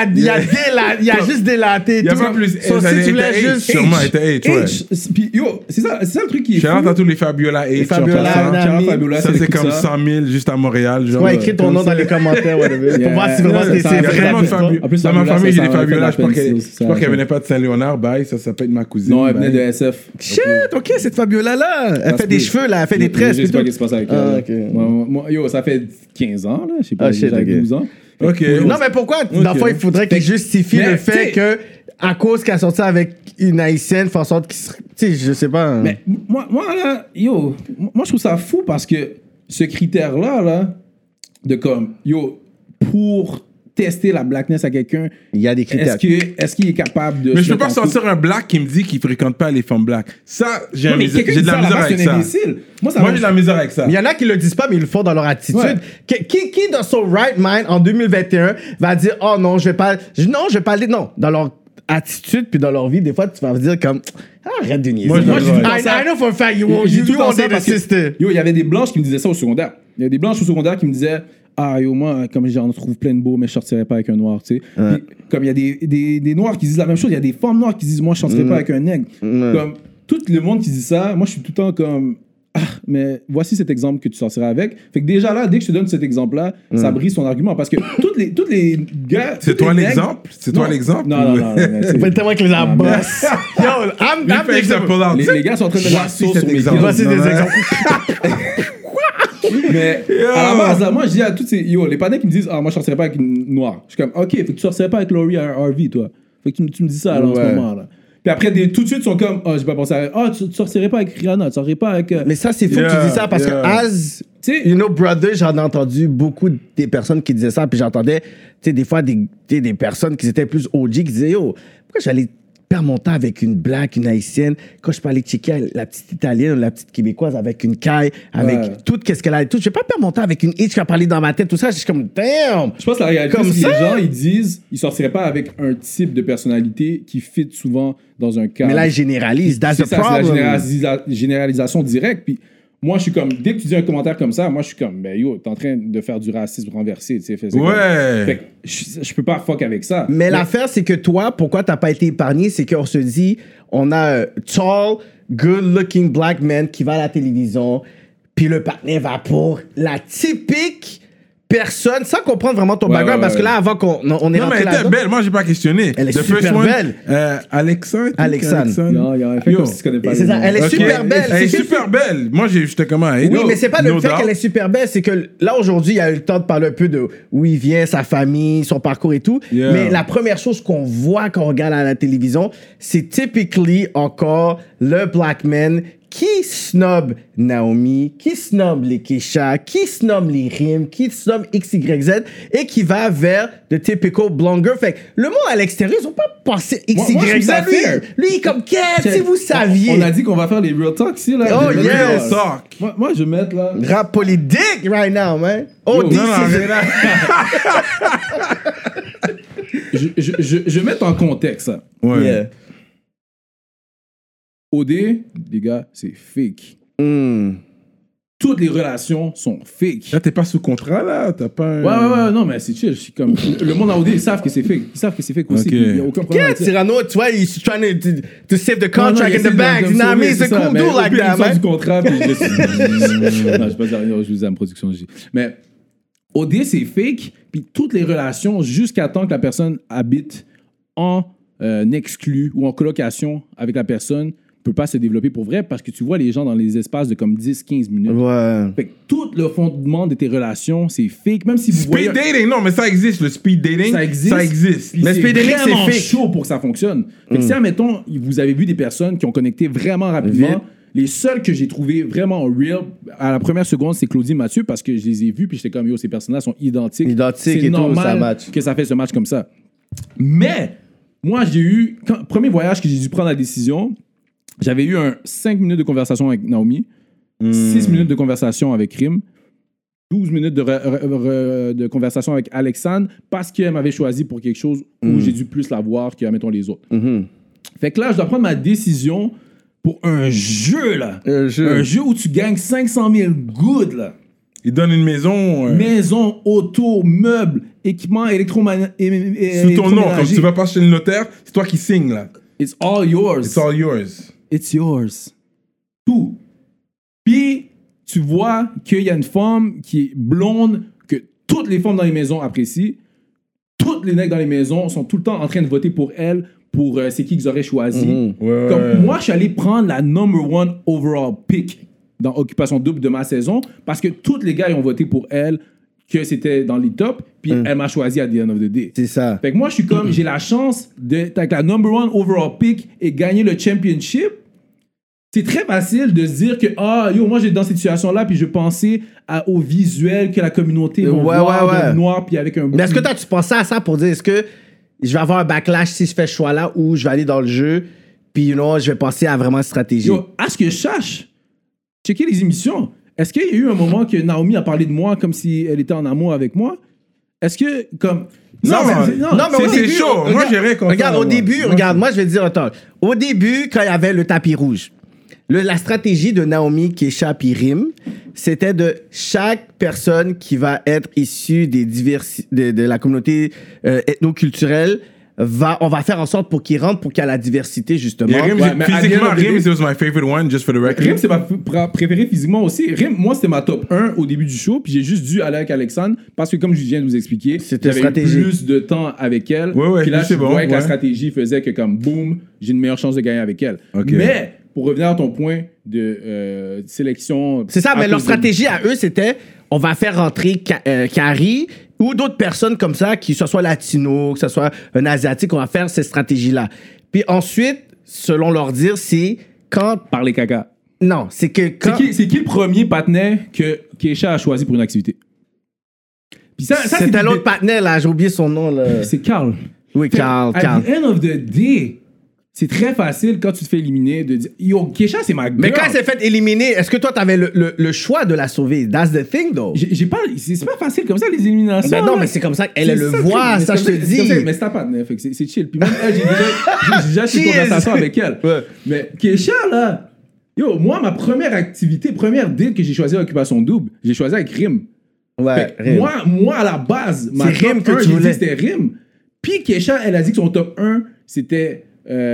y a juste délaté. Il n'y a tout. pas plus. So, si tu voulais juste. Sûrement, elle était H, ouais. Puis yo, c'est ça le truc qui est fou. Shout out à tous les Fabiola H. Fabiola, en passant. un Shout out ami. Fabiola, Ça, c'est c'est écoute comme ça. 100 000 juste à Montréal. Genre. Ouais, écris ton comme nom ça. dans les commentaires, whatever. Yeah. Pour voir si vraiment Ça, c'est ça, Il y a vrai. tellement de la Fabiola. En plus, Dans ma Fabiola, famille, ça, j'ai des ça aurait fait Fabiola. la Je pense peine, qu'elle ça, ne venait pas de Saint-Léonard. Bye, ça peut être ma cousine. Non, elle venait de bye. SF. Shit, ok, cette Fabiola-là. Elle Ça fait se des peut. cheveux, là. Elle fait des Je tresses. sais pas plutôt. ce qui se passe avec Ah, elle. ok. Moi, yo, ça fait 15 ans, là. Je sais pas, Ah, shit, j'avais ok. 12 ans. Ok. Non, mais pourquoi? Dans le fond, il faudrait qu'il justifie Mais, le fait t'sais- que, à cause qu'elle a sorti avec une haïtienne, fait en sorte qu'il serait. Tu sais, je sais pas. Mais moi, là, yo, moi, je trouve ça fou parce que ce critère-là, là, de comme, yo, pour tester la blackness à quelqu'un, Il y a des critères. est-ce qu'il est capable de. Mais se je peux pas mettre en sortir un black qui me dit qu'il fréquente pas les femmes black. Ça, j'ai couple? Non, mais quelqu'un j'ai qui de la dit ça, misère là-bas, avec c'est un ça. imbécile. Moi, ça Moi, me- j'ai de la misère avec ça. Mais il y en a qui le disent pas, mais ils le font dans leur attitude. Ouais. Qui dans son right mind, en 2021, va dire, oh non, je vais pas. Non, je vais pas aller. Non, dans leur attitude, puis dans leur vie, des fois, tu vas dire comme, arrête de niaiser. Moi, j'ai tout le temps I ça. know for a fact, you J'ai you tout le temps want ça to parce que, sister. yo, il y avait des blanches qui me disaient ça au secondaire. Il y a des blanches au secondaire qui me disaient, ah, yo, moi, comme j'en trouve plein de beaux, mais je sortirais pas avec un noir, tu sais. Puis, comme il y a des noirs qui disent la même chose, il y a des femmes noires qui disent, moi, je sortirais pas avec un nègre. Comme, tout le monde qui dit ça, moi, je suis tout le temps comme, ah, mais voici cet exemple que tu sortiras avec. Fait que déjà là, dès que je te donne cet exemple-là, ça brise ton argument. Parce que toutes les gars. C'est toutes toi les nègres- l'exemple? C'est toi Non. l'exemple? Non, non, mais c'est- Pas tellement que les boss. Yo, I'm Lui, fait que ça pull out. les gars sont en train de mettre la Voici sauce cet sur mes exemple. gars. Voici des Ouais. exemples. Mais à la base, là, moi, je dis à tous ces. Yo, les panneaux qui me disent, ah, moi, je sortirais pas avec une noire. Je suis comme, ok, fait que tu sortirais pas avec Laurie Harvey, toi. Fait que tu me dis ça là, en ce Ouais. moment, là. Puis après, tout de suite, ils sont comme, oh, j'ai pas pensé à. Ah, tu sortirais pas avec Rihanna, tu sortirais pas avec. Mais ça, c'est fou que tu Yeah, dis ça parce yeah. que, as Tu sais- you know, brother, j'en ai entendu beaucoup des personnes qui disaient ça. Puis j'entendais, tu sais, des fois, des personnes qui étaient plus OG qui disaient, yo, pourquoi j'allais perdre mon temps avec une black, une haïtienne, quand je peux aller checker la petite italienne ou la petite québécoise avec une caille, avec Ouais. tout, qu'est-ce qu'elle a et tout. Je vais pas perdre mon temps avec une hitch qui a parlé dans ma tête, tout ça. Je suis comme, damn! Je pense que la réalité, Comme c'est que les ça? gens, ils disent, ils sortiraient pas avec un type de personnalité qui fit souvent dans un cadre. Mais là, ils généralisent. That's C'est the ça, c'est problem. la généralisation directe. Puis moi, je suis comme, dès que tu dis un commentaire comme ça, moi, je suis comme, ben yo, t'es en train de faire du racisme renversé, tu sais. Fait Ouais. que je peux pas fuck avec ça. Mais l'affaire, c'est que toi, pourquoi t'as pas été épargné, c'est qu'on se dit, on a un tall, good-looking black man qui va à la télévision, puis le partenaire va pour la typique personne, sans comprendre vraiment ton Ouais, background, ouais, parce que ouais. là, avant qu'on on est Non, mais rentré elle était là-dedans... belle. Moi, j'ai pas questionné. Elle est The super first one, belle. Alexandre. Alexandre. Non, il y a un fait Yo. comme si tu connais pas. C'est les ça, noms. elle est Ok. super belle. Elle est C'est super belle. Moi, j'étais comment? Oui, mais c'est pas le No fait doubt. qu'elle est super belle, c'est que là, aujourd'hui, il a eu le temps de parler un peu de où il vient, sa famille, son parcours et tout. Yeah. Mais la première chose qu'on voit quand on regarde à la télévision, c'est typically encore le black man qui snob Naomi, qui snob les Kesha, qui snob les rimes, qui snob XYZ et qui va vers the typical blonde girl. Fait que le monde à l'extérieur, ils ont pas pensé moi, je trouve XYZ. ça fair. Lui, il est comme, qu'est-ce si vous saviez? On a dit qu'on va faire les real talk ici, là. Oh, Les real yes. talk. Moi, je vais mettre, là. Rap politique right now, man. Oh, Yo, this non, non, is- Je vais mettre en contexte, ça. Ouais. Yeah. OD, les gars, c'est fake. Mm. Toutes les relations sont fake. Là, t'es pas sous contrat, là? T'as pas un... Ouais, non, mais c'est chill. Je suis comme. Le monde à OD, ils savent que c'est fake. Ils savent que c'est fake aussi. Ok. Il n'y a aucun problème. Yeah, avec ça. Cyrano, tu vois, he's trying to save the Non, non, contract il in essaie the de- bank. de You know what I me mean? sauver, It's a c'est ça. cool Mais dude au like pire, that, il sort man. du contrat, puis je laisse- Non, je vais pas dire, je vous aime, production J. Mais OD, c'est fake, puis toutes les relations, jusqu'à temps que la personne habite en exclu ou en colocation avec la personne, ne peut pas se développer pour vrai parce que tu vois les gens dans les espaces de comme 10-15 minutes. Ouais. Fait que tout le fondement de tes relations, c'est fake. Même si vous voyez... Speed dating, non, mais ça existe, le speed dating. Ça existe. Ça existe. Mais c'est speed dating, c'est vraiment fake. chaud pour que ça fonctionne. Fait que si, admettons, vous avez vu des personnes qui ont connecté vraiment rapidement, Vite. les seuls que j'ai trouvé vraiment real à la première seconde, c'est Claudie Mathieu parce que je les ai vus puis j'étais comme, yo, ces personnes-là sont identiques. Identiques C'est et tout, normal ça match. que ça fait ce match comme ça. Mais, moi, j'ai eu... Premier voyage que j'ai dû prendre la décision, j'avais eu 5 minutes de conversation avec Naomi, 6 minutes de conversation avec Rim, 12 minutes de conversation avec Alexandre parce qu'elle m'avait choisi pour quelque chose où j'ai dû plus la voir que, mettons, les autres. Fait que là, je dois prendre ma décision pour un jeu, là. Un jeu où tu gagnes 500 000 good, là. Il donne une maison. Maison, auto, meubles, équipements électromagnétiques. Sous ton nom, comme tu vas pas chez le notaire, c'est toi qui signes, là. It's all yours. It's all yours. It's yours. Tout. Puis, tu vois qu'il y a une femme qui est blonde, que toutes les femmes dans les maisons apprécient. Toutes les mecs dans les maisons sont tout le temps en train de voter pour elle, pour c'est qui qu'ils auraient choisi. Comme moi, je suis allé prendre la number 1 overall pick dans Occupation Double de ma saison parce que tous les gars ils ont voté pour elle, que c'était dans les tops, puis elle m'a choisi à the end of the day. C'est ça. Fait que moi, je suis comme, j'ai la chance d'être avec la number 1 overall pick et gagner le championship. C'est très facile de se dire que, moi, j'ai dans cette situation-là, puis je pensais au visuel que la communauté va voir de noir, puis avec un... Mais est-ce que toi, tu pensais à ça pour dire, est-ce que je vais avoir un backlash si je fais ce choix-là ou je vais aller dans le jeu, puis, je vais penser à vraiment une stratégie? À ce que je sache, checker les émissions. Est-ce qu'il y a eu un moment que Naomi a parlé de moi comme si elle était en amour avec moi? Est-ce que, comme... Non, mais au c'est début, chaud. Moi, j'ai rien contre regarde, ça, au moi. début, regarde, moi, je vais te dire, attends. Au début, quand il y avait le tapis rouge, la stratégie de Naomi, Kesha puis Rim, c'était de chaque personne qui va être issue de la communauté ethnoculturelle, on va faire en sorte pour qu'il rentre, pour qu'il y ait la diversité, justement. Et Rim, physiquement, Rim, it was my favorite one, just for the record. Rim, c'est ma préférée physiquement aussi. Rim, moi, c'était ma top 1 au début du show, puis j'ai juste dû aller avec Alexandre, parce que comme je viens de vous expliquer, j'avais plus de temps avec elle. Puis là, je voyais que la stratégie faisait que comme, boum, j'ai une meilleure chance de gagner avec elle. Okay. Mais, pour revenir à ton point de sélection... C'est ça, mais leur stratégie à eux, c'était, on va faire rentrer Carrie ou d'autres personnes comme ça, que ce soit latino, que ce soit un asiatique, on va faire cette stratégie-là. Puis ensuite, selon leur dire, c'est quand... Par les caca. Non, c'est que quand... C'est qui le premier partenaire que Kesha a choisi pour une activité? Puis ça c'était l'autre partenaire, là, j'ai oublié son nom, là. C'est Carl. Oui, Carl. At the end of the day... C'est très facile quand tu te fais éliminer de dire yo, Kesha, c'est ma gueule. Mais quand elle s'est fait éliminer, est-ce que toi, t'avais le choix de la sauver? That's the thing, though. C'est pas facile comme ça, les éliminations. Ben non, mais c'est comme ça qu'elle le voit, ça, je te dis. Mais c'est ta partenaire, fait que c'est chill. Puis même elle, j'ai déjà eu une conversation avec elle. Ouais. Mais Kesha, là, yo, moi, ma première date que j'ai choisi à Occupation Double, j'ai choisi avec Rim. Ouais, Rim. Moi, à la base, ma top 1, j'ai dit c'était Rim. Puis Kesha, elle a dit que son top 1, c'était...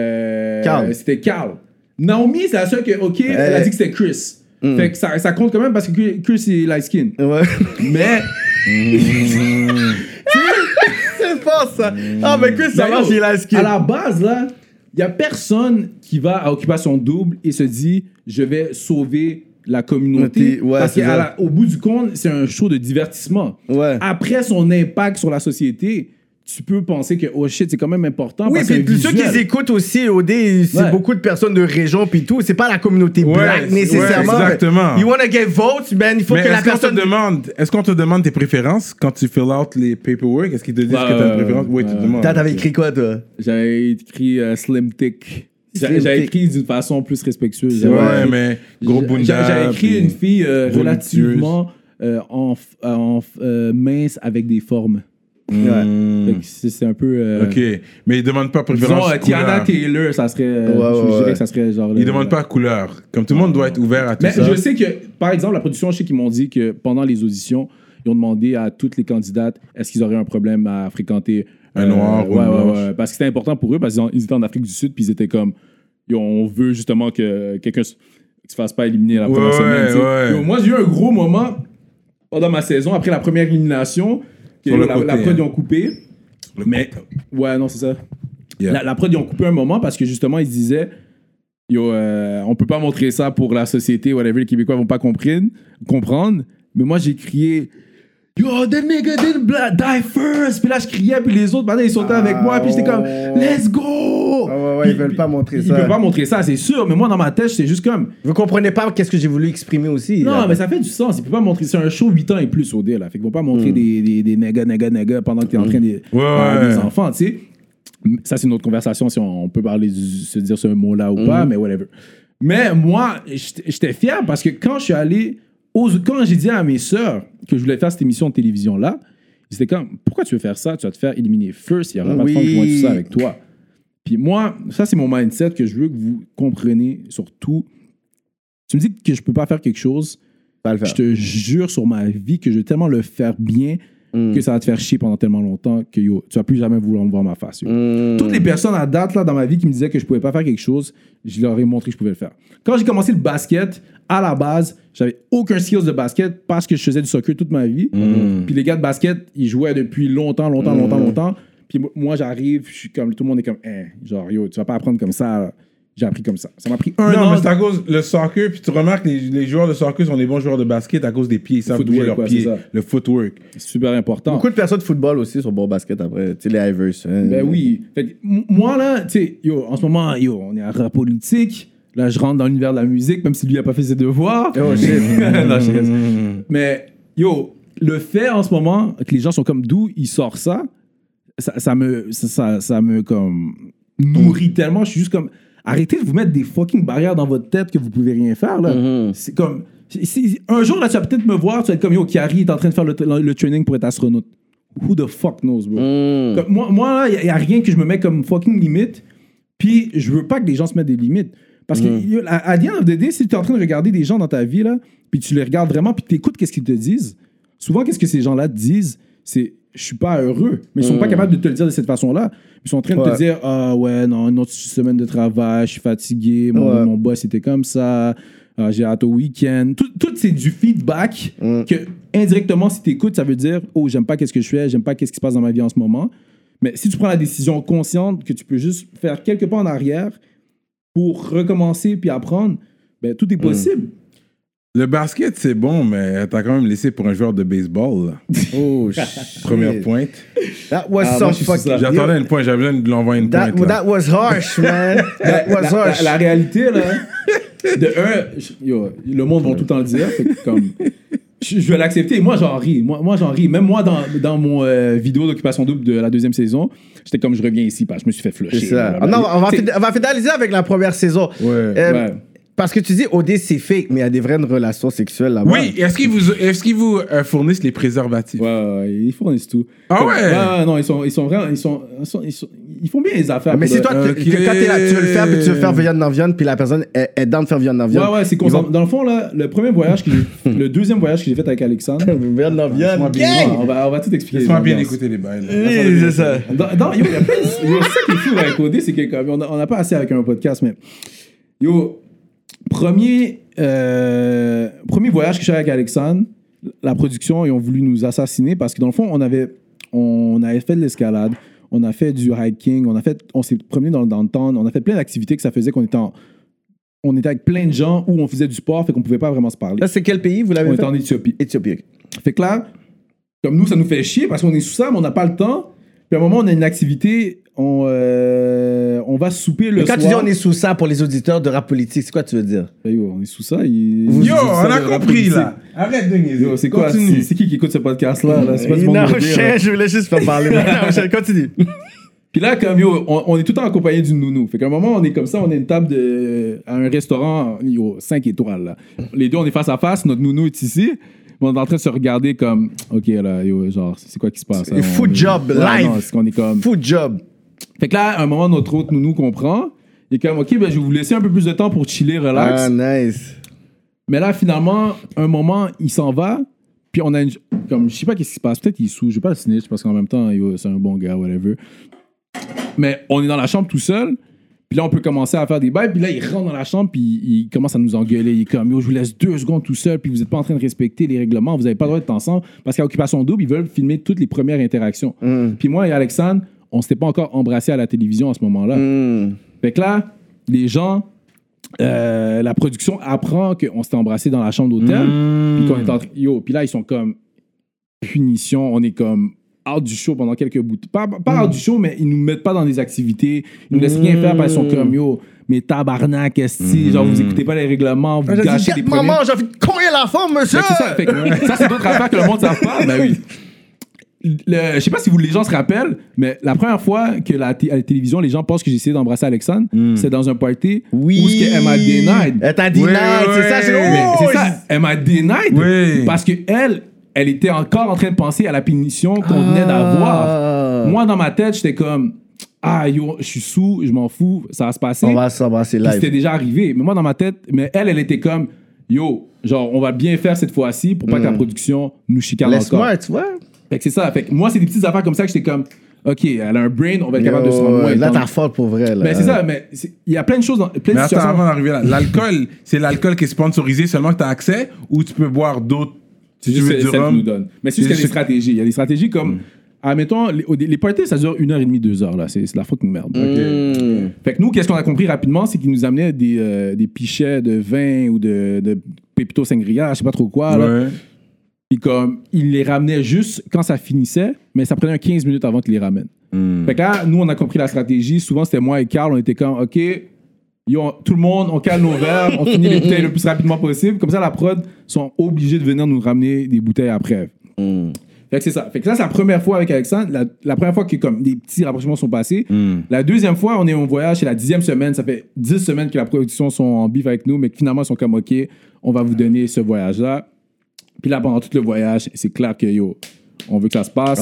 C'était Carl. Naomi, c'est la seule que, OK, elle a dit que c'était Chris. Fait que ça compte quand même parce que Chris est light skin. Ouais. Mais. C'est fort ça. Ah, mais Chris, ça marche, il est light skin. À la base, là, il n'y a personne qui va à Occupation Double et se dit, je vais sauver la communauté. Ouais, parce qu'au bout du compte, c'est un show de divertissement. Ouais. Après son impact sur la société, tu peux penser que, oh shit, c'est quand même important. Oui, puis ceux qui écoutent aussi, OD, c'est beaucoup de personnes de région, puis tout. C'est pas la communauté black nécessairement. Ouais, exactement. You wanna get votes, man, il faut que la personne... Est-ce qu'on te demande tes préférences quand tu fill out les paperwork? Est-ce qu'ils te disent que t'as une préférence? Oui, tu te demandes. T'avais écrit quoi, toi? J'avais écrit Slim Thick. J'avais écrit d'une façon plus respectueuse. Ouais, mais gros bunda. J'avais écrit une fille relativement mince avec des formes. Ouais. C'est un peu. Ok, mais ils demandent pas préférence. Disons, Tiana Taylor, ça serait. Je dirais que ça serait genre. Ils demandent pas couleur. Comme tout le monde doit être ouvert à tout ça. Mais je sais que, par exemple, la production, je sais qu'ils m'ont dit que pendant les auditions, ils ont demandé à toutes les candidates est-ce qu'ils auraient un problème à fréquenter un noir ou une blanche. Ouais, parce que c'était important pour eux, parce qu'ils étaient en Afrique du Sud, puis ils étaient comme. On veut justement que quelqu'un ne se fasse pas éliminer la première semaine. Moi, j'ai eu un gros moment pendant ma saison, après la première élimination. La prod, ils ont coupé. Mais, ouais, non, c'est ça. Yeah. La prod, ils ont coupé un moment parce que justement, ils se disaient on peut pas montrer ça pour la société, whatever, les Québécois vont pas comprendre. Mais moi, j'ai crié yo, that nigga didn't die first. Puis là, je criais, puis les autres, ils sautaient avec moi, puis j'étais comme let's go. Ils veulent pas montrer ça. Ils peuvent pas montrer ça, c'est sûr. Mais moi, dans ma tête, c'est juste comme. Vous comprenez pas qu'est-ce que j'ai voulu exprimer aussi. Non, mais ça fait du sens. Ils peuvent pas montrer. C'est un show 8 ans et plus au dé, là. Fait qu'ils vont pas montrer des nègres pendant que t'es en train de des enfants, tu sais. Ça, c'est une autre conversation si on peut parler se dire ce mot-là ou pas, mais whatever. Mais moi, j'étais fier parce que quand je suis allé quand j'ai dit à mes sœurs que je voulais faire cette émission de télévision-là, ils étaient comme, pourquoi tu veux faire ça? Tu vas te faire éliminer first, il n'y aura pas de femmes qui vont être tout ça avec toi. Puis moi, ça, c'est mon mindset que je veux que vous compreniez surtout. Tu me dis que je peux pas faire quelque chose, je te jure sur ma vie que je vais tellement le faire bien que ça va te faire chier pendant tellement longtemps que tu vas plus jamais vouloir me voir ma face. Toutes les personnes à date là, dans ma vie qui me disaient que je pouvais pas faire quelque chose, je leur ai montré que je pouvais le faire. Quand j'ai commencé le basket, à la base, j'avais aucun skills de basket parce que je faisais du soccer toute ma vie. Puis les gars de basket, ils jouaient depuis longtemps. Puis moi, j'arrive, je suis comme, tout le monde est comme, genre, yo, tu vas pas apprendre comme ça. Là. J'ai appris comme ça. Ça m'a pris un an. Non, mais c'est à cause le soccer, puis tu remarques que les joueurs de soccer sont des bons joueurs de basket à cause des pieds. Ils savent bouger leurs pieds. Le footwork. C'est super important. Beaucoup de personnes de football aussi sont bons au basket après. Tu sais, les Iverson. Ben oui. Fait que, moi, là, tu sais, en ce moment, on est à rap politique. Là, je rentre dans l'univers de la musique, même si lui a pas fait ses devoirs. Oh shit. Non, mais, le fait en ce moment que les gens sont comme, d'où il sort ça me comme nourrit tellement. Je suis juste comme, arrêtez de vous mettre des fucking barrières dans votre tête que vous pouvez rien faire, là. C'est comme, un jour, là, tu vas peut-être me voir, tu vas être comme, Kiari est en train de faire le training pour être astronaute. Who the fuck knows, bro? Comme, moi, là, il n'y a rien que je me mets comme fucking limite, puis je veux pas que les gens se mettent des limites. Parce que, à the end of the day, si tu es en train de regarder des gens dans ta vie, là, puis tu les regardes vraiment, puis tu écoutes qu'est-ce qu'ils te disent, souvent, qu'est-ce que ces gens-là te disent, c'est, je suis pas heureux. Mais ils sont pas capables de te le dire de cette façon-là. Ils sont en train de te dire, ah ouais, non, une autre semaine de travail, je suis fatigué, mon boss était comme ça, j'ai hâte au week-end. Tout c'est du feedback que, indirectement, si tu écoutes, ça veut dire, oh, j'aime pas qu'est-ce que je fais, j'aime pas qu'est-ce qui se passe dans ma vie en ce moment. Mais si tu prends la décision consciente que tu peux juste faire quelques pas en arrière pour recommencer puis apprendre, ben tout est possible. Le basket, c'est bon, mais t'as quand même laissé pour un joueur de baseball. Là. Oh, Première pointe. That was some fucking... J'attendais une pointe, j'avais besoin de lui envoyer une pointe. That was harsh, man. That was harsh. La réalité, là, le monde va tout le temps le dire. Fait que comme, je vais l'accepter. Moi, j'en ris. Moi, j'en ris. Même moi, dans mon vidéo d'occupation double de la deuxième saison, j'étais comme, je reviens ici parce que je me suis fait flusher. C'est ça. Non, on va finaliser avec la première saison. Ouais. Parce que tu dis OD c'est fake, mais il y a des vraies relations sexuelles là-bas. Oui, est-ce qu'ils vous fournissent les préservatifs? Ouais, ils fournissent tout. Ah ouais? Non, ils sont vraiment, ils font bien les affaires. Mais c'est toi, que quand t'es là, tu veux le faire, puis tu veux faire viande dans viande, puis la personne est dans de faire viande dans viande. Ouais, c'est constant. Dans le fond, là, le deuxième voyage que j'ai fait avec Alexandre. Viande dans viande. On va tout expliquer. Laisse-moi bien écouter les bails. Oui, c'est ça. Il y a plein de... ça qui est fou avec OD, c'est qu'on n'a pas assez avec un podcast, mais... Premier voyage que j'ai avec Alexandre, la production, ils ont voulu nous assassiner parce que dans le fond, on avait fait de l'escalade, on a fait du hiking, on s'est promené dans le downtown, on a fait plein d'activités que ça faisait qu'on était avec plein de gens où on faisait du sport, fait qu'on pouvait pas vraiment se parler. Là, c'est quel pays vous l'avez fait? On était en Éthiopie. Éthiopie. Fait que là, comme nous, ça nous fait chier parce qu'on est sous ça, mais on n'a pas le temps. Puis à un moment, on a une activité, on va souper le soir. Quand tu dis on est sous ça pour les auditeurs de rap politique, c'est quoi tu veux dire? On est sous ça. On a compris là. Arrête de niaiser. C'est quoi? C'est qui écoute ce podcast-là? Là? C'est pas du monde je voulais juste pas parler. Continue. Puis là, comme on est tout le temps accompagné d'une nounou. Fait qu'à un moment, on est comme ça, on a une table à un restaurant, 5 étoiles. Là. Les deux, on est face à face, notre nounou est ici. On est en train de se regarder comme, OK, là, genre, c'est quoi qui se passe? Food job, live. Non, c'est qu'on est comme... Food job. Fait que là, à un moment, notre autre nounou comprend. Il est comme, OK, ben, je vais vous laisser un peu plus de temps pour chiller, relax. Ah, nice. Mais là, finalement, un moment, il s'en va. Puis on a comme, je sais pas qu'est-ce qui se passe. Peut-être qu'il est sous. Je vais pas le snitch parce qu'en même temps, c'est un bon gars, whatever. Mais on est dans la chambre tout seul. Puis là, on peut commencer à faire des bails. Puis là, il rentre dans la chambre, puis il commence à nous engueuler. Il est comme, je vous laisse 2 secondes tout seul, puis vous n'êtes pas en train de respecter les règlements. Vous n'avez pas le droit d'être ensemble. Parce qu'à Occupation Double, ils veulent filmer toutes les premières interactions. Puis moi et Alexandre, on s'était pas encore embrassés à la télévision à ce moment-là. Fait que là, les gens, la production apprend qu'on s'était embrassés dans la chambre d'hôtel. Puis qu'on est en train... Puis là, ils sont comme, punition. On est comme... out du show pendant quelques bouts. Pas out du show, mais ils nous mettent pas dans des activités. Ils nous laissent rien faire parce qu'ils sont comme, mais tabarnak, esti, genre, vous écoutez pas les règlements, vous gâchez des premiers... Maman, j'ai envie de courir la femme, monsieur! C'est ça, ça, c'est d'autres affaires que le monde ne savent pas. Ben oui. je sais pas si les gens se rappellent, mais la première fois que à la télévision, les gens pensent que j'ai essayé d'embrasser Alexandre, c'est dans un party où elle m'a denied. Elle t'a denied, c'est ça, C'est ça, elle m'a denied parce que elle était encore en train de penser à la punition qu'on venait d'avoir. Moi, dans ma tête, j'étais comme, yo, je suis sous, je m'en fous, ça va se passer. On va s'embrasser live. C'était déjà arrivé. Mais moi, dans ma tête, elle était comme, yo, genre, on va bien faire cette fois-ci pour pas que la production nous chicane encore. Laisse-moi, tu vois. Fait que c'est ça. Fait que moi, c'est des petites affaires comme ça que j'étais comme, OK, elle a un brain, on va être capable de se rendre moins. Là, t'as faute pour vrai. Là. Mais c'est ça, mais il y a plein de choses, plein de situations. Avant d'arriver là, l'alcool, c'est l'alcool qui est sponsorisé seulement que t'as accès ou tu peux boire d'autres. C'est juste celle qu'on nous donne. Mais c'est juste qu'il y a des stratégies. Il y a des stratégies comme, admettons, les parties, ça dure 1h30, 2h, là. C'est la fucking merde. Fait que nous, qu'est-ce qu'on a compris rapidement, c'est qu'ils nous amenaient des pichets de vin ou de Pépito Sangria, je sais pas trop quoi, là. Puis comme, il les ramenait juste quand ça finissait, mais ça prenait 15 minutes avant qu'il les ramène. Fait que là, nous, on a compris la stratégie. Souvent, c'était moi et Carl, on était comme, OK, tout le monde, on cale nos verres, on finit les bouteilles le plus rapidement possible. Comme ça, la prod sont obligés de venir nous ramener des bouteilles après. Fait que c'est ça. Fait que ça, c'est la première fois avec Alexandre. La première fois que comme des petits rapprochements sont passés. La deuxième fois, on est en voyage, c'est la 10e semaine. Ça fait 10 semaines que la production sont en bif avec nous, mais que finalement, ils sont comme, OK, on va vous donner ce voyage-là. Puis là, pendant tout le voyage, c'est clair que, on veut que ça se passe.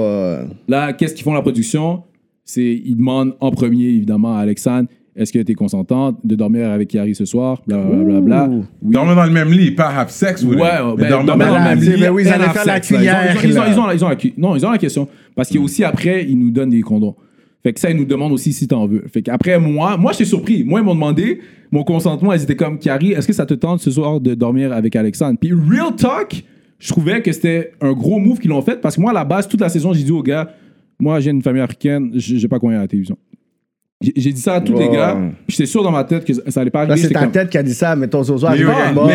Là, qu'est-ce qu'ils font la production? Ils demandent en premier, évidemment, à Alexandre, est-ce que tu es consentante de dormir avec Yari ce soir? Blablabla. Oui. Dormir dans le même lit, pas have sex. Ouais, dormir dans le même lit. Oui, ils allaient faire la cuillère. Ils ont la question. Parce qu'aussi, après, ils nous donnent des condoms. Fait que ça, ils nous demandent aussi si t'en veux. Fait qu'après, moi, j'étais surpris. Moi, ils m'ont demandé mon consentement. Ils étaient comme, Kiari, est-ce que ça te tente ce soir de dormir avec Alexandre? Puis, real talk, je trouvais que c'était un gros move qu'ils l'ont fait. Parce que moi, à la base, toute la saison, j'ai dit aux gars, moi, j'ai une famille africaine, j'ai pas combien à la télévision. J'ai dit ça à tous les gars. J'étais sûr dans ma tête que ça allait pas arriver. Là, c'est ta tête qui a dit ça, mais ton zozo a dit,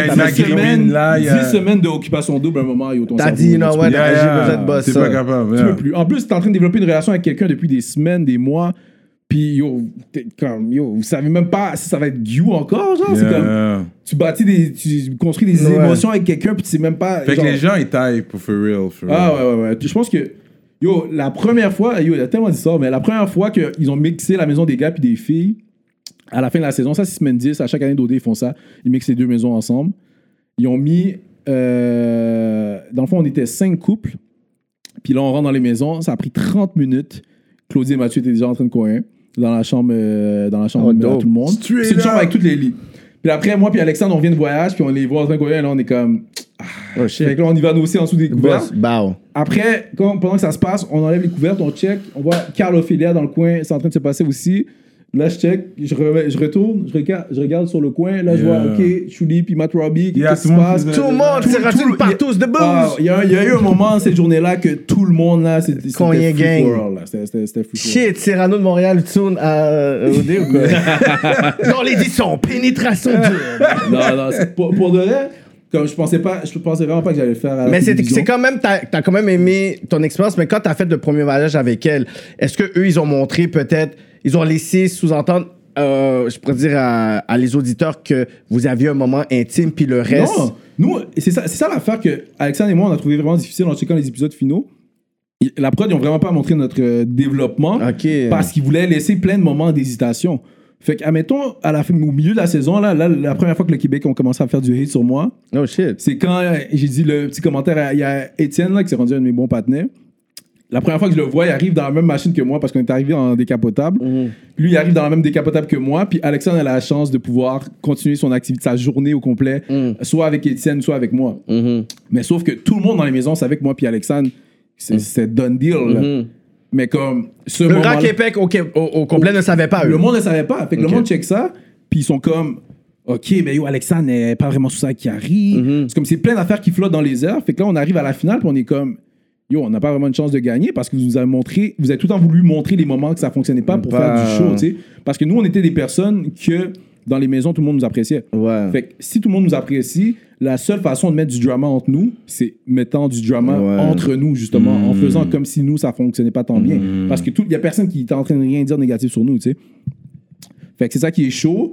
10 semaines d'occupation double, un moment, t'as dit, non, ouais, j'ai besoin de boss. C'est pas capable. Tu peux plus. En plus, t'es en train de développer une relation avec quelqu'un depuis des semaines, des mois. Puis, vous savez même pas si ça va être you encore, genre. C'est comme, tu construis des émotions avec quelqu'un, puis tu sais même pas. Fait que les gens, ils taillent pour for real. Ouais. Je pense que, la première fois, il y a tellement d'histoires, mais la première fois qu'ils ont mixé la maison des gars puis des filles, à la fin de la saison, ça c'est semaine 10, à chaque année d'OD, ils font ça. Ils mixent les deux maisons ensemble. Ils ont mis, dans le fond, on était 5 couples. Puis là, on rentre dans les maisons. Ça a pris 30 minutes. Claudie et Mathieu étaient déjà en train de courir dans la chambre de tout le monde. C'est une chambre avec tous les lits. Puis après, moi puis Alexandre, on vient de voyage, puis on les voit en train de courir, et là, on est comme... Fait que là, on y va nous aussi en dessous des couvertes. Après, pendant que ça se passe, on enlève les couvertes, on check, on voit Carl Ophélia dans le coin, c'est en train de se passer aussi. Là, je check, je retourne, je regarde sur le coin. Là, je vois, OK, Chouli puis Matt Robbie, qu'est-ce qui se passe? Tout le monde s'est raté par tous de booze. Il y a eu un moment, cette journée-là, que tout le monde, là, c'était free for all. C'était free for all. Shit, Cyrano de Montréal, tu tournes à OD ou quoi? Dans l'édition, pénétration dure. Non, pour de vrai... Comme je pensais vraiment pas que j'allais le faire à la télévision. C'est quand même, t'as quand même aimé ton expérience, mais quand t'as fait le premier voyage avec elle, est-ce que eux ils ont montré peut-être, ils ont laissé sous-entendre, je pourrais dire à les auditeurs que vous aviez un moment intime puis le reste. Non, nous, c'est ça l'affaire que Alexandre et moi on a trouvé vraiment difficile en checkant les épisodes finaux. La prod, ils ont vraiment pas montré notre développement parce qu'ils voulaient laisser plein de moments d'hésitation. Fait que, admettons, au milieu de la saison, là, la première fois que le Québec ont commencé à faire du hate sur moi, c'est quand j'ai dit le petit commentaire, il y a Étienne, là, qui s'est rendu un de mes bons partenaires. La première fois que je le vois, il arrive dans la même machine que moi parce qu'on est arrivé en décapotable. Lui, il arrive dans la même décapotable que moi. Puis Alexandre a la chance de pouvoir continuer son activité, sa journée au complet, soit avec Étienne, soit avec moi. Mais sauf que tout le monde dans les maisons savait que moi puis Alexandre, c'était done deal. Là. Mais comme le Grand Québec au complet ne savait pas. Le monde ne savait pas. Fait que le monde check ça, puis ils sont comme, OK, mais Alexandre n'est pas vraiment sous ça qui arrive. C'est comme c'est plein d'affaires qui flottent dans les airs. Fait que là, on arrive à la finale, puis on est comme, on n'a pas vraiment une chance de gagner parce que vous avez tout le temps voulu montrer les moments que ça fonctionnait pas pour faire du show, tu sais. Parce que nous, on était des personnes que dans les maisons, tout le monde nous appréciait. Fait que si tout le monde nous apprécie, la seule façon de mettre du drama entre nous, c'est mettant du drama entre nous, justement, en faisant comme si nous, ça fonctionnait pas tant bien. Parce que il y a personne qui est en train de rien dire négatif sur nous, tu sais. Fait que c'est ça qui est chaud.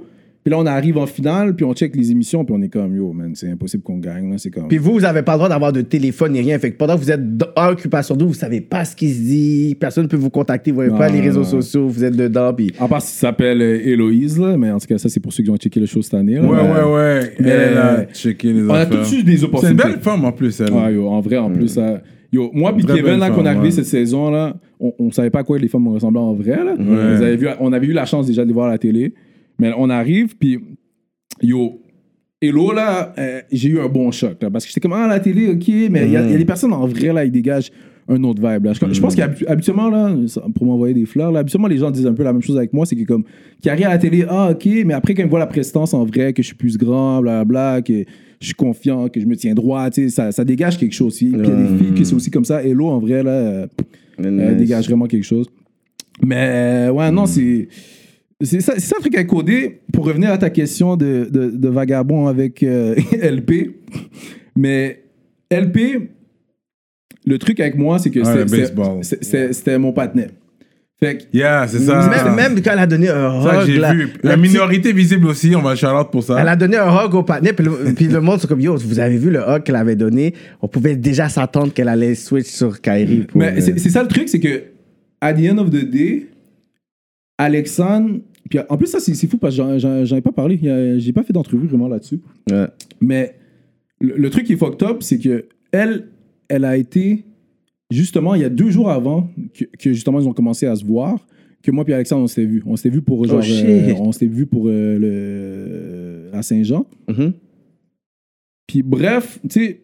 Puis là, on arrive en finale, puis on check les émissions, puis on est comme, yo, man, c'est impossible qu'on gagne. Là, c'est comme... Puis vous avez pas le droit d'avoir de téléphone ni rien. Fait que pendant que vous êtes en occupation d'eau, vous savez pas ce qui se dit. Personne ne peut vous contacter. Vous voyez pas les réseaux sociaux. Vous êtes dedans. Puis... À part s'il s'appelle Héloïse, là, mais en tout cas, ça, c'est pour ceux qui ont checké le show cette année. Là, Ouais. Mais Elle a checké les on a affaires. tous eu des C'est une opportunités. belle femme en plus, elle. Ouais, yo, en vrai, en plus, ça... Yo, moi puis Très Kevin, belle là, femme, qu'on est arrivé ouais. cette saison, là, on savait pas à quoi les femmes ressemblaient en vrai, là. On avait eu la chance déjà de les voir à la télé. Mais on arrive, puis... Yo, Hello, là, j'ai eu un bon choc, là, parce que j'étais comme, la télé, OK, mais il y a des personnes en vrai, là, ils dégagent un autre vibe, là. Je pense qu'habituellement, là, pour m'envoyer des fleurs, là, habituellement, les gens disent un peu la même chose avec moi, c'est que comme, qui arrivent à la télé, OK, mais après, quand ils voient la prestance en vrai, que je suis plus grand, blablabla, que je suis confiant, que je me tiens droit, tu sais, ça dégage quelque chose. Puis il y a des filles qui sont aussi comme ça. Hello, en vrai, là, elle dégage vraiment quelque chose. Mais, ouais, non, c'est ça le truc à coder. Pour revenir à ta question de vagabond avec LP. Mais LP, le truc avec moi, c'est que c'était mon partenaire. Fait que, Yeah, c'est ça. Même quand elle a donné un Ça, hug, j'ai vu. La minorité visible aussi, on va le shout-out pour ça. elle a donné un hug au partenaire, puis le monde, c'est comme, yo, vous avez vu le hug qu'elle avait donné? On pouvait déjà s'attendre qu'elle allait switch sur Kyrie. Pour, mais c'est ça le truc, c'est que, at the end of the day, Alexandre, puis en plus, ça, c'est fou parce que j'en ai pas parlé. J'ai pas fait d'entrevue vraiment là-dessus. Ouais. Mais le truc qui est fucked up, c'est que elle a été, justement, il y a 2 jours avant que justement, ils ont commencé à se voir, que moi et Alexandre, on s'était vus. On s'était vus pour, genre, on s'était vus pour à Saint-Jean. Mhm. Puis bref, tu sais,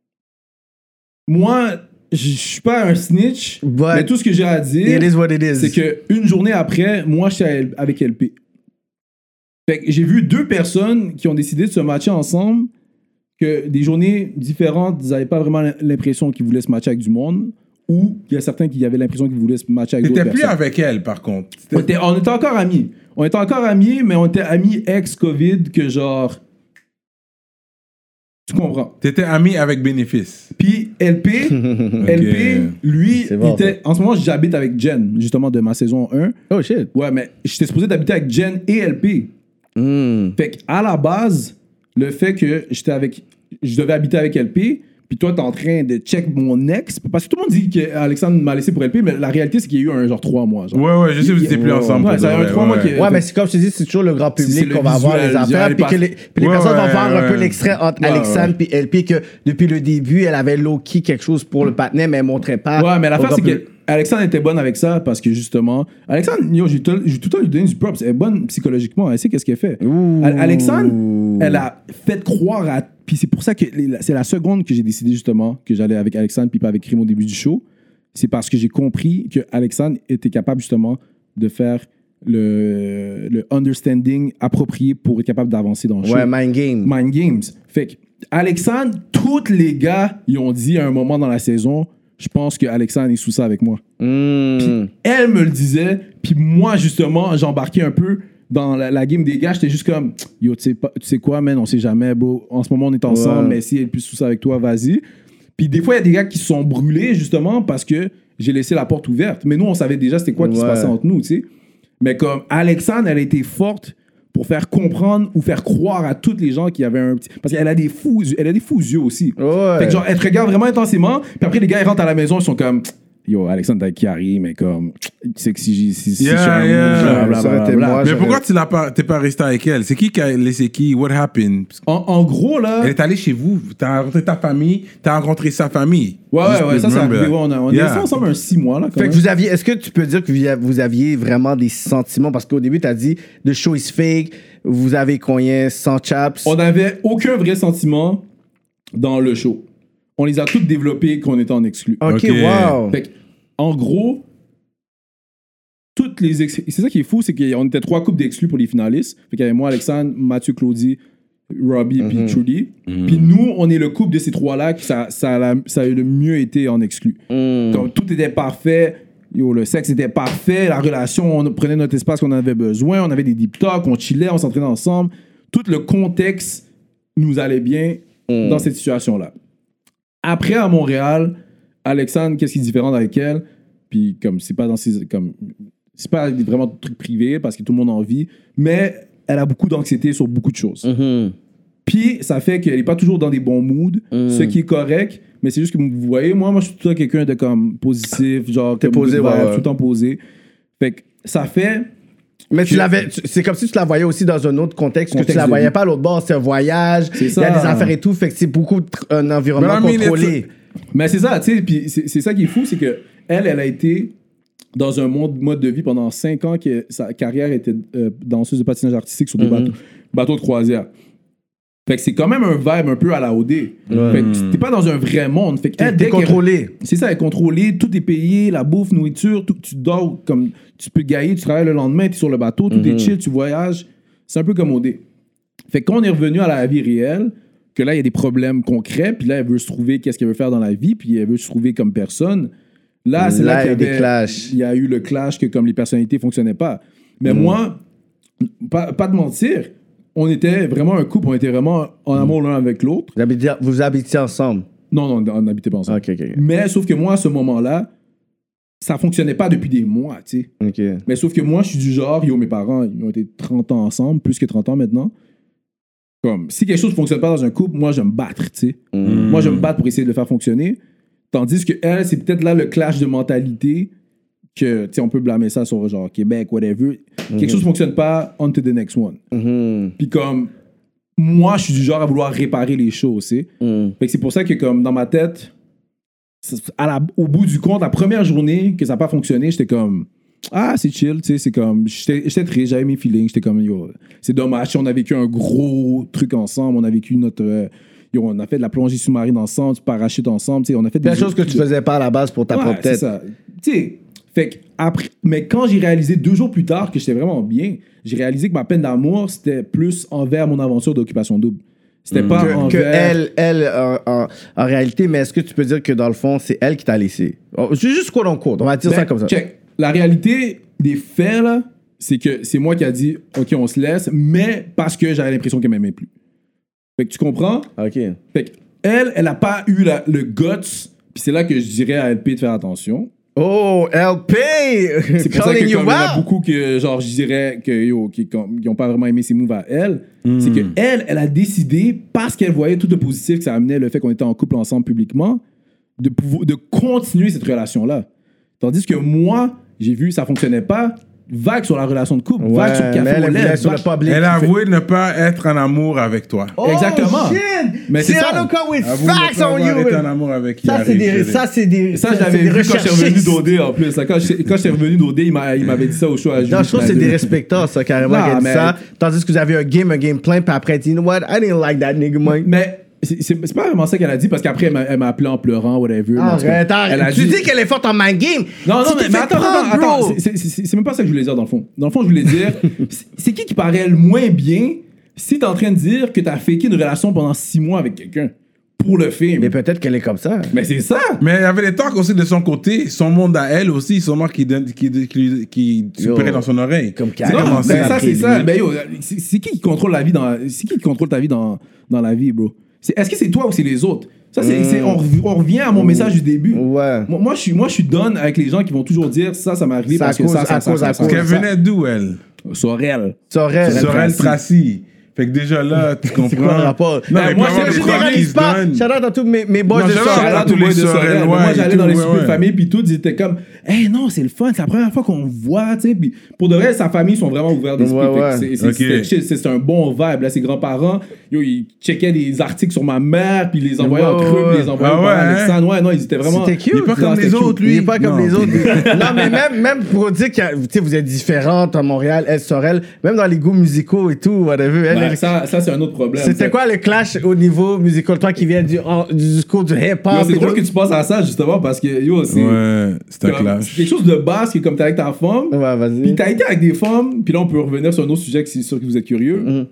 moi, je suis pas un snitch, But mais tout ce que j'ai à dire, It is what it is. c'est qu'une journée après, moi, j'étais avec LP. Fait que j'ai vu 2 personnes qui ont décidé de se matcher ensemble, que des journées différentes, ils n'avaient pas vraiment l'impression qu'ils voulaient se matcher avec du monde, ou il y a certains qui avaient l'impression qu'ils voulaient se matcher avec d'autres T'étais personnes. plus avec elle, par contre. On était encore amis. On était encore amis, mais on était amis ex-Covid, que genre... Tu comprends? T'étais ami avec bénéfice. Puis LP, lui, C'est bon, en ce moment, j'habite avec Jen, justement, de ma saison 1. Oh shit. Ouais, mais j'étais supposé d'habiter avec Jen et LP. Fait qu'à la base, le fait que je devais habiter avec LP, puis toi, t'es en train de check mon ex, parce que tout le monde dit qu'Alexandre m'a laissé pour LP, mais la réalité, c'est qu'il y a eu un genre 3 mois. Genre. Ouais, je sais que vous étiez plus ensemble. Ouais, ça a eu 3 mois qui... Ouais, mais c'est comme je te dis, c'est toujours le grand C'est public le qu'on va avoir visuel, les affaires, puis que les personnes vont voir un peu ouais. l'extrait entre Alexandre puis LP, que depuis le début, elle avait low-key quelque chose pour le partenaire, mais elle montrait pas. Ouais, mais au l'affaire, grand c'est public. que Alexandre était bonne avec ça parce que justement, Alexandre, j'ai tout le temps lui donné du props. Elle est bonne psychologiquement, elle sait qu'est-ce qu'elle fait. Alexandre, elle a fait croire à. Puis c'est pour ça que c'est la seconde que j'ai décidé justement que j'allais avec Alexandre puis pas avec Crime au début du show. C'est parce que j'ai compris que Alexandre était capable justement de faire le understanding approprié pour être capable d'avancer dans le show. Ouais, mind game. Mind Games. Fait que Alexandre, tous les gars, ils ont dit à un moment dans la saison, je pense que Alexandre est sous ça avec moi. Puis elle me le disait, puis moi, justement, j'embarquais un peu dans la game des gars. J'étais juste comme, yo, tu sais quoi, man, on sait jamais, bro. En ce moment, on est ensemble, mais si elle est plus sous ça avec toi, vas-y. Puis des fois, il y a des gars qui se sont brûlés, justement, parce que j'ai laissé la porte ouverte. Mais nous, on savait déjà c'était quoi qui se passait entre nous, tu sais. Mais comme Alexandre, elle a été forte pour faire comprendre ou faire croire à toutes les gens qu'il y avait un petit... Parce qu'elle a des fous yeux aussi. Ouais. Fait que genre, elle te regarde vraiment intensément, puis après, les gars, ils rentrent à la maison, ils sont comme... Yo, Alexandre t'as qui arrive, mais comme... Tu sais que si je suis Yeah. Moi, Mais pourquoi t'es pas resté avec elle? C'est qui a laissé qui? What happened? En gros, là... Elle est allée chez vous, t'as rencontré ta famille, t'as rencontré sa famille. Ouais, ça, c'est arrivé. Ouais, on est Yeah. restés ensemble 6 mois, là, quand Fait même. que est-ce que tu peux dire que vous aviez vraiment des sentiments? Parce qu'au début, tu as dit, the show is fake, vous avez combien, 100 chaps? On n'avait aucun vrai sentiment dans le show. On les a tous développés qu'on était en exclu. OK, Ok. wow. Fait que, en gros, toutes les c'est ça qui est fou, c'est qu'on était 3 couples d'exclus pour les finalistes. Fait qu'il y avait moi, Alexandre, Mathieu, Claudie, Robbie puis Trudy. Puis nous, on est le couple de ces 3-là qui ça a le mieux été en exclu. Comme tout était parfait. Yo, le sexe était parfait, la relation, on prenait notre espace qu'on avait besoin, on avait des deep talks, on chillait, on s'entraînait ensemble. Tout le contexte nous allait bien dans cette situation-là. Après, à Montréal, Alexandre, qu'est-ce qui est différent avec elle? Puis comme c'est pas vraiment de trucs privés parce que tout le monde en vit, mais elle a beaucoup d'anxiété sur beaucoup de choses. Mhm. Puis, ça fait qu'elle n'est pas toujours dans des bons moods, ce qui est correct. Mais c'est juste que vous voyez, moi, je suis tout le temps quelqu'un de comme positif, genre, T'es comme posé, good ouais, vibes, ouais. tout le temps posé. Fait que ça fait. Mais c'est comme si tu la voyais aussi dans un autre contexte que tu la de voyais vie. pas à l'autre bord, c'est un voyage, il y a ça. des affaires et tout, fait que c'est beaucoup un environnement Mais I mean, contrôlé. Mais c'est ça, tu sais, puis c'est ça qui est fou, c'est que elle a été dans un mode de vie pendant 5 ans, que sa carrière était danseuse de patinage artistique sur des bateaux de croisière. Fait que c'est quand même un vibe un peu à la OD. Fait que t'es pas dans un vrai monde. Fait que T'es contrôlé. C'est ça, elle est contrôlée, tout est payé, la bouffe, nourriture, tout, tu dors comme tu peux gailler, tu travailles le lendemain, t'es sur le bateau, tout est chill, tu voyages. C'est un peu comme OD. Fait que quand on est revenu à la vie réelle, que là, il y a des problèmes concrets, puis là, elle veut se trouver qu'est-ce qu'elle veut faire dans la vie, puis elle veut se trouver comme personne. Là, c'est là il y a qu'il des clashs. il y a eu le clash que comme les personnalités fonctionnaient pas. Mais moi, pas de mentir, on était vraiment un couple, on était vraiment en amour l'un avec l'autre. Vous habitiez ensemble. Non, on n'habitait pas ensemble. Ok. Mais sauf que moi, à ce moment-là, ça fonctionnait pas depuis des mois, tu sais. Ok. Mais sauf que moi, je suis du genre, mes parents, ils ont été 30 ans ensemble, plus que 30 ans maintenant. Comme, si quelque chose ne fonctionne pas dans un couple, moi, je vais me battre, tu sais. Moi, je vais me battre pour essayer de le faire fonctionner. Tandis que elle, c'est peut-être là le clash de mentalité que, tu sais, on peut blâmer ça sur, genre, Québec, whatever. Quelque chose ne fonctionne pas, on to the next one. Puis comme, moi, je suis du genre à vouloir réparer les choses, tu sais. Fait que c'est pour ça que, comme, dans ma tête, au bout du compte, la première journée que ça n'a pas fonctionné, j'étais comme, ah, c'est chill, tu sais, c'est comme, j'étais triste, j'avais mes feelings, j'étais comme, yo, c'est dommage, on a vécu un gros truc ensemble, on a vécu notre, on a fait de la plongée sous-marine ensemble, du parachute ensemble, tu sais, on a fait des choses que tu faisais pas à la base pour ta propre tête. C'est ça. Tu sais, fait que après, mais quand j'ai réalisé 2 jours plus tard que j'étais vraiment bien, j'ai réalisé que ma peine d'amour, c'était plus envers mon aventure d'occupation double. C'était pas envers... en réalité, mais est-ce que tu peux dire que dans le fond, c'est elle qui t'a laissé? Juste quote en quote, on va dire ça comme ça. Check. La réalité des faits, là, c'est que c'est moi qui a dit, OK, on se laisse, mais parce que j'avais l'impression qu'elle m'aimait plus. Fait que tu comprends? OK. Fait que elle a pas eu le guts, puis c'est là que je dirais à LP de faire attention. Oh, LP! C'est pour ça que comme, il y en a beaucoup que, genre, je dirais qui n'ont pas vraiment aimé ses moves à elle. C'est que elle a décidé, parce qu'elle voyait tout le positif que ça amenait, le fait qu'on était en couple ensemble publiquement, de continuer cette relation-là. Tandis que moi, j'ai vu ça fonctionnait pas, vague sur la relation de couple, vague sur Café au lait, sur le public. Elle a avoué ne pas être en amour avec toi. Oh, exactement. Shit. Mais c'est ça. With Avoué facts ne pas on avoir you. été en amour avec Ça, c'est des Ça, je l'avais vu quand je suis revenu d'OD en plus. Quand je suis revenu d'OD, il m'avait dit ça au show à Julie. Non, je trouve que c'est des respectants, ça, carrément, Non, qui a dit mais- ça. Tandis que vous avez un game plan, puis après, you know what? I didn't like that nigga, man. Mais c'est pas vraiment ça qu'elle a dit, parce qu'après, elle m'a appelé en pleurant, whatever. Arrête, Elle a arrête. Tu dit- dis qu'elle est forte en mind game. Non, Tu t'es mais fait attends, prendre, bro. c'est même pas ça que je voulais dire dans le fond. Dans le fond, je voulais dire, c'est qui paraît le moins bien si t'es en train de dire que t'as faké une relation pendant 6 mois avec quelqu'un pour le film. Mais peut-être qu'elle est comme ça. Mais c'est ça! Mais il y avait des talks aussi de son côté, son monde à elle aussi, sûrement qui soupirait dans son oreille. Comme C'est carrément. comment Non, c'est. ben ça, c'est lui. ça. Ben yo, c'est qui contrôle la vie c'est qui contrôle ta vie dans la vie, bro? Est-ce que c'est toi ou c'est les autres? Ça, on revient à mon message du début. Ouais. Moi, je suis done avec les gens qui vont toujours dire ça m'est arrivé Ça parce à que cause- ça. à cause- Parce qu'elle venait d'où, elle? Sorel. Sorel. Sorel Tracy. Fait que déjà là, tu comprends. C'est quoi le rapport? Non, mais moi, moi, je des preuves qui généralise se pas. donnent. Shout out à tous mes boys Non, de shout out Sorel. à Shout out tous aux boys les de Sorel. Sorel, Mais moi, ouais, j'allais et dans les tout, soupers de ouais. famille, puis tout, ils étaient comme, hey, non, c'est le fun, c'est la première fois qu'on voit, tu sais. Puis pour de vrai, sa famille sont vraiment ouverts d'esprit. Ouais, Fait que ouais. c'était chill, c'est un bon vibe. Là, ses grands-parents, yo, ils checkaient des articles sur ma mère, puis ils les envoyaient en Ouais, creux, ouais. puis ils les envoyaient Ah au ouais, parent hein? Alexandre. Ouais, non, ils étaient vraiment. C'était cute. Il est pas Non, comme les c'était autres, cute. lui. Il est pas comme Non. les autres. Non, mais même pour dire que tu sais, vous êtes différentes à Montréal, elle, Sorel, même dans les goûts musicaux et tout, whatever. Elle, Ben, ça, c'est un autre problème. c'était quoi le clash au niveau musical? Toi qui viens du discours du Yo, hip-hop. c'est et drôle tout. que tu passes à ça, justement, parce que, yo, c'est. Ouais, c'est un comme- clash. c'est quelque chose de base qui est comme t'es avec ta femme. Ouais, vas-y. Puis t'as été avec des femmes, puis là on peut revenir sur un autre sujet que c'est sûr que vous êtes curieux.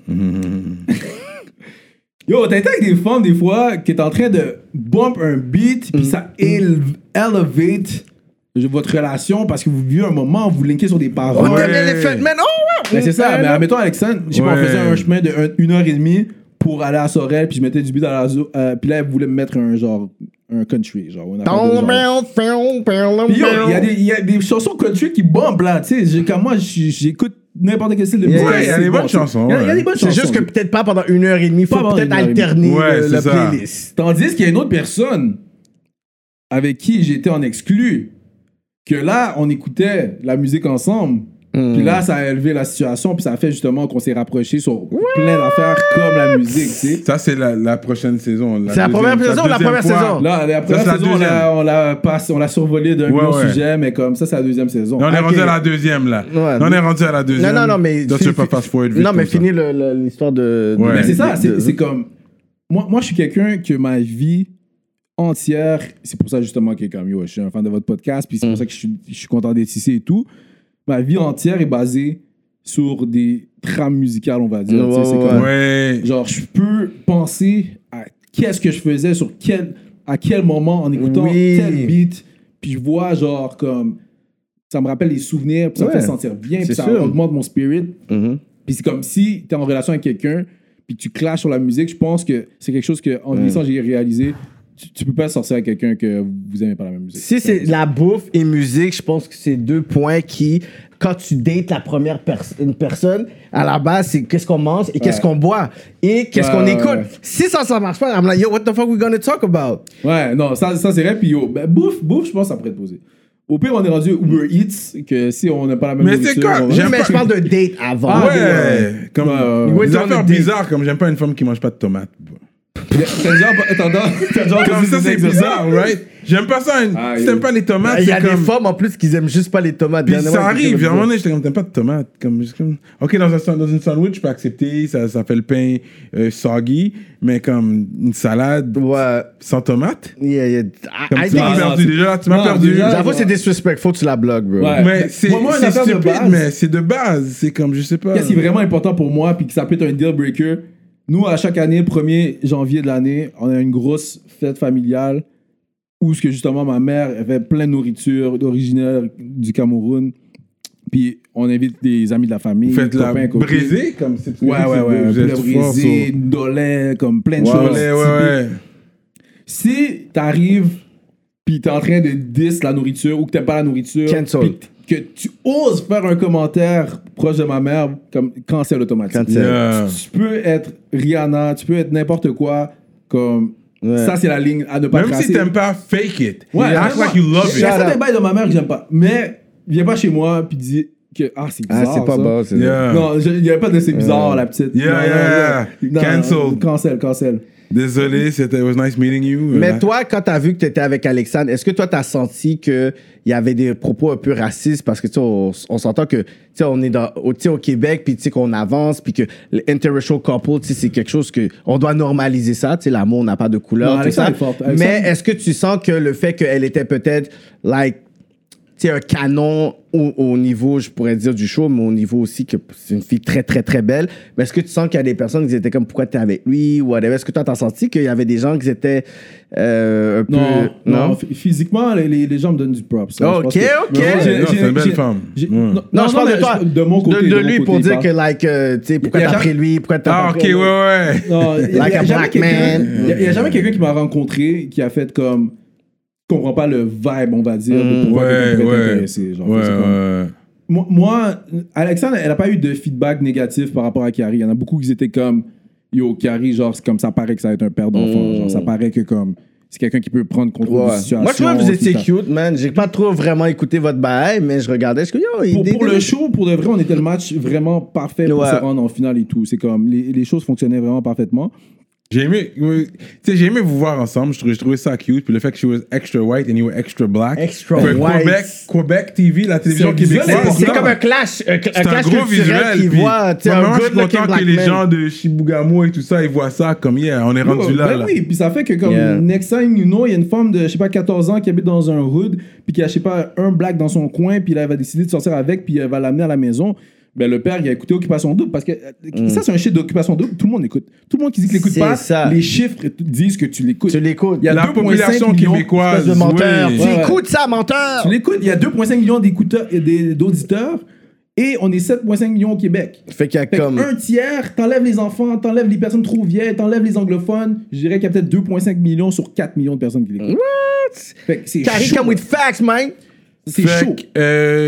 Yo, t'as été avec des femmes des fois qui est en train de bump un beat, puis ça elevate votre relation parce que vous vivez un moment, vous linkez sur des paroles. Oh, Ouais. damn, Elephant Man. Oh, ouais. Ben, c'est ça, mais admettons Alexandre, je sais pas, on Ouais. faisait un chemin de 1h30 pour aller à Sorel, puis je mettais du beat dans la zo, puis là elle voulait me mettre un country, genre. Une affaire de genre. Puis yo, il y a des chansons country qui bombent là, tu sais. Comme moi, j'écoute n'importe quel style de musique. Ouais, il y a des bonnes chansons. Il y a des bonnes C'est chansons. juste que peut-être pas pendant 1h30, il faut Pas pendant peut-être 1h30. alterner Ouais, le c'est ça. playlist. Tandis qu'il y a une autre personne avec qui j'étais en exclu, que là, on écoutait la musique ensemble. Puis là, ça a élevé la situation, puis ça a fait justement qu'on s'est rapprochés sur plein d'affaires comme la musique, tu sais. Ça, c'est la prochaine saison. C'est la première saison ou la première saison? Là, la première c'est la saison, deuxième. on l'a survolé d'un Ouais, gros ouais. sujet, mais comme ça, c'est la deuxième saison. Là, on est Ok. rendu à la deuxième, là. Ouais. Là, on est rendu à la deuxième. Non, mais... Donc, tu veux pas fast forward vite Non, mais comme ça. finis l'histoire de... Ouais. Mais c'est ça, de- c'est comme... Moi, je suis quelqu'un que ma vie entière, c'est pour ça justement que comme yo, je suis un fan de votre podcast, puis c'est pour ça que je suis content d'être ici et tout. Ma vie entière est basée sur des trames musicales, on va dire. Ouais, Tu sais, c'est ouais, comme- Ouais. Genre, je peux penser à qu'est-ce que je faisais à quel moment en écoutant Oui. tel beat, puis je vois genre comme ça me rappelle les souvenirs, puis ça me Ouais. fait sentir bien, C'est puis ça sûr. augmente mon spirit. Mhm. Puis c'est comme si tu es en relation avec quelqu'un, puis que tu clashes sur la musique. Je pense que c'est quelque chose que en vieillissant, j'ai réalisé. Tu peux pas sortir avec quelqu'un que vous aimez pas la même musique. Si c'est la bouffe et musique, je pense que c'est deux points qui, quand tu dates la première une personne, à la base, c'est qu'est-ce qu'on mange et qu'est-ce qu'on boit et qu'est-ce qu'on Ouais, écoute. ouais. Si ça marche pas, I'm like, yo, what the fuck we gonna talk about? Ouais, non, ça c'est vrai. Puis yo, ben, bouffe, je pense que ça pourrait te poser. Au pire, on est rendu Uber Eats, que si on n'a pas la même Mais c'est nourriture, quoi? on va- J'aime Mais pas- je parle de date avant. Ah, Ouais. Comme Ouais, des toi, affaires le date. bizarres, comme j'aime pas une femme qui mange pas de tomates. T'as déjà Comme entendu ça, des c'est exemples? bizarre, right? J'aime pas ça. Ah, Si yo. t'aimes pas les tomates, Il y a c'est des comme... femmes en plus qui aiment juste pas les tomates. Puis Dernièrement, ça arrive, j'ai à un moment donné, j'étais comme, t'aimes pas de tomates. Juste comme... Ok, dans une sandwich, je peux accepter, ça fait le pain soggy, mais comme une salade Ouais. sans tomates, Yeah. comme I tu m'as think- perdu c'est- déjà, tu m'as non, perdu. déjà, J'avoue, c'est disrespectful, tu la bloques, bro. Ouais. Mais c'est Moi, une c'est affaire de stupide, base. mais c'est de base. C'est comme, je sais pas. Qu'est-ce qui est vraiment important pour moi, puis que ça peut être un deal breaker? Nous, à chaque année, 1er janvier de l'année, on a une grosse fête familiale où ce que justement ma mère avait plein de nourriture originaire du Cameroun. Puis on invite des amis de la famille. Vous faites la copains, copines. brisée, comme c'est Ouais. Vous êtes Poulet fort brisé, sur- dolé, comme plein de Ouais, choses. ouais. Si t'arrives puis t'es en train de diss la nourriture ou que t'aimes pas la nourriture, Cancel. puis que tu oses faire un commentaire proche de ma mère, comme cancel automatique. Cancel. Yeah. Tu peux être Rihanna, tu peux être n'importe quoi, comme Ouais. ça c'est la ligne à ne pas Même tracer. si t'aimes pas, fake it. Ouais, Act vraiment. like you love Il y a it. certains bails de ma mère que j'aime pas, mais viens pas chez moi puis dis que c'est bizarre. Ah, c'est pas ça. bon. c'est- Yeah. Non, il y a pas de c'est bizarre la petite. Yeah. Cancel. Désolé, it was nice meeting you. Mais toi, quand t'as vu que t'étais avec Alexandre, est-ce que toi, t'as senti qu'il y avait des propos un peu racistes? Parce que, tu sais, on s'entend que, tu sais, on est au Québec, puis tu sais, qu'on avance, puis que l'interracial couple, tu sais, c'est quelque chose que, on doit normaliser ça, tu sais, l'amour n'a pas de couleur, Non, tout Alexandre ça. est forte. Mais Alexandre- est-ce que tu sens que le fait qu'elle était peut-être, like, tu sais, un canon au niveau, je pourrais dire, du show, mais au niveau aussi que c'est une fille très, très, très belle. Mais est-ce que tu sens qu'il y a des personnes qui étaient comme, pourquoi t'es avec lui, ou whatever? Est-ce que toi, t'as senti qu'il y avait des gens qui étaient un peu... Non, physiquement, les gens me donnent du props. Ok, ok. Ouais, non, c'est une belle femme. Ouais. Non, je parle de toi, de mon côté. de mon lui, côté, pour il dire parle. que, like, tu sais, pourquoi Il y a t'as jamais- pris lui, pourquoi t'as Ah, pas ok, pris ouais. Non, il y Like a a jamais black quelqu'un- man. il y a jamais quelqu'un qui m'a rencontré qui a fait comme comprend pas le vibe, on va dire, de pourquoi Ouais, quelqu'un pourrait ouais. t'intéresser. Genre, Ouais, c'est comme- ouais. Moi, Alexandre, elle a pas eu de feedback négatif par rapport à Carrie. Il y en a beaucoup qui étaient comme yo, Carrie, genre, c'est comme ça paraît que ça va être un père d'enfant. Genre, ça paraît que comme c'est quelqu'un qui peut prendre contrôle de Ouais. la situation. Moi, je trouvais que vous étiez tout le temps. cute, man. J'ai pas trop vraiment écouté votre bail, mais je regardais, je suis comme, yo, Pour le show, pour de vrai, on était le match vraiment parfait pour Ouais. se rendre en finale et tout. C'est comme les choses fonctionnaient vraiment parfaitement. J'ai aimé, j'ai aimé vous voir ensemble. Je trouvais ça cute. Puis le fait que she was extra white and you were extra black. Extra Puis white. Québec TV, la télévision C'est visuel, québécoise. C'est là. comme un clash, un C'est un clash gros culturel visuel. qui puis voit, tu sais, un vraiment, je good suis looking content black que les man. gens de Chibougamau et tout ça, ils voient ça comme, yeah, on est rendu là. Ben là. oui, puis ça fait que comme Yeah. next time you know, il y a une femme de, je sais pas, 14 ans qui habite dans un hood, puis qui a, je sais pas, un black dans son coin, puis là, elle va décider de sortir avec, puis elle va l'amener à la maison. Ben, le père, il a écouté Occupation Double, parce que ça, c'est un shit d'Occupation Double, tout le monde écoute. Tout le monde qui dit qu'il l'écoute C'est pas, ça. les chiffres disent que tu l'écoutes. Tu l'écoutes. Il y a La 2,5 population millions québécoise. Espèce de menteur. oui. Tu Ouais. écoutes ça, menteur. Tu l'écoutes, il y a 2,5 millions d'auditeurs, et on est 7,5 millions au Québec. Fait qu'il y a Fait comme... un tiers, t'enlèves les enfants, t'enlèves les personnes trop vieilles, t'enlèves les anglophones. Je dirais qu'il y a peut-être 2,5 millions sur 4 millions de personnes qui l'écoutent. Fait que c'est Carrie chaud. come with facts, man. C'est Fait chaud. que,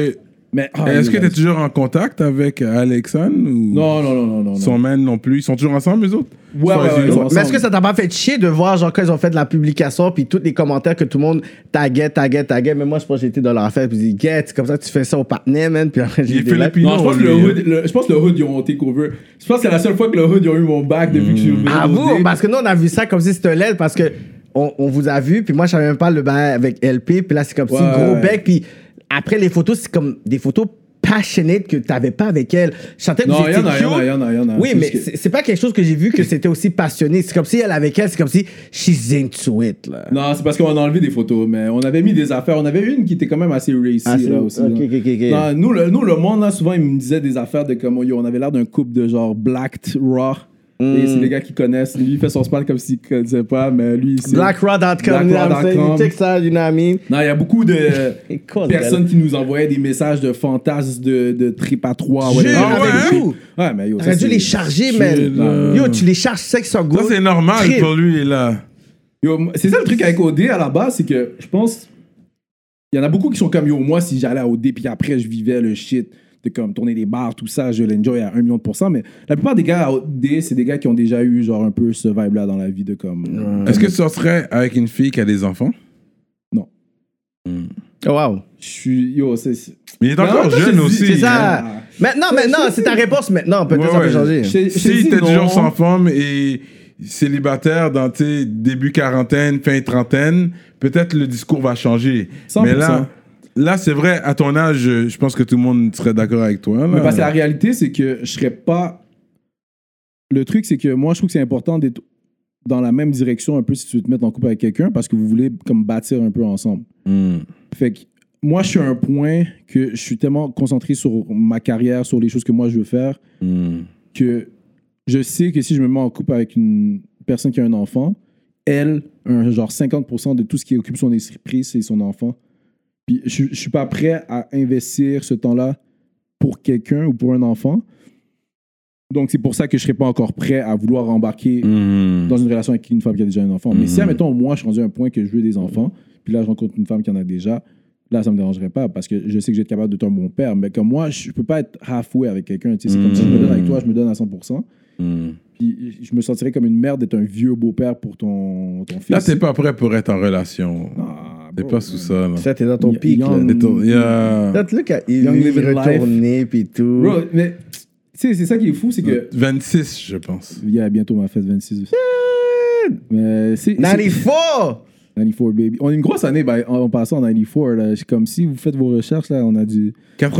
Mais, Est-ce que tu es toujours en contact avec Alexandre ou Non. son man non plus? Ils sont toujours ensemble, eux autres? Ouais, ils sont Mais est-ce que ça t'a pas fait chier de voir, genre, quand ils ont fait de la publication, puis tous les commentaires que tout le monde taguait, mais moi, je pense que j'étais dans leur affaire, puis je dis, get, c'est comme ça que tu fais ça au partenaire, man, puis après, j'ai Il est des likes. filipino. Non, je pense que le Hood, ils ont take over. Je pense que c'est la seule fois que le Hood, ils ont eu mon back depuis que je suis venu. Ah vous, parce que nous, on a vu ça comme si c'était l'aide, parce que on vous a vu, puis moi, je savais même pas le bain avec LP, puis là, c'est comme si gros bec, puis après, les photos, c'est comme des photos passionate que t'avais pas avec elle. Je sentais que Non, vous étiez cute. il y en a. Oui, mais c'est pas quelque chose que j'ai vu que c'était aussi passionné. C'est comme si elle avec elle, c'est comme si she's into it, là. Non, c'est parce qu'on a enlevé des photos, mais on avait mis des affaires. On avait une qui était quand même assez racy, là, aussi. Ok. Non, nous, le monde, là, souvent, il me disait des affaires de comme, yo, on avait l'air d'un couple de genre Blacked Raw. Et c'est les gars qui connaissent. Lui, il fait son spot comme s'il ne connaissait pas, mais lui, c'est... BlackRaw.com, you know what I'm saying? You take that, you know what I mean? Non, il y a beaucoup de Cool, personnes qui nous envoyaient des messages de fantasmes, de trip à trois. J'ai Ah ouais, avec vous. Ouais, mais yo, T'aurais dû les charger, man. Yo, tu les charges sex on go. Ça, c'est normal Trip. pour lui, là. Yo, c'est ça le truc avec OD à la base, c'est que je pense. Il y en a beaucoup qui sont comme yo, moi, si j'allais à OD, puis après, je vivais le shit de comme tourner des bars, tout ça, je l'enjoy à 1 million de %. Mais la plupart des gars à OD, c'est des gars qui ont déjà eu genre un peu ce vibe-là dans la vie de comme. Est-ce que tu sortirais avec une fille qui a des enfants? Non. Oh, wow. Je suis. Yo, c'est. Mais il est encore Non, jeune je te aussi. C'est Ah. ça. Maintenant, c'est ta réponse maintenant. Peut-être ça peut changer. Si t'es toujours sans femme et célibataire dans tes débuts quarantaine, fin trentaine, peut-être le discours va changer. 100%. Mais là, c'est vrai, à ton âge, je pense que tout le monde serait d'accord avec toi. Là. Mais parce que la réalité, c'est que je serais pas. Le truc, c'est que moi, je trouve que c'est important d'être dans la même direction un peu si tu veux te mettre en couple avec quelqu'un parce que vous voulez comme bâtir un peu ensemble. Fait que moi, je suis à un point que je suis tellement concentré sur ma carrière, sur les choses que moi je veux faire, que je sais que si je me mets en couple avec une personne qui a un enfant, elle, genre 50% de tout ce qui occupe son esprit, c'est son enfant. Puis je suis pas prêt à investir ce temps-là pour quelqu'un ou pour un enfant. Donc, c'est pour ça que je serais pas encore prêt à vouloir embarquer dans une relation avec une femme qui a déjà un enfant. Mais si, admettons, moi, je suis rendu à un point que je veux des enfants, puis là, je rencontre une femme qui en a déjà, là, ça me dérangerait pas parce que je sais que je vais être capable d'être un bon père. Mais comme moi, je peux pas être halfway avec quelqu'un. Tu sais, c'est comme si je me donne avec toi, je me donne à 100%. Puis je me sentirais comme une merde d'être un vieux beau-père pour ton fils. Là, t'es pas prêt pour être en relation. T'es pas sous ça. Là. Ça, t'es dans ton pic. Yeah. Look at il retourné puis tout. Bro, mais tu sais, c'est ça qui est fou, c'est que 26, je pense. il y a bientôt ma fête 26. Mais c'est 94! 94, baby. On a une grosse année en passant en 94. Là. Comme si vous faites vos recherches, là, on a du...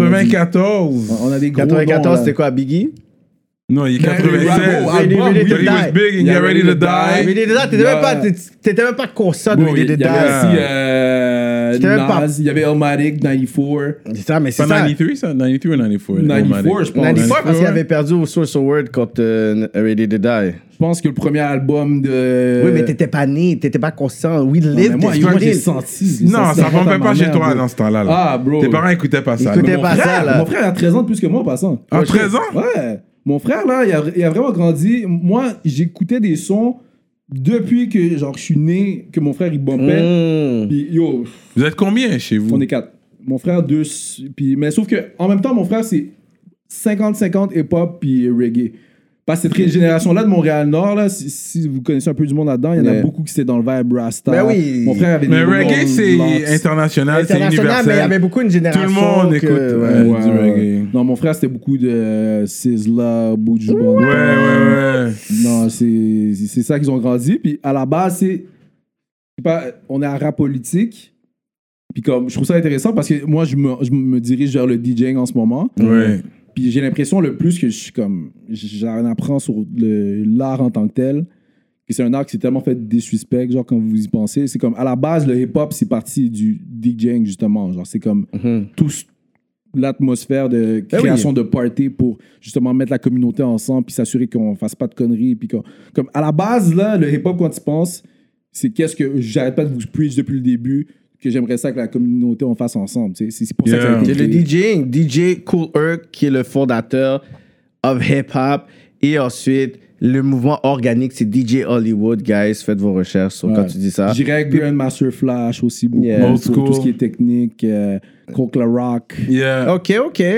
94! On a des gros 94, noms, là. c'était quoi, Biggie? Non, il est 96. Ready to He was Die. big and get ready to die. Ready to Die, t'étais même pas conscient de Bro, Ready to il y avait Die. aussi C'était même pas- Nas, il y avait Elmatic, 94. C'est ça, mais c'est Pas ça. 93, ça? 93 ou 94? 94, je pense. 94 parce qu'il ouais. avait perdu au Source Award contre Ready to Die. Je pense que le premier album de... Oui, mais t'étais pas né, t'étais pas conscient. We Non, lived mais moi, this moi, j'ai struggle. senti. Non, ça remonte à ne ma pas chez mère, toi bro. dans ce temps-là. là. Ah, bro. Tes parents écoutaient pas ça. Ils écoutaient là. pas ça, là. Mon frère a 13 ans de plus que moi en passant. À 13 ans? Ouais. Mon frère, là, il a vraiment grandi. Moi, j'écoutais des sons depuis que genre, je suis né, que mon frère, il bumpait. Puis, yo, Vous êtes combien chez vous? on est 4. Mon frère, 2. Puis, mais sauf que en même temps, mon frère, c'est 50-50 hip-hop puis reggae. Parce que cette génération-là de Montréal-Nord, là, si vous connaissez un peu du monde là-dedans, il y en a Yeah. beaucoup qui étaient dans le vibe Rasta. Ben oui. Mon frère avait Mais des reggae, longs c'est locks. international, c'est International, universel. mais il y avait beaucoup une génération. Tout le monde écoute ouais. du reggae. Non, mon frère, c'était beaucoup de Sizzla, Buju Banton. Ouais. Non, c'est ça qu'ils ont grandi. Puis à la base, c'est pas, on est à rap politique. Puis comme, je trouve ça intéressant parce que moi, je me dirige vers le DJing en ce moment. Ouais. Puis j'ai l'impression le plus que je suis comme, j'en apprends sur l'art en tant que tel. Que c'est un art qui s'est tellement fait disrespect, genre quand vous y pensez. C'est comme, à la base, le hip-hop, c'est parti du DJing, justement. Genre, c'est comme tout l'atmosphère de création de party pour justement mettre la communauté ensemble puis s'assurer qu'on fasse pas de conneries. Puis comme à la base, là, le hip-hop, quand tu penses, c'est qu'est-ce que j'arrête pas de vous preach depuis le début, que j'aimerais ça que la communauté on fasse ensemble. C'est pour ça que ça a été C'est le créé. DJ Kool Herc qui est le fondateur of hip-hop. Et ensuite, le mouvement organique, c'est DJ Hollywood, guys. Faites vos recherches sur quand tu dis ça. Je dirais Grandmaster Flash aussi beaucoup. Yeah. Old Pour school. tout ce qui est technique. Coke La Rock. Yeah. OK.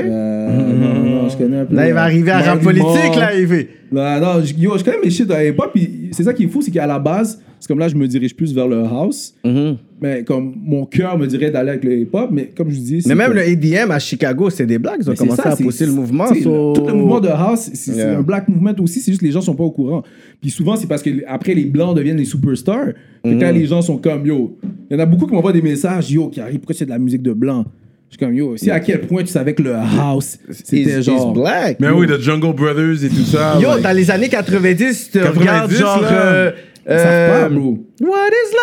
Non, je connais un peu. Là, il va arriver à rap Marley politique, Marl. là, il fait. Non, je connais mes shit à hip-hop, puis c'est ça qui est fou, c'est qu'à la base, c'est comme là, je me dirige plus vers le house, mais comme mon cœur me dirait d'aller avec le hip-hop, mais comme je dis... Mais même le EDM à Chicago, c'est des blagues. Ils ont commencé à pousser le mouvement. Tout le mouvement de house, c'est un black movement aussi, c'est juste que les gens sont pas au courant. Puis souvent, c'est parce que après les blancs deviennent les superstars, que quand les gens sont comme, yo, il y en a beaucoup qui m'envoient des messages, yo, qui arrivent, pourquoi c'est de la musique de blanc? Je suis comme, yo, si à quel point tu savais que le house, c'était genre... black. Mais oui, The Jungle Brothers et tout ça. Yo, like- dans les années 90, tu 90, regardes genre... là. Ils savent pas, bro. What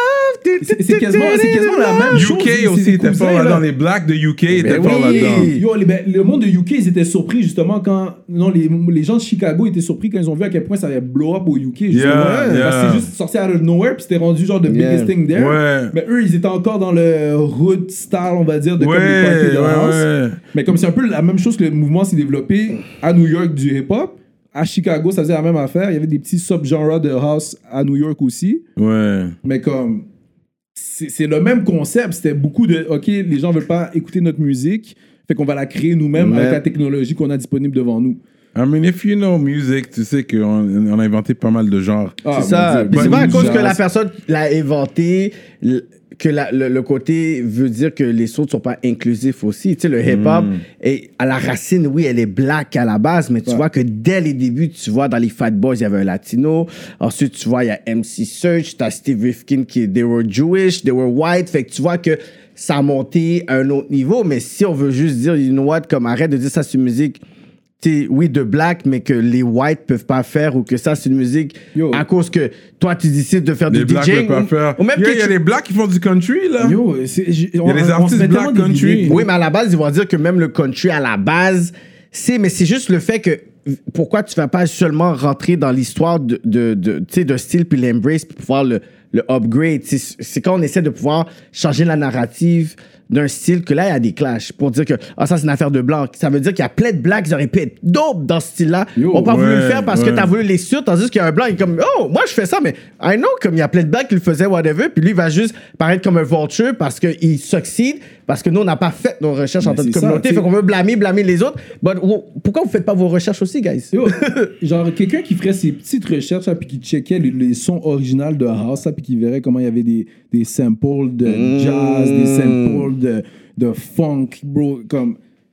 is love? C'est quasiment la même chose. UK C'est aussi des était cousins, fort là. là-dedans. Les Blacks de UK étaient Ben forts oui. là-dedans. Yo, le monde de UK, ils étaient surpris justement quand. Non, les gens de Chicago étaient surpris quand ils ont vu à quel point ça avait blow up au UK. Justement. Yeah, yeah. Parce que c'est juste sorti out of nowhere, puis c'était rendu genre the biggest thing there. Ouais. Mais eux, ils étaient encore dans le hood style, on va dire, de comme les parties de house. ouais. Mais comme c'est un peu la même chose que le mouvement s'est développé à New York du hip-hop, à Chicago, ça faisait la même affaire. Il y avait des petits sub-genres de house à New York aussi. Ouais. Mais comme, c'est le même concept. C'était beaucoup de, OK, les gens veulent pas écouter notre musique, fait qu'on va la créer nous-mêmes avec la technologie qu'on a disponible devant nous. I mean, if you know music, tu sais qu'on a inventé pas mal de genres. Ah, C'est ça. mon Dieu. Puis c'est pas à Blues, cause que la jazz. personne l'a inventé que le côté veut dire que les autres sont pas inclusifs aussi. Tu sais, le hip-hop, est à la racine, oui, elle est black à la base, mais tu vois que dès les débuts, tu vois dans les Fat Boys, il y avait un latino. Ensuite, tu vois, il y a MC Serch, t'as Steve Rifkin qui, they were Jewish, they were white. Fait que tu vois que ça a monté à un autre niveau. Mais si on veut juste dire, you know what, comme arrête de dire ça, c'est une musique... t'sais, oui, de black, mais que les whites peuvent pas faire ou que ça, c'est une musique Yo. à cause que toi, tu décides de faire Les du Blacks DJing. peuvent pas faire. Ou même Il que y a tu- les Blacks qui font du country, là. Yo, il y a des artistes black country. Oui, mais à la base, ils vont dire que même le country, à la base, mais c'est juste le fait que pourquoi tu vas pas seulement rentrer dans l'histoire de style puis l'embrace pour pouvoir le upgrade. C'est quand on essaie de pouvoir changer la narrative d'un style que là, il y a des clashs pour dire que ça, c'est une affaire de blanc. Ça veut dire qu'il y a plein de blacks qui auraient pu être dope dans ce style-là. Yo, On n'a pas voulu le ouais, faire parce que ouais. t'as voulu les suivre, tandis qu'il y a un blanc qui est comme, oh, moi, je fais ça, mais I know, comme il y a plein de blacks qui le faisaient, whatever, puis lui, il va juste paraître comme un vulture parce qu'il succède, parce que nous, on n'a pas fait nos recherches en tant que c'est ça, communauté, t'sais. fait qu'on veut blâmer les autres. But, pourquoi vous faites pas vos recherches aussi, guys? Yo, genre, quelqu'un qui ferait ses petites recherches, là, puis qui checkait les sons originaux de house, là, puis qui verrait comment il y avait des samples de jazz, des samples de funk, bro. Comme,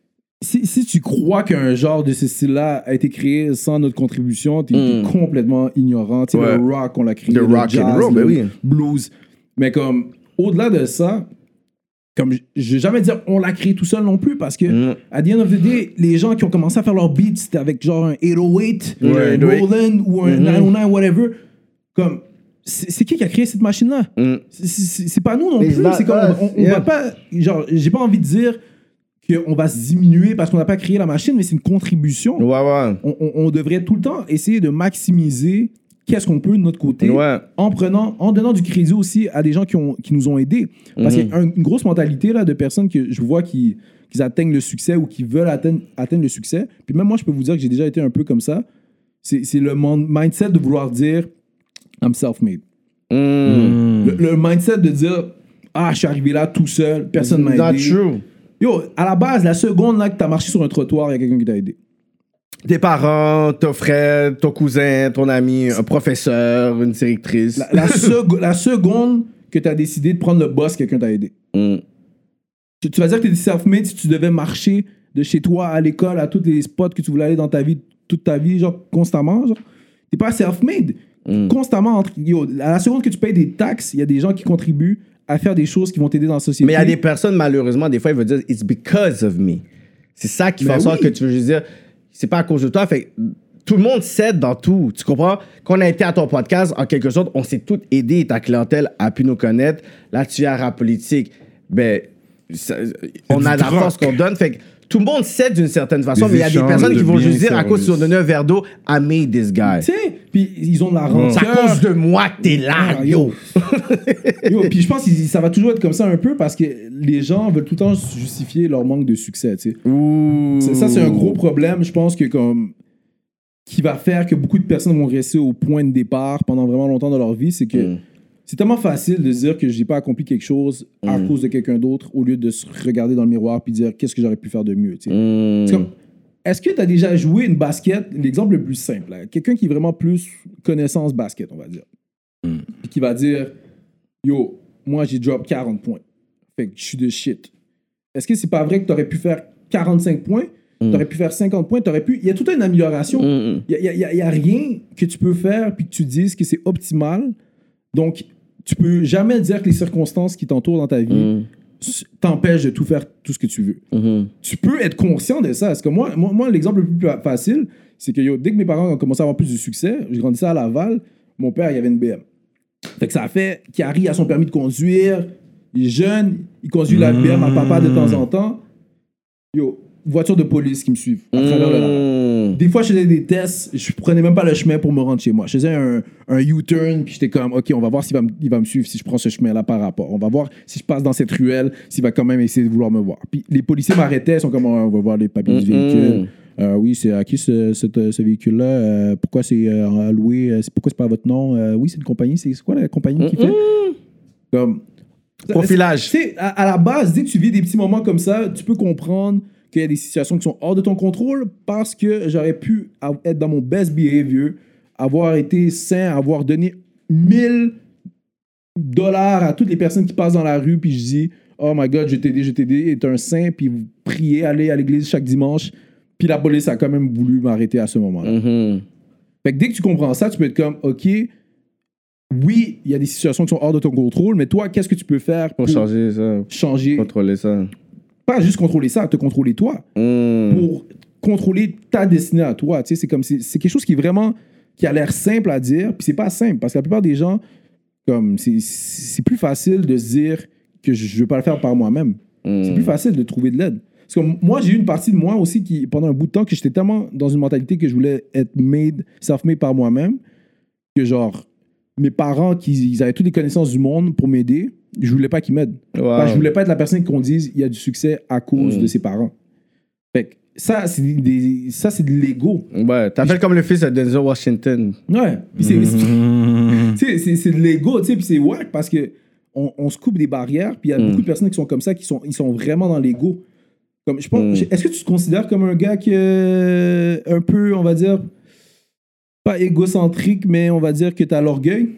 si tu crois qu'un genre de ce style-là a été créé sans notre contribution, t'es complètement ignorant. Tu sais, Ouais. le rock, on l'a créé, Le le rock and jazz, roll, ben le oui. blues. Mais comme, au-delà de ça, comme je vais jamais dire on l'a créé tout seul non plus parce que à the end of the day, les gens qui ont commencé à faire leurs beats, c'était avec genre un 808, Ouais, un 808. Roland ou un 909, whatever. Comme, c'est qui a créé cette machine-là? C'est pas nous non It's plus. not C'est comme, us, on yeah. va pas, genre, j'ai pas envie de dire qu'on va se diminuer parce qu'on n'a pas créé la machine, mais c'est une contribution. Ouais. On devrait tout le temps essayer de maximiser qu'est-ce qu'on peut de notre côté Ouais. en donnant du crédit aussi à des gens qui nous ont aidés. Parce qu'il y a une grosse mentalité là, de personnes que je vois qui atteignent le succès ou qui veulent atteindre le succès. Puis même moi, je peux vous dire que j'ai déjà été un peu comme ça. C'est le mindset de vouloir dire « I'm self-made Le mindset de dire « Ah, je suis arrivé là tout seul, personne m'a Not aidé. » true. Yo, à la base, la seconde là, que tu as marché sur un trottoir, il y a quelqu'un qui t'a aidé. Tes parents, ton frère, ton cousin, ton ami, un professeur, une directrice. La seconde que tu as décidé de prendre le boss, quelqu'un t'a aidé. Tu vas dire que tu étais self-made si tu devais marcher de chez toi à l'école, à tous les spots que tu voulais aller dans ta vie, toute ta vie, genre constamment. Genre. T'es pas self-made. Constamment, à la seconde que tu payes des taxes, il y a des gens qui contribuent à faire des choses qui vont t'aider dans la société. Mais il y a des personnes, malheureusement, des fois, ils veulent dire « It's because of me ». C'est ça qui fait Ben en sorte oui. que tu veux juste dire « C'est pas à cause de toi ». Fait que tout le monde s'aide dans tout. Tu comprends? Quand on a été à ton podcast, en quelque sorte, on s'est tous aidés. Ta clientèle a pu nous connaître. Là, tu es à Rap Politique. Ben, on du a la troc. force qu'on donne. Fait que tout le monde s'aide d'une certaine façon, Des mais il y a des échanges personnes de qui vont biens juste dire, à cause qu'ils ont services. donné un verre d'eau, I made this guy. Tu sais, puis ils ont de la C'est à rancœur. cause de moi que t'es là, Ah, yo. Yo, puis je pense que ça va toujours être comme ça un peu parce que les gens veulent tout le temps justifier leur manque de succès, tu sais. Ça, c'est un gros problème, je pense, que comme qui va faire que beaucoup de personnes vont rester au point de départ pendant vraiment longtemps dans leur vie, c'est que c'est tellement facile de se dire que j'ai pas accompli quelque chose à cause de quelqu'un d'autre au lieu de se regarder dans le miroir puis dire qu'est-ce que j'aurais pu faire de mieux. Tu sais. C'est comme, est-ce que tu as déjà joué une basket, l'exemple le plus simple, là, quelqu'un qui est vraiment plus connaissance basket, on va dire, puis qui va dire yo, moi j'ai drop 40 points, fait que je suis de shit. Est-ce que c'est pas vrai que tu aurais pu faire 45 points? Tu aurais pu faire 50 points, il y a toute une amélioration. Il y a rien que tu peux faire puis que tu dises que c'est optimal. Donc, tu peux jamais dire que les circonstances qui t'entourent dans ta vie t'empêchent de tout faire, tout ce que tu veux. Tu peux être conscient de ça. Parce que moi l'exemple le plus facile, c'est que dès que mes parents ont commencé à avoir plus de succès, j'ai grandi ça à Laval, mon père, il avait une BM. Fait que ça a fait qu'Harry a son permis de conduire, il est jeune, il conduit la BM à papa de temps en temps. Voiture de police qui me suivent à travers le lac. Des fois, je faisais des tests, je prenais même pas le chemin pour me rendre chez moi. Je faisais un U-turn, puis j'étais comme, OK, on va voir s'il va me suivre si je prends ce chemin-là par rapport. On va voir si je passe dans cette ruelle, s'il va quand même essayer de vouloir me voir. Puis les policiers m'arrêtaient, ils sont comme, on va voir les papiers du véhicule. Oui, c'est à qui ce véhicule-là? Pourquoi c'est alloué? Pourquoi c'est pas à votre nom? Oui, c'est une compagnie. C'est quoi la compagnie qui fait? Comme, profilage. Tu sais, à la base, dès que tu vis des petits moments comme ça, tu peux comprendre qu'il y a des situations qui sont hors de ton contrôle parce que j'aurais pu être dans mon best behavior, avoir été sain, avoir donné $1000 à toutes les personnes qui passent dans la rue, puis je dis « Oh my God, je t'ai est un saint », puis vous priez, aller à l'église chaque dimanche, puis la police a quand même voulu m'arrêter à ce moment-là. Fait que dès que tu comprends ça, tu peux être comme « OK, oui, il y a des situations qui sont hors de ton contrôle, mais toi, qu'est-ce que tu peux faire pour changer ça, contrôler ça ?» Pas juste contrôler ça, te contrôler toi. Pour contrôler ta destinée à toi. Tu sais, c'est comme c'est quelque chose qui est vraiment qui a l'air simple à dire, puis c'est pas simple parce que la plupart des gens comme c'est plus facile de se dire que je veux pas le faire par moi-même. C'est plus facile de trouver de l'aide. Parce que moi, j'ai eu une partie de moi aussi qui pendant un bout de temps que j'étais tellement dans une mentalité que je voulais être self-made par moi-même que genre mes parents ils avaient toutes les connaissances du monde pour m'aider. Je voulais pas qu'ils m'aident. Wow. Je voulais pas être la personne qu'on dise il y a du succès à cause de ses parents. Fait que ça, c'est de l'ego. Ouais, t'appelles comme le fils de Denzel Washington. Ouais. C'est de l'ego, tu sais, puis c'est wack parce que on se coupe des barrières, puis il y a beaucoup de personnes qui sont comme ça, ils sont vraiment dans l'ego. Comme, je pense, est-ce que tu te considères comme un gars qui est un peu, on va dire, pas égocentrique, mais on va dire que t'as l'orgueil?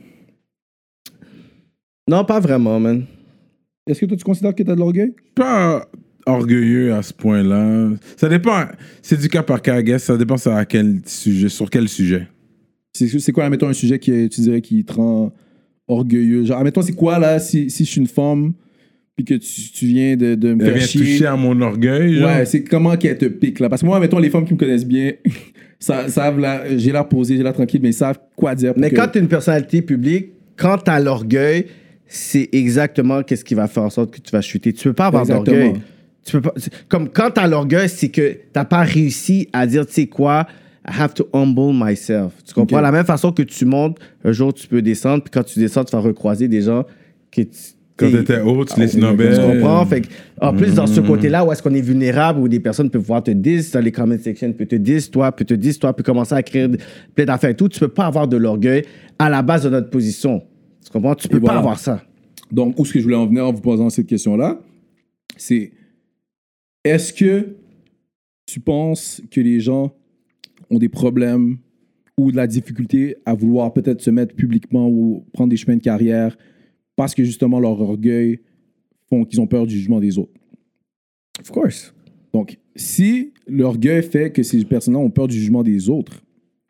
Non, pas vraiment, man. Est-ce que toi, tu considères que t'as de l'orgueil? Pas orgueilleux à ce point-là. Ça dépend. C'est du cas par cas, I guess. Ça dépend sur quel sujet. C'est quoi, admettons, un sujet qui tu dirais qui te rend orgueilleux? Genre, admettons, c'est quoi, là, si je suis une femme, puis que tu viens de me faire chier? Toucher à mon orgueil, genre. Ouais, c'est comment qu'elle te pique, là. Parce que moi, admettons, les femmes qui me connaissent bien, savent, là, j'ai l'air posé, j'ai l'air tranquille, mais ils savent quoi dire. Mais quand t'es une personnalité publique, quand t'as l'orgueil, c'est exactement qu'est-ce qui va faire en sorte que tu vas chuter. Tu peux pas avoir d'orgueil. Tu peux pas, comme quand t'as l'orgueil, c'est que t'as pas réussi à dire, tu sais quoi, I have to humble myself. Tu comprends? La même façon que tu montes, un jour tu peux descendre, puis quand tu descends, tu vas recroiser des gens qui... Quand t'étais haut, tu les snobais. Tu comprends? Fait que, en plus, dans ce côté-là, où est-ce qu'on est vulnérable, où des personnes peuvent pouvoir te dire, dans les comment section, peut te dire, toi, peut commencer à écrire plein d'affaires et tout, tu peux pas avoir de l'orgueil à la base de notre position. Tu comprends? Tu peux pas avoir ça. Donc, où est-ce que je voulais en venir en vous posant cette question-là? C'est, est-ce que tu penses que les gens ont des problèmes ou de la difficulté à vouloir peut-être se mettre publiquement ou prendre des chemins de carrière parce que justement leur orgueil font qu'ils ont peur du jugement des autres? Of course. Donc, si l'orgueil fait que ces personnes-là ont peur du jugement des autres,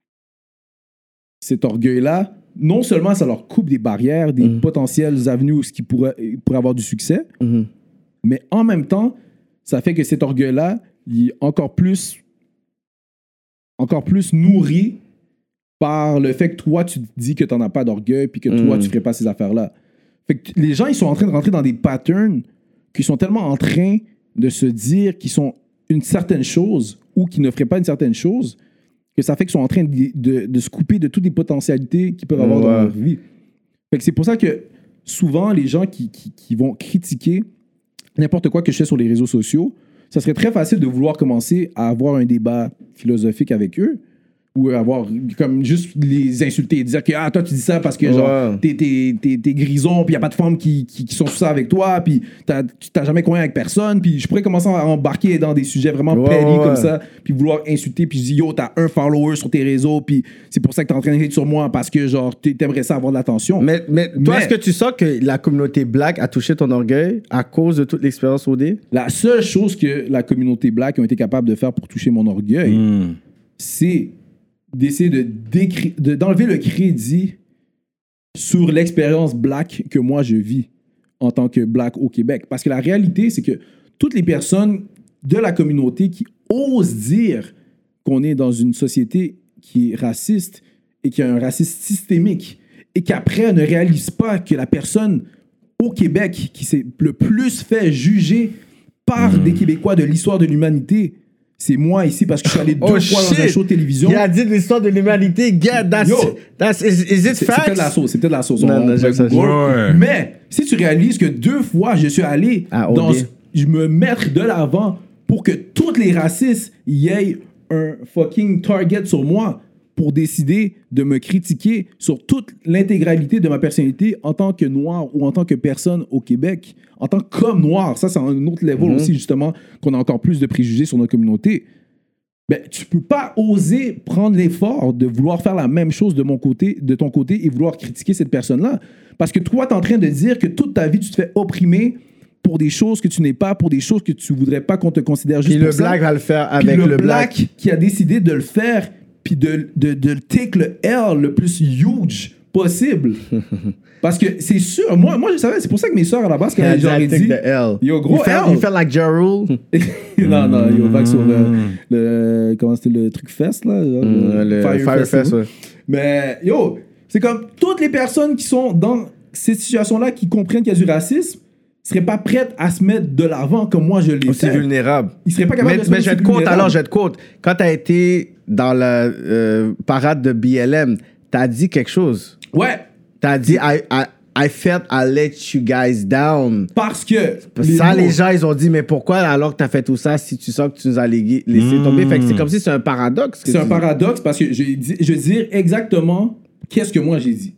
cet orgueil-là, non seulement ça leur coupe des barrières, des potentielles avenues où ils pourraient avoir du succès, mais en même temps, ça fait que cet orgueil-là, il est encore plus nourri par le fait que toi, tu te dis que tu n'en as pas d'orgueil puis que toi, tu ne ferais pas ces affaires-là. Fait que les gens, ils sont en train de rentrer dans des patterns qui sont tellement en train de se dire qu'ils sont une certaine chose ou qu'ils ne feraient pas une certaine chose que ça fait qu'ils sont en train de se couper de toutes les potentialités qu'ils peuvent avoir dans leur vie. Fait que c'est pour ça que souvent, les gens qui vont critiquer n'importe quoi que je fais sur les réseaux sociaux, ça serait très facile de vouloir commencer à avoir un débat philosophique avec eux, ou avoir comme juste les insulter, dire que toi tu dis ça parce que genre t'es grison, puis y a pas de femmes qui sont sous ça avec toi, puis t'as jamais connu avec personne, puis je pourrais commencer à embarquer dans des sujets vraiment petty comme ça, puis vouloir insulter, puis je dis yo t'as un follower sur tes réseaux, puis c'est pour ça que t'es en train de hate sur moi parce que genre t'aimerais ça avoir de l'attention. Mais toi, est-ce que tu sens que la communauté black a touché ton orgueil à cause de toute l'expérience OD? La seule chose que la communauté black a été capable de faire pour toucher mon orgueil, c'est d'essayer d'enlever le crédit sur l'expérience black que moi je vis en tant que black au Québec. Parce que la réalité, c'est que toutes les personnes de la communauté qui osent dire qu'on est dans une société qui est raciste et qui a un racisme systémique et qu'après ne réalisent pas que la personne au Québec qui s'est le plus fait juger par des Québécois de l'histoire de l'humanité, c'est moi ici parce que je suis allé 2 fois dans un show de télévision. Il a dit de l'histoire de l'humanité. Is it C'est facts? peut-être la sauce. C'est peut-être la sauce. Non, Ouais. Mais si tu réalises que 2 fois, je suis allé je me mettre de l'avant pour que tous les racistes y aient un fucking target sur moi pour décider de me critiquer sur toute l'intégralité de ma personnalité en tant que noir ou en tant que personne au Québec, en tant que noir. Ça, c'est un autre level aussi, justement, qu'on a encore plus de préjugés sur notre communauté. Ben, tu peux pas oser prendre l'effort de vouloir faire la même chose de ton côté et vouloir critiquer cette personne-là. Parce que toi, tu es en train de dire que toute ta vie, tu te fais opprimer pour des choses que tu n'es pas, pour des choses que tu voudrais pas qu'on te considère juste pour ça. Puis le black va le faire Puis avec le black. qui a décidé de le faire puis de take le L le plus huge possible. Parce que c'est sûr, moi je savais, c'est pour ça que mes soeurs à la base, quand elles auraient dit... Yo, gros L. You felt like Ja Rule. non, yo, back sur le... Comment c'était le truc fest, là? Le Fire Fest, ouais. Mais, yo, c'est comme toutes les personnes qui sont dans cette situation-là, qui comprennent qu'il y a du racisme, seraient pas prêtes à se mettre de l'avant comme moi je l'ai Aussi fait. vulnérable. Ils seraient pas capables de se Mais mettre je vais te compte. Quand t'as été dans la parade de BLM, t'as dit quelque chose. Ouais. T'as dit I felt I let you guys down. Parce que... Les gens, ils ont dit, mais pourquoi alors que t'as fait tout ça si tu sens que tu nous as laissé tomber? Fait que c'est comme si c'est un paradoxe. C'est un paradoxe parce que je vais dire exactement qu'est-ce que moi j'ai dit.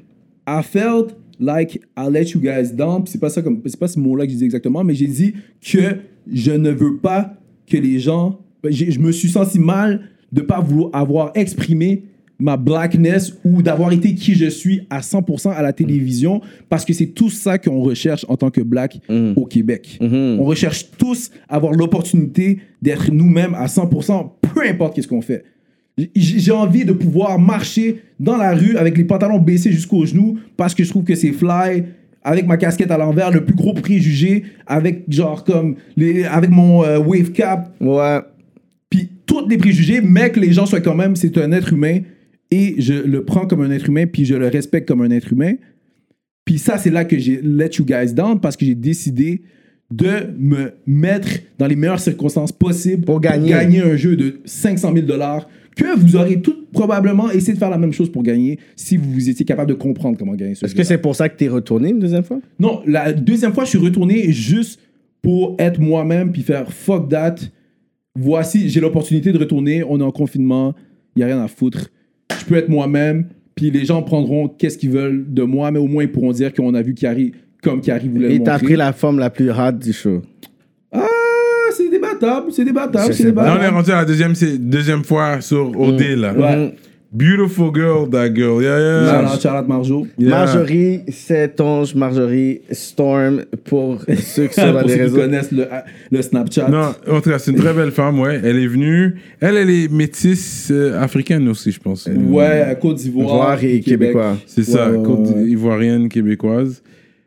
I felt like I let you guys down. C'est pas ce mot-là que j'ai dit exactement, mais j'ai dit que je ne veux pas que les gens... Je me suis senti mal de pas vouloir avoir exprimé ma blackness ou d'avoir été qui je suis à 100% à la télévision parce que c'est tout ça qu'on recherche en tant que black au Québec. On recherche tous avoir l'opportunité d'être nous-mêmes à 100%, peu importe qu'est-ce qu'on fait. J'ai envie de pouvoir marcher dans la rue avec les pantalons baissés jusqu'aux genoux parce que je trouve que c'est fly, avec ma casquette à l'envers, le plus gros préjugé, avec genre comme avec mon wave cap. Ouais. Puis tous les préjugés, mais que les gens soient quand même, c'est un être humain et je le prends comme un être humain puis je le respecte comme un être humain. Puis ça, c'est là que j'ai let you guys down parce que j'ai décidé de me mettre dans les meilleures circonstances possibles pour gagner un jeu de 500 000 $ que vous aurez tout probablement essayé de faire la même chose pour gagner si vous étiez capable de comprendre comment gagner ce jeu. Est-ce que c'est pour ça que t'es retourné une deuxième fois? Non, la deuxième fois, je suis retourné juste pour être moi-même puis faire fuck that. Voici, j'ai l'opportunité de retourner, on est en confinement, il n'y a rien à foutre. Je peux être moi-même, puis les gens prendront qu'est-ce qu'ils veulent de moi, mais au moins ils pourront dire qu'on a vu Kiari comme Kiari voulait le montrer. Et t'as pris la forme la plus hot du show. Ah, c'est débattable. Là, on est rendu à la deuxième fois sur OD, là. Ouais. Beautiful girl, that girl. Yeah. Charlotte Marjo. Yeah. Marjorie, c'est Tonge, Marjorie Storm, pour ceux qui sont dans Pour les ceux qui réseaux. connaissent le Snapchat. Non, en tout cas, c'est une très belle femme, ouais. Elle est venue. Elle est métisse africaine aussi, je pense. Ouais, Côte d'Ivoire. Ivoire et Québécois. C'est ça, Ouais, Côte ouais. ivoirienne, québécoise.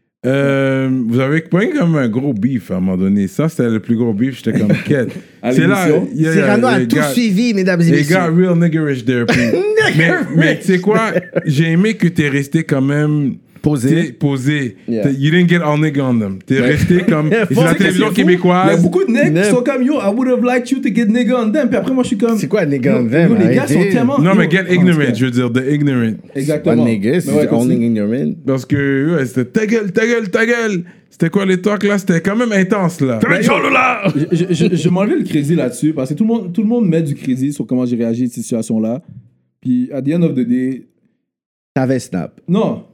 Vous avez pas comme un gros beef à un moment donné. Ça, c'était le plus gros beef. J'étais comme quête. À C'est là. l'émission? Cyrano a tout suivi, mesdames et They messieurs. got real niggerish there. mais tu sais quoi? J'ai aimé que t'es resté quand même posé. Yeah. You didn't get all nigga on them. T'es resté comme. C'est la télévision Il y a québécoise. beaucoup de niggas qui sont comme yo, I would have liked you to get nigga on them. Puis après, moi, je suis comme. C'est quoi, nigga Yo, on them? yo, les gars sont tellement. Non, yo, mais get ignorant, je veux dire, the ignorant. Pas Exactement. nigga, Mais ouais, c'est comme only ça. ignorant. Parce que ouais, c'était ta gueule. C'était quoi les talks là? C'était quand même intense là. Je m'enlève le crédit là-dessus parce que tout le monde met du crédit sur comment j'ai réagi à cette situation-là. Puis, at the end of the day, T'avais Snap. non,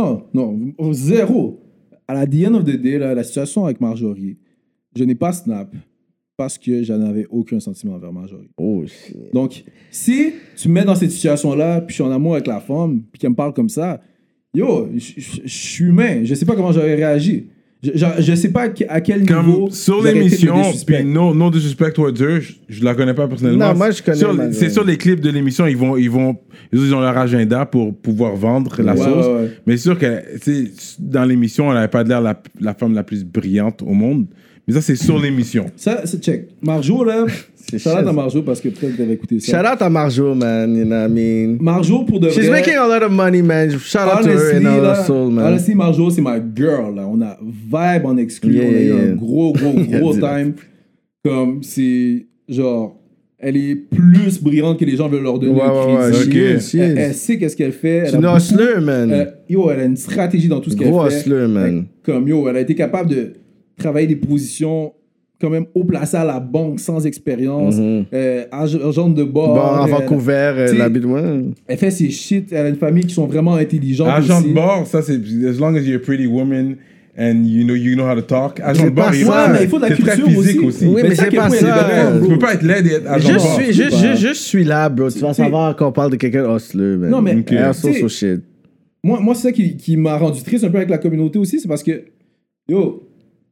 zéro. À the end of the day, là, la situation avec Marjorie, je n'ai pas Snap parce que je n'avais aucun sentiment envers Marjorie. Oh, shit. Donc, si tu me mets dans cette situation-là, puis je suis en amour avec la femme, puis qu'elle me parle comme ça, yo, je suis humain. Je sais pas comment j'aurais réagi. Je sais pas à quel niveau. Comme sur j'aurais été le l'émission, disrespect. puis no disrespect towards her, je la connais pas personnellement. Non, moi, je connais Marjorie. C'est sur les clips de l'émission, ils ont leur agenda pour pouvoir vendre la Ouais, sauce. ouais, ouais. Mais c'est sûr que tu sais, dans l'émission, elle avait pas l'air la femme la plus brillante au monde. Mais ça, c'est sur l'émission. Ça, c'est check. Marjo, là, C'est shout out shit. à Marjo parce que peut-être que t'avais écouté ça. Shout out à Marjo, man. You know what I mean? Marjo, pour de vrai. She's making a lot of money, man. Shout out to her Honestly, and all là, her soul, man. honestly, Marjo, c'est my girl, là. On a vibe en exclu. Yeah, on a eu yeah. un gros Yeah, time. Comme, c'est genre, elle est plus brillante que les gens veulent leur donner Ouais, un ouais, crédit. Ok. she Elle is. sait qu'est-ce qu'elle fait. She's Elle a an beaucoup- hustler, man. Yo, elle a une stratégie dans tout ce qu'elle Gros fait. hustler, man. Comme, yo, elle a été capable de travailler des positions quand même haut placées à la banque sans expérience. Agent de bord. Bon, à elle- Vancouver, t'sais, la bite, ouais. Elle fait ses shit. Elle a une famille qui sont vraiment intelligentes Agent aussi. de bord, ça c'est as long as you're a pretty woman and you know how to talk. Agent de C'est bord, pas il ça. Ouais, mais il faut de la c'est très culture physique aussi. aussi. Oui, mais ça, c'est quel pas point il y a des ça. belles Tu femmes, peux pas être laid et être agent Je de bord. suis juste là, bro. Tu vas savoir qu'on parle de quelqu'un de hustler, man. Non, mais, Ok. Hustle, t'sais, so shit. Moi c'est ça qui m'a rendu triste un peu avec la communauté aussi, c'est parce que, yo,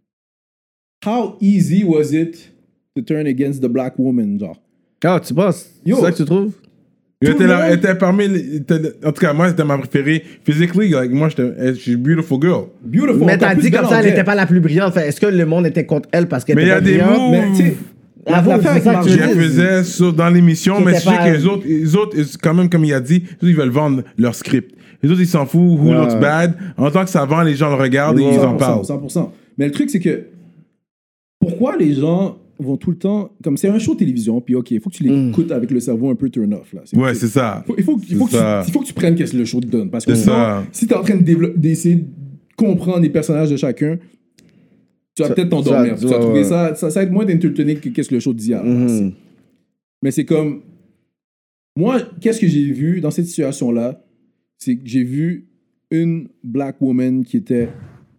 how easy was it to turn against the black woman, genre? Ah, tu penses? Yo. C'est ça que tu trouves? Elle Tout le monde- était parmi en tout cas, moi, c'était ma préférée. Physically, like, moi, she's a beautiful girl. Beautiful. Mais encore t'as plus dit belle comme en ça, elle vrai. n'était pas la plus brillante. Fait, est-ce que le monde était contre elle parce qu'elle Mais était il y a pas des brillante? moves. Mais tu sais, Avoue, l'affaire avec c'est ça que tu Qu'elle dis. faisait dans l'émission, Qui mais était c'est sûr pas- que les autres, quand même, comme il a dit, ils veulent vendre leur script. Les autres, ils s'en foutent, who Ouais. looks bad. En tant que ça vend, les gens le regardent et ils en 100%, parlent. 100%. Mais le truc, c'est que pourquoi les gens vont tout le temps. Comme c'est un show de télévision, puis OK, il faut que tu l'écoutes avec le cerveau un peu turn off. Là. Ouais, c'est ça. Il faut ça. que tu prennes qu'est-ce que le show te donne. Parce que C'est sinon, ça. si tu es en train d'essayer de comprendre les personnages de chacun, tu vas peut-être t'endormir. Tu vas ouais, trouver ouais. ça va être moins d'entertaining que qu'est-ce que le show te dit à la base. Mhm. Mais c'est comme. Moi, qu'est-ce que j'ai vu dans cette situation-là? C'est que j'ai vu une black woman qui était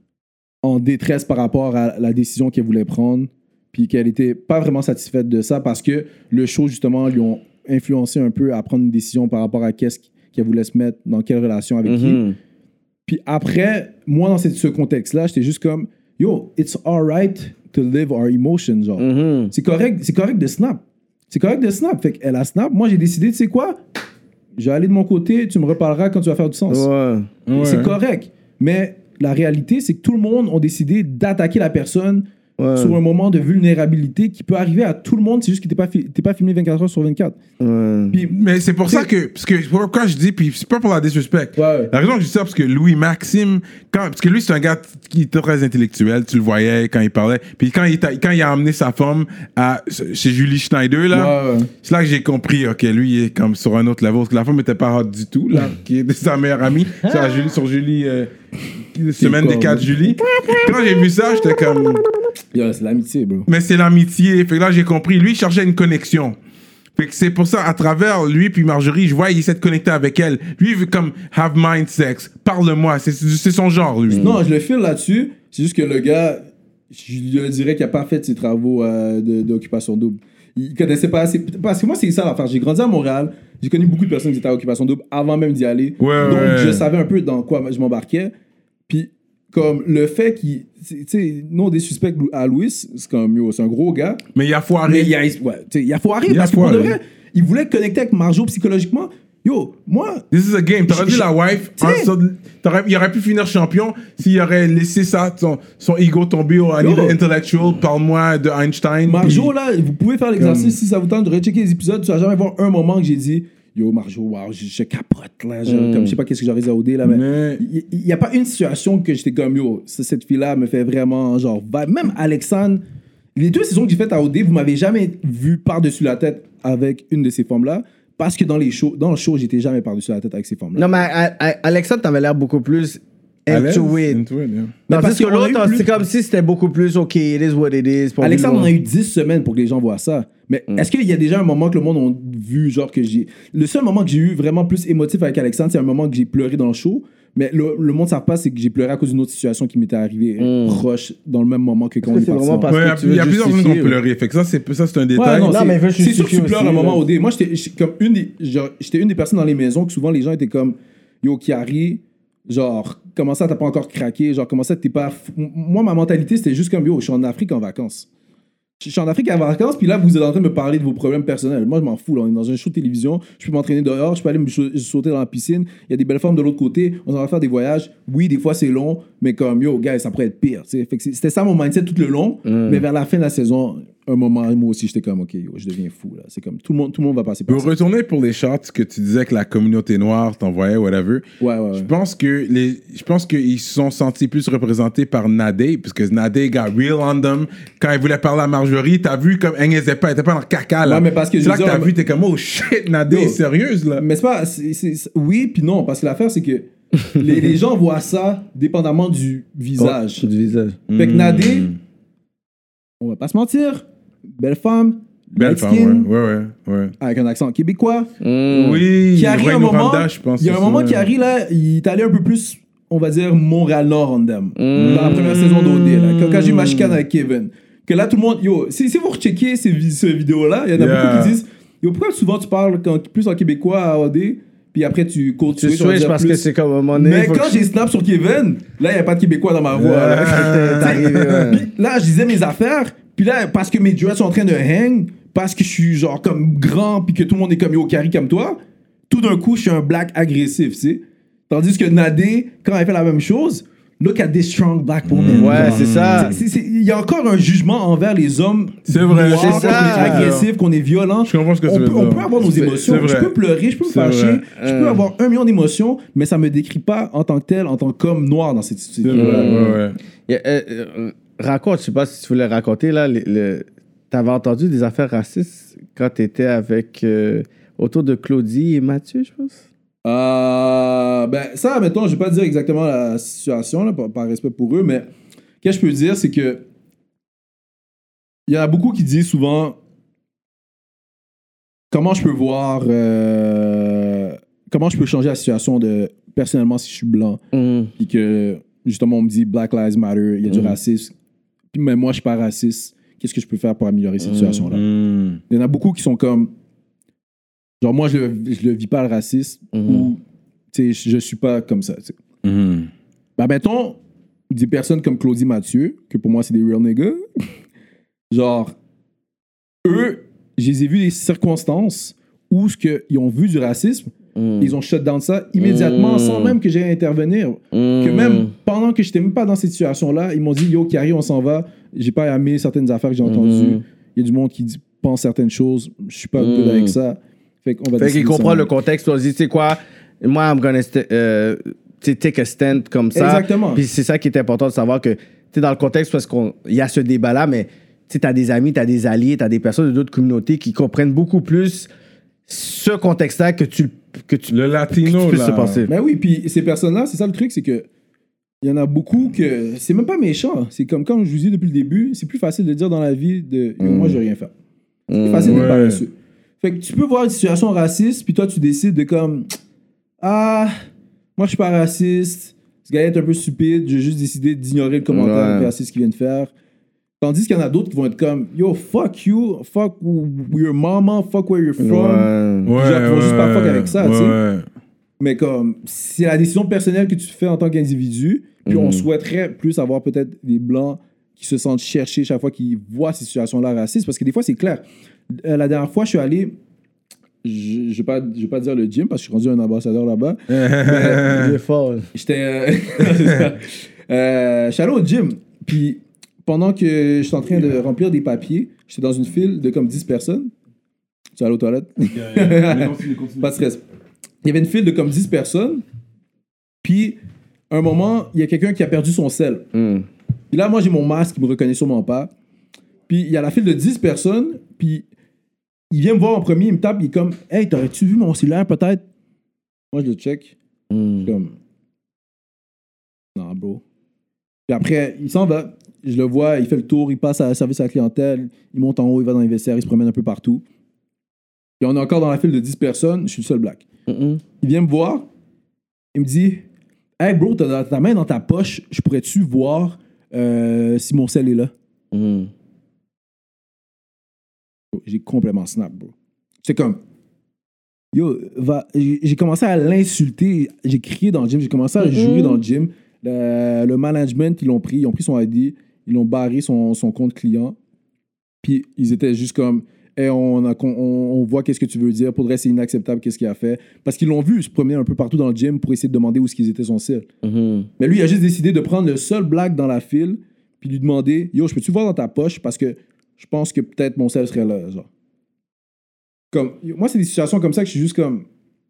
en détresse par rapport à la décision qu'elle voulait prendre, puis qu'elle n'était pas vraiment satisfaite de ça parce que le show, justement, lui ont influencé un peu à prendre une décision par rapport à qu'est-ce qu'elle voulait se mettre, dans quelle relation avec qui. Mhm. Puis après, moi, dans ce contexte-là, j'étais juste comme, yo, it's alright to live our emotions, genre. Mhm. C'est correct de snap. C'est correct de snap. Fait qu'elle a snap. Moi, j'ai décidé, tu sais quoi? Je vais aller de mon côté, tu me reparleras quand tu vas faire du sens. Ouais. Ouais. C'est correct. Mais la réalité, c'est que tout le monde a décidé d'attaquer la personne Ouais. sur un moment de vulnérabilité qui peut arriver à tout le monde. C'est juste que t'es pas filmé 24 heures sur 24. Ouais. Puis, Mais c'est pour ça que, parce que quand je dis, puis c'est pas pour la disrespect. Ouais. La raison que je dis ça, parce que Louis Maxime, parce que lui, c'est un gars qui était très intellectuel, tu le voyais quand il parlait. Puis quand il a amené sa femme chez Julie Schneider, là, Ouais. c'est là que j'ai compris, OK, lui, il est comme sur un autre level, parce que la femme était pas hot du tout, là, qui est sa meilleure amie, sur Julie, semaine des 4 Julie. Quand j'ai vu ça, j'étais comme, Yo, c'est l'amitié, bro. mais c'est l'amitié. Fait que là, j'ai compris. Lui, il cherchait une connexion. Fait que c'est pour ça, à travers lui puis Marjorie, je vois, il essaie de connecter avec elle. Lui, il veut comme have mind sex. Parle-moi. C'est son genre, lui. Non, je le file là-dessus. C'est juste que le gars, je lui dirais qu'il n'a pas fait ses travaux d'occupation double. Il connaissait pas assez. Parce que moi, c'est ça l'affaire. J'ai grandi à Montréal. J'ai connu beaucoup de personnes qui étaient à occupation double avant même d'y aller. Ouais, Donc, ouais. je savais un peu dans quoi je m'embarquais. Puis, comme le fait qu'il. Tu sais, non des suspects à Louis, c'est comme, yo, c'est un gros gars. Mais il a Mais foiré. il a foiré Il a parce que pour de foiré. vrai, il voulait connecter avec Marjo psychologiquement. Yo, moi, This is a game. T'aurais dit la wife. T'sais. Il aurait pu finir champion s'il aurait laissé ça, son ego tomber au niveau Yo. intellectual. Parle-moi de Einstein. Marjo, puis- là, vous pouvez faire l'exercice si ça vous tente de rechecker les épisodes. Tu vas jamais voir un moment que j'ai dit yo, Marjo, wow, je capote, là. Comme, je sais pas qu'est-ce que j'aurais dit à OD, là, mais il y a pas une situation que j'étais comme yo, cette fille-là me fait vraiment genre vibe. Même Alexandre, les 2 saisons que j'ai faites à OD, vous m'avez jamais vu par-dessus la tête avec une de ces femmes-là. Parce que dans le show, j'étais jamais par-dessus la tête avec ces femmes-là. Non, mais Alexandre, t'avais l'air beaucoup plus À l'aise. into it. Into it, yeah. Parce parce que qu'on a eu l'autre, plus- c'est comme si c'était beaucoup plus OK, it is what it is. Alexandre, on a eu 10 semaines pour que les gens voient ça. Mais est-ce qu'il y a déjà un moment que le monde a vu, genre que j'ai... Le seul moment que j'ai eu vraiment plus émotif avec Alexandre, c'est un moment que j'ai pleuré dans le show. Mais le monde ne savent pas, c'est que j'ai pleuré à cause d'une autre situation qui m'était arrivée proche dans le même moment que quand on est C'est parti. vraiment parce que tu veux il y a plusieurs personnes qui ont justifier, pleuré. Fait que ça, c'est un Ouais, détail. non, mais il veut c'est sûr que tu justifier pleures aussi, un moment là. au dé. Moi, j'étais une des personnes dans les maisons que souvent les gens étaient comme Yo, Kiari, genre, comment ça, t'as pas encore craqué? Genre, comment ça, t'es pas. Moi, ma mentalité, c'était juste comme Yo, je suis en Afrique en vacances. Je suis en Afrique en vacances, puis là, vous êtes en train de me parler de vos problèmes personnels. Moi, je m'en fous. Là. On est dans un show de télévision. Je peux m'entraîner dehors. Je peux aller me sauter dans la piscine. Il y a des belles femmes de l'autre côté. On va faire des voyages. Oui, des fois, c'est long, mais comme, yo, gars, ça pourrait être pire. Fait que c'était ça mon mindset tout le long. Mais vers la fin de la saison, un moment, moi aussi, j'étais comme, OK, yo, je deviens fou. Là. C'est comme, tout le monde va passer par Pour ça. retourner pour les shots que tu disais que la communauté noire t'envoyait, whatever. Ouais. Je pense qu'ils se sont sentis plus représentés par Nadé, parce que Nadé got real on them. Quand il voulait parler à Marjorie, t'as vu comme elle n'était pas dans le caca là. Ouais, mais parce que c'est je là veux que t'as dire, vu, t'es comme oh shit, Nadé Yo. est sérieuse là. Mais c'est pas. Oui, puis non, parce que l'affaire, c'est que les gens voient ça dépendamment du visage. Du visage. Fait que Nadé, on va pas se mentir, belle femme, Belle light femme, skin, ouais. avec un accent québécois. Oui, Qui arrive Roy un moment, Novanda, je pense. il y a un c'est moment ça. qui arrive là, il est allé un peu plus, on va dire, Montréal-Nord on them. Dans la première saison d'OD, là, quand j'ai eu ma chicane avec Kevin. Que là, tout le monde, yo, si vous recheckez ces vidéos-là, il y en a beaucoup qui disent, yo, pourquoi souvent tu parles plus en québécois à OD, puis après tu codes Tu switches parce que c'est comme un moment donné. Mais faut quand que j'ai snap sur Kevin, là, il n'y a pas de Québécois dans ma voix. là. t'es arrivé, ouais. Puis là, je disais mes affaires, puis là, parce que mes dreads sont en train de hang, parce que je suis genre comme grand, puis que tout le monde est comme yo, carré comme toi, tout d'un coup, je suis un black agressif, tu sais. Tandis que Nadé, quand elle fait la même chose, look at this strong black woman. Ouais, Genre, c'est ça. Il y a encore un jugement envers les hommes. C'est vrai, noirs, c'est qu'on ça. est agressif, qu'on est violent. Je comprends ce que tu On veux peut- dire. On peut avoir nos C'est émotions. vrai. Je peux pleurer, je peux me C'est fâcher, vrai. je peux avoir 1 million d'émotions, mais ça me décrit pas en tant que tel, en tant qu'homme noir dans cette C'est situation. vrai, Raconte, je sais pas si tu voulais raconter, là, t'avais entendu des affaires racistes quand t'étais avec. Autour de Claudie et Mathieu, je pense. Ben, ça, mettons, je vais pas dire exactement la situation, là, par respect pour eux, mais ce que je peux dire, c'est que il y en a beaucoup qui disent souvent comment je peux voir, comment je peux changer la situation de personnellement si je suis blanc, puis que justement on me dit Black Lives Matter, il y a du racisme, puis mais moi je suis pas raciste, qu'est-ce que je peux faire pour améliorer cette situation-là? Il y en a beaucoup qui sont comme genre, moi, je le vis pas le racisme ou, tu sais, je suis pas comme ça, tu sais. Ben, mettons, des personnes comme Claudie Mathieu, que pour moi, c'est des real niggas, genre, eux, je les ai vus des circonstances où ils ont vu du racisme, ils ont shut down ça immédiatement sans même que j'aie à intervenir. Que même pendant que j'étais même pas dans cette situation-là, ils m'ont dit, yo, Carrie, on s'en va, j'ai pas aimé certaines affaires que j'ai entendues, il y a du monde qui pense certaines choses, je suis pas good avec ça. Fait qu'il comprend le contexte, on se dit, tu sais quoi, moi, I'm gonna take a stand comme ça. Exactement. Puis c'est ça qui est important de savoir que, tu sais, dans le contexte, parce qu'il y a ce débat-là, mais tu sais, t'as des amis, t'as des alliés, t'as des personnes de d'autres communautés qui comprennent beaucoup plus ce contexte-là que tu Le latino, puisses là. se passer. Ben oui, puis ces personnes-là, c'est ça le truc, c'est que il y en a beaucoup que c'est même pas méchant. C'est comme quand je vous dis depuis le début, c'est plus facile de dire dans la vie de yo, moi, j'ai rien fait. C'est plus facile d'être paresseux. Fait que tu peux voir une situation raciste, puis toi, tu décides de comme moi, je suis pas raciste, ce gars est un peu stupide, j'ai juste décidé d'ignorer le commentaire raciste qu'il vient de faire. Tandis qu'il y en a d'autres qui vont être comme yo, fuck you, fuck your mama, fuck where you're from. Genre, ils vont juste pas fuck avec ça, tu sais. Mais comme, c'est la décision personnelle que tu fais en tant qu'individu, puis on souhaiterait plus avoir peut-être des blancs qui se sentent cherchés chaque fois qu'ils voient ces situations-là racistes, parce que des fois, c'est clair. La dernière fois, je suis allé, je vais pas dire le gym, parce que je suis rendu un ambassadeur là-bas. Il est fort. J'étais... je suis allé au gym, puis pendant que j'étais en train de remplir des papiers, j'étais dans une file de comme 10 personnes. Tu es allé aux toilettes? Pas de stress. Il y avait une file de comme 10 personnes, puis à un moment, il y a quelqu'un qui a perdu son sel. Puis là, moi, j'ai mon masque, il me reconnaît sûrement pas. Puis il y a la file de 10 personnes, puis il vient me voir en premier, il me tape, il est comme « Hey, t'aurais-tu vu mon cellulaire, peut-être? » Moi, je le check. Je suis comme « Non, bro. » Puis après, il s'en va. Je le vois, il fait le tour, il passe à la service à la clientèle, il monte en haut, il va dans les vestiaires, il se promène un peu partout. Puis on est encore dans la file de 10 personnes, je suis le seul black. Il vient me voir, il me dit « Hey bro, t'as ta main dans ta poche, je pourrais-tu voir si mon sel est là? J'ai complètement snap, bro. C'est comme... Yo, j'ai commencé à l'insulter, j'ai crié dans le gym, j'ai commencé à jouer dans le gym. Le management, ils ont pris son ID, ils l'ont barré son compte client. Puis ils étaient juste comme, hey, on voit qu'est-ce que tu veux dire. Pour le reste, c'est inacceptable, qu'est-ce qu'il a fait. Parce qu'ils l'ont vu se promener un peu partout dans le gym pour essayer de demander où est-ce qu'ils étaient son sel. Mais lui, il a juste décidé de prendre le seul black dans la file, puis lui demander, yo, je peux-tu voir dans ta poche parce que je pense que peut-être mon sel serait là, genre. Comme, moi, c'est des situations comme ça que je suis juste comme,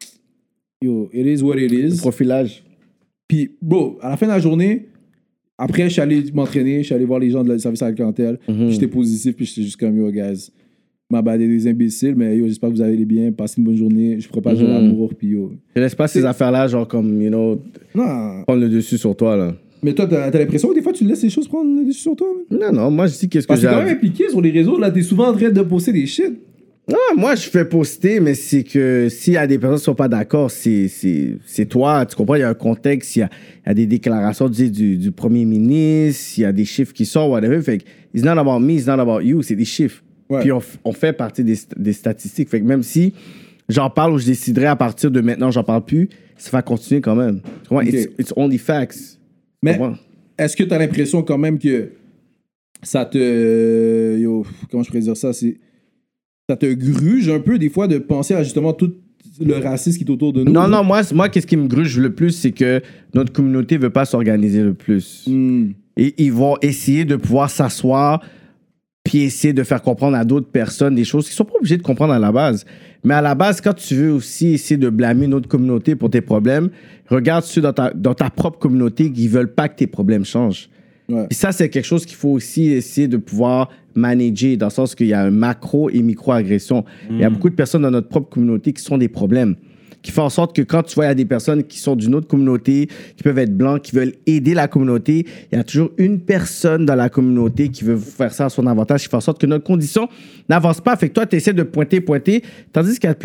yo, it is what it is. Le profilage. Puis, bro, à la fin de la journée, après, je suis allé m'entraîner, je suis allé voir les gens de la service à la clientèle. J'étais positif, puis j'étais juste comme, yo, guys, ma bad, des imbéciles, mais yo, j'espère que vous allez bien, passez une bonne journée, je propage de l'amour, puis yo. Je laisse pas ces affaires-là, genre comme, you know, prendre le dessus sur toi, là. Mais toi, t'as l'impression que des fois, tu laisses les choses prendre le dessus sur toi, man? Non, moi, je dis qu'est-ce que Parce j'ai. que t'es quand même impliqué sur les réseaux, là, t'es souvent en train de poster des shit. Non, moi, je fais poster, mais c'est que s'il y a des personnes qui ne sont pas d'accord, c'est toi. Tu comprends? Il y a un contexte, il y a des déclarations du premier ministre, il y a des chiffres qui sortent, whatever. Fait que, it's not about me, it's not about you, c'est des chiffres. Ouais. Puis on fait partie des statistiques. Fait que même si j'en parle ou je déciderais à partir de maintenant, j'en parle plus, ça va continuer quand même. Tu comprends? Okay. It's only facts. Mais est-ce que tu as l'impression quand même que ça te... Yo, comment je pourrais dire ça? Ça te gruge un peu des fois de penser à justement tout le racisme qui est autour de nous? Non, moi qu'est-ce qui me gruge le plus, c'est que notre communauté ne veut pas s'organiser le plus. Et ils vont essayer de pouvoir s'asseoir puis essayer de faire comprendre à d'autres personnes des choses qu'ils ne sont pas obligés de comprendre à la base. Mais à la base, quand tu veux aussi essayer de blâmer notre communauté pour tes problèmes, regarde ceux dans ta propre communauté qui ne veulent pas que tes problèmes changent. Ouais. Et ça, c'est quelque chose qu'il faut aussi essayer de pouvoir manager, dans le sens qu'il y a un macro et micro-agression. Il y a beaucoup de personnes dans notre propre communauté qui sont des problèmes, qui font en sorte que quand tu vois, il y a des personnes qui sont d'une autre communauté, qui peuvent être blancs, qui veulent aider la communauté, il y a toujours une personne dans la communauté qui veut faire ça à son avantage, qui fait en sorte que notre condition n'avance pas. Fait que toi, tu essaies de pointer, tandis qu'il y a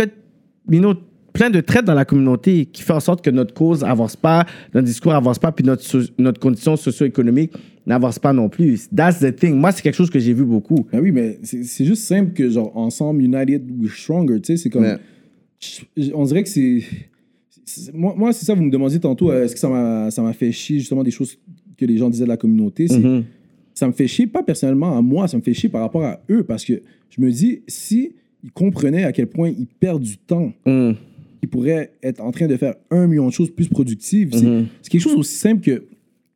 plein de traits dans la communauté qui fait en sorte que notre cause n'avance pas, notre discours n'avance pas, puis notre condition socio-économique n'avance pas non plus. That's the thing. Moi, c'est quelque chose que j'ai vu beaucoup. Ben oui, mais c'est juste simple que, genre, ensemble, united, we're stronger, tu sais, c'est comme... Ouais. On dirait que c'est... Moi, c'est ça, vous me demandiez tantôt, est-ce que ça m'a fait chier, justement, des choses que les gens disaient de la communauté. Ça me fait chier, pas personnellement à moi, ça me fait chier par rapport à eux, parce que je me dis, si ils comprenaient à quel point ils perdent du temps... Ils pourraient être en train de faire 1 million de choses plus productives. C'est quelque chose aussi simple que...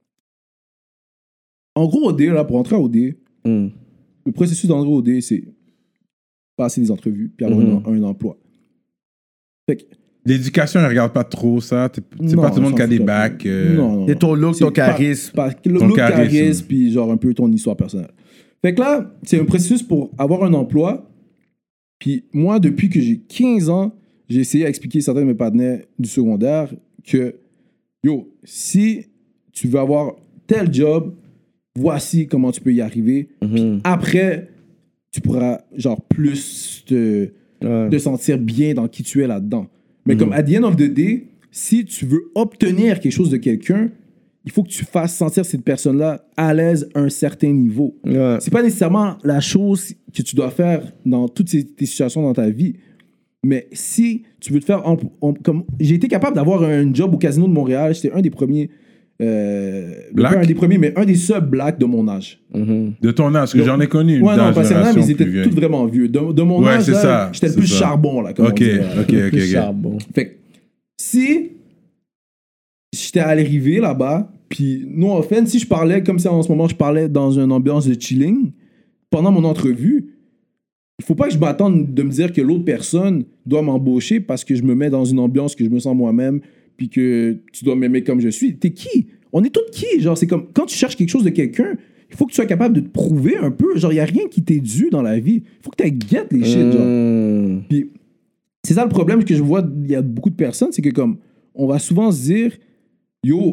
En gros, OD, là, pour entrer à OD, le processus d'entrer à OD, c'est passer des entrevues puis avoir un emploi. Fait que... L'éducation, elle ne regarde pas trop ça. C'est pas tout le monde qui a des bacs. Non. C'est ton look, ton charisme. Ton charisme, puis genre un peu ton histoire personnelle. Fait que là, c'est un processus pour avoir un emploi. Puis moi, depuis que j'ai 15 ans, j'ai essayé à expliquer à certains de mes partenaires du secondaire que, yo, si tu veux avoir tel job, voici comment tu peux y arriver. Puis après, tu pourras, genre, plus te sentir bien dans qui tu es là-dedans. Mais comme, at the end of the day, si tu veux obtenir quelque chose de quelqu'un, il faut que tu fasses sentir cette personne-là à l'aise à un certain niveau. C'est pas nécessairement la chose que tu dois faire dans toutes tes situations dans ta vie. Mais si tu veux te faire... comme j'ai été capable d'avoir un job au Casino de Montréal. J'étais un des premiers... Black? Pas un des premiers, mais un des seuls blacks de mon âge. De ton âge, parce que j'en ai connu une non, parce que ils étaient tous vraiment vieux. De mon âge, là, j'étais le plus charbon. Là, OK. Charbon. Fait que si j'étais arrivé là-bas, puis non offense, si je parlais comme ça en ce moment, je parlais dans une ambiance de chilling, pendant mon entrevue, il faut pas que je m'attende de me dire que l'autre personne doit m'embaucher parce que je me mets dans une ambiance que je me sens moi-même puis que tu dois m'aimer comme je suis. T'es qui? On est tous qui? Genre, c'est comme quand tu cherches quelque chose de quelqu'un, il faut que tu sois capable de te prouver un peu. Genre, il n'y a rien qui t'est dû dans la vie. Il faut que tu guettes les shit, genre. Puis c'est ça le problème que je vois, il y a beaucoup de personnes, c'est que comme, on va souvent se dire, yo,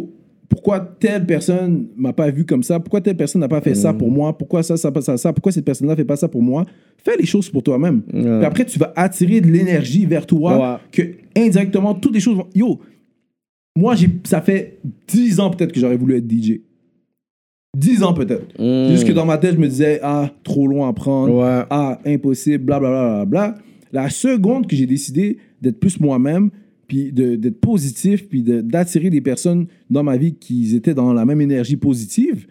pourquoi telle personne m'a pas vu comme ça, pourquoi telle personne n'a pas fait ça pour moi, pourquoi ça, pourquoi cette personne-là fait pas ça pour moi. Fais les choses pour toi-même. Puis après, tu vas attirer de l'énergie vers toi que indirectement, toutes les choses vont... Yo, moi, ça fait 10 ans peut-être que j'aurais voulu être DJ. 10 ans peut-être. Juste que dans ma tête, je me disais, trop loin à prendre, impossible, blablabla. Bla, bla, bla. La seconde que j'ai décidé d'être plus moi-même, puis d'être positif, puis d'attirer des personnes dans ma vie qui étaient dans la même énergie positive,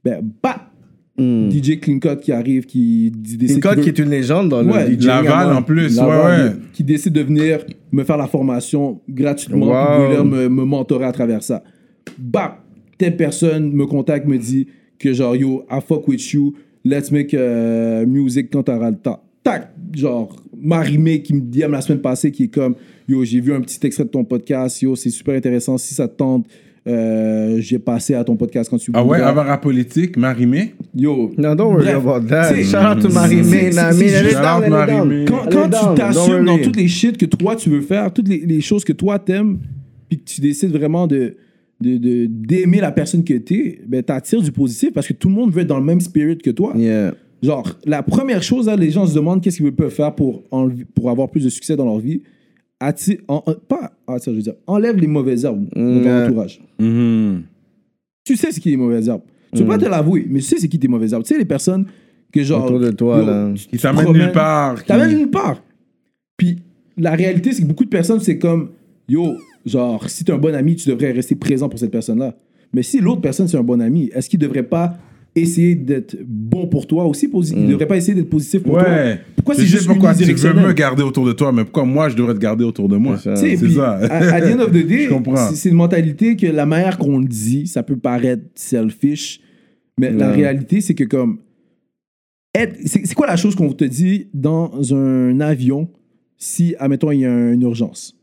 DJ Clean Cut qui arrive, qui décide... Clean Cut qui est une légende dans le DJ. Laval en plus, qui décide de venir me faire la formation gratuitement, puis venir me mentorer à travers ça. Telle personne me contacte, me dit que genre, yo, I fuck with you, let's make music quand t'auras le temps. Tac, genre, Marimé qui me dit la semaine passée, qui est comme, yo, j'ai vu un petit extrait de ton podcast, yo, c'est super intéressant, si ça te tente, j'ai passé à ton podcast quand tu voudras. Ah ouais, avant Rap Politique, Marimé? Yo. No, don't worry about that. Shout out to Marimé. Quand tu t'assumes dans toutes les shit que toi tu veux faire, toutes les choses que toi t'aimes, puis que tu décides vraiment d'aimer la personne que t'es, ben t'attires du positif parce que tout le monde veut être dans le même spirit que toi. Yeah. Genre, la première chose, là, les gens se demandent qu'est-ce qu'ils peuvent faire pour avoir plus de succès dans leur vie. Enlève les mauvaises herbes de ton entourage. Tu sais ce qui est les mauvaises herbes. Tu peux pas te l'avouer, mais tu sais c'est qui tes mauvaises herbes. Tu sais les personnes que genre... Autour de toi, là. Qui t'amènent nulle part. T'amènent nulle part. Puis la réalité, c'est que beaucoup de personnes, c'est comme, yo, genre, si t'es un bon ami, tu devrais rester présent pour cette personne-là. Mais si l'autre personne, c'est un bon ami, est-ce qu'il devrait pas essayer d'être bon pour toi aussi? Il devrait pas essayer d'être positif pour toi? Pourquoi c'est juste pourquoi tu veux unidirectionnel? me garder autour de toi, mais pourquoi moi je devrais te garder autour de moi? C'est ça. À the end of the day, je comprends. C'est une mentalité que la manière qu'on le dit, ça peut paraître selfish, mais la réalité, c'est que comme... C'est quoi la chose qu'on te dit dans un avion si, admettons, il y a une urgence?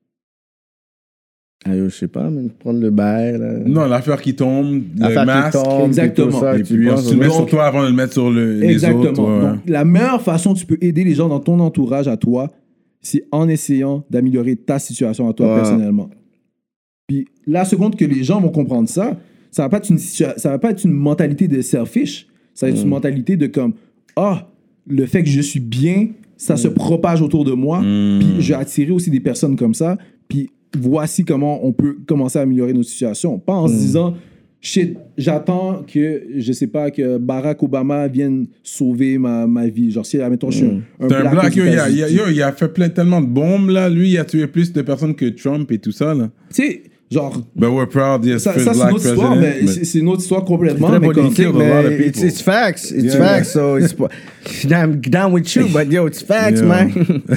Je sais pas, mais prendre le bail. Là. Non, l'affaire qui tombe, le masque. Exactement. Et puis tu le mets sur toi avant de le mettre sur les autres. Donc, la meilleure façon que tu peux aider les gens dans ton entourage à toi, c'est en essayant d'améliorer ta situation à toi personnellement. Puis la seconde que les gens vont comprendre ça, ça va pas être une mentalité de selfish. Ça va être une mentalité de comme, le fait que je suis bien, ça se propage autour de moi. Puis je vais attirer aussi des personnes comme ça. Puis voici comment on peut commencer à améliorer nos situations. Pas en se disant, shit, j'attends que, je sais pas, que Barack Obama vienne sauver ma vie. Genre, si, admettons, je suis un black. Il a fait tellement de bombes, là. Lui, il a tué plus de personnes que Trump et tout ça, là. Tu sais, genre... But we're proud, yes, ça c'est une autre histoire, mais c'est une autre histoire complètement. C'est très politique, mais it's facts. It's facts, so I'm down with you, but yo, it's facts, man.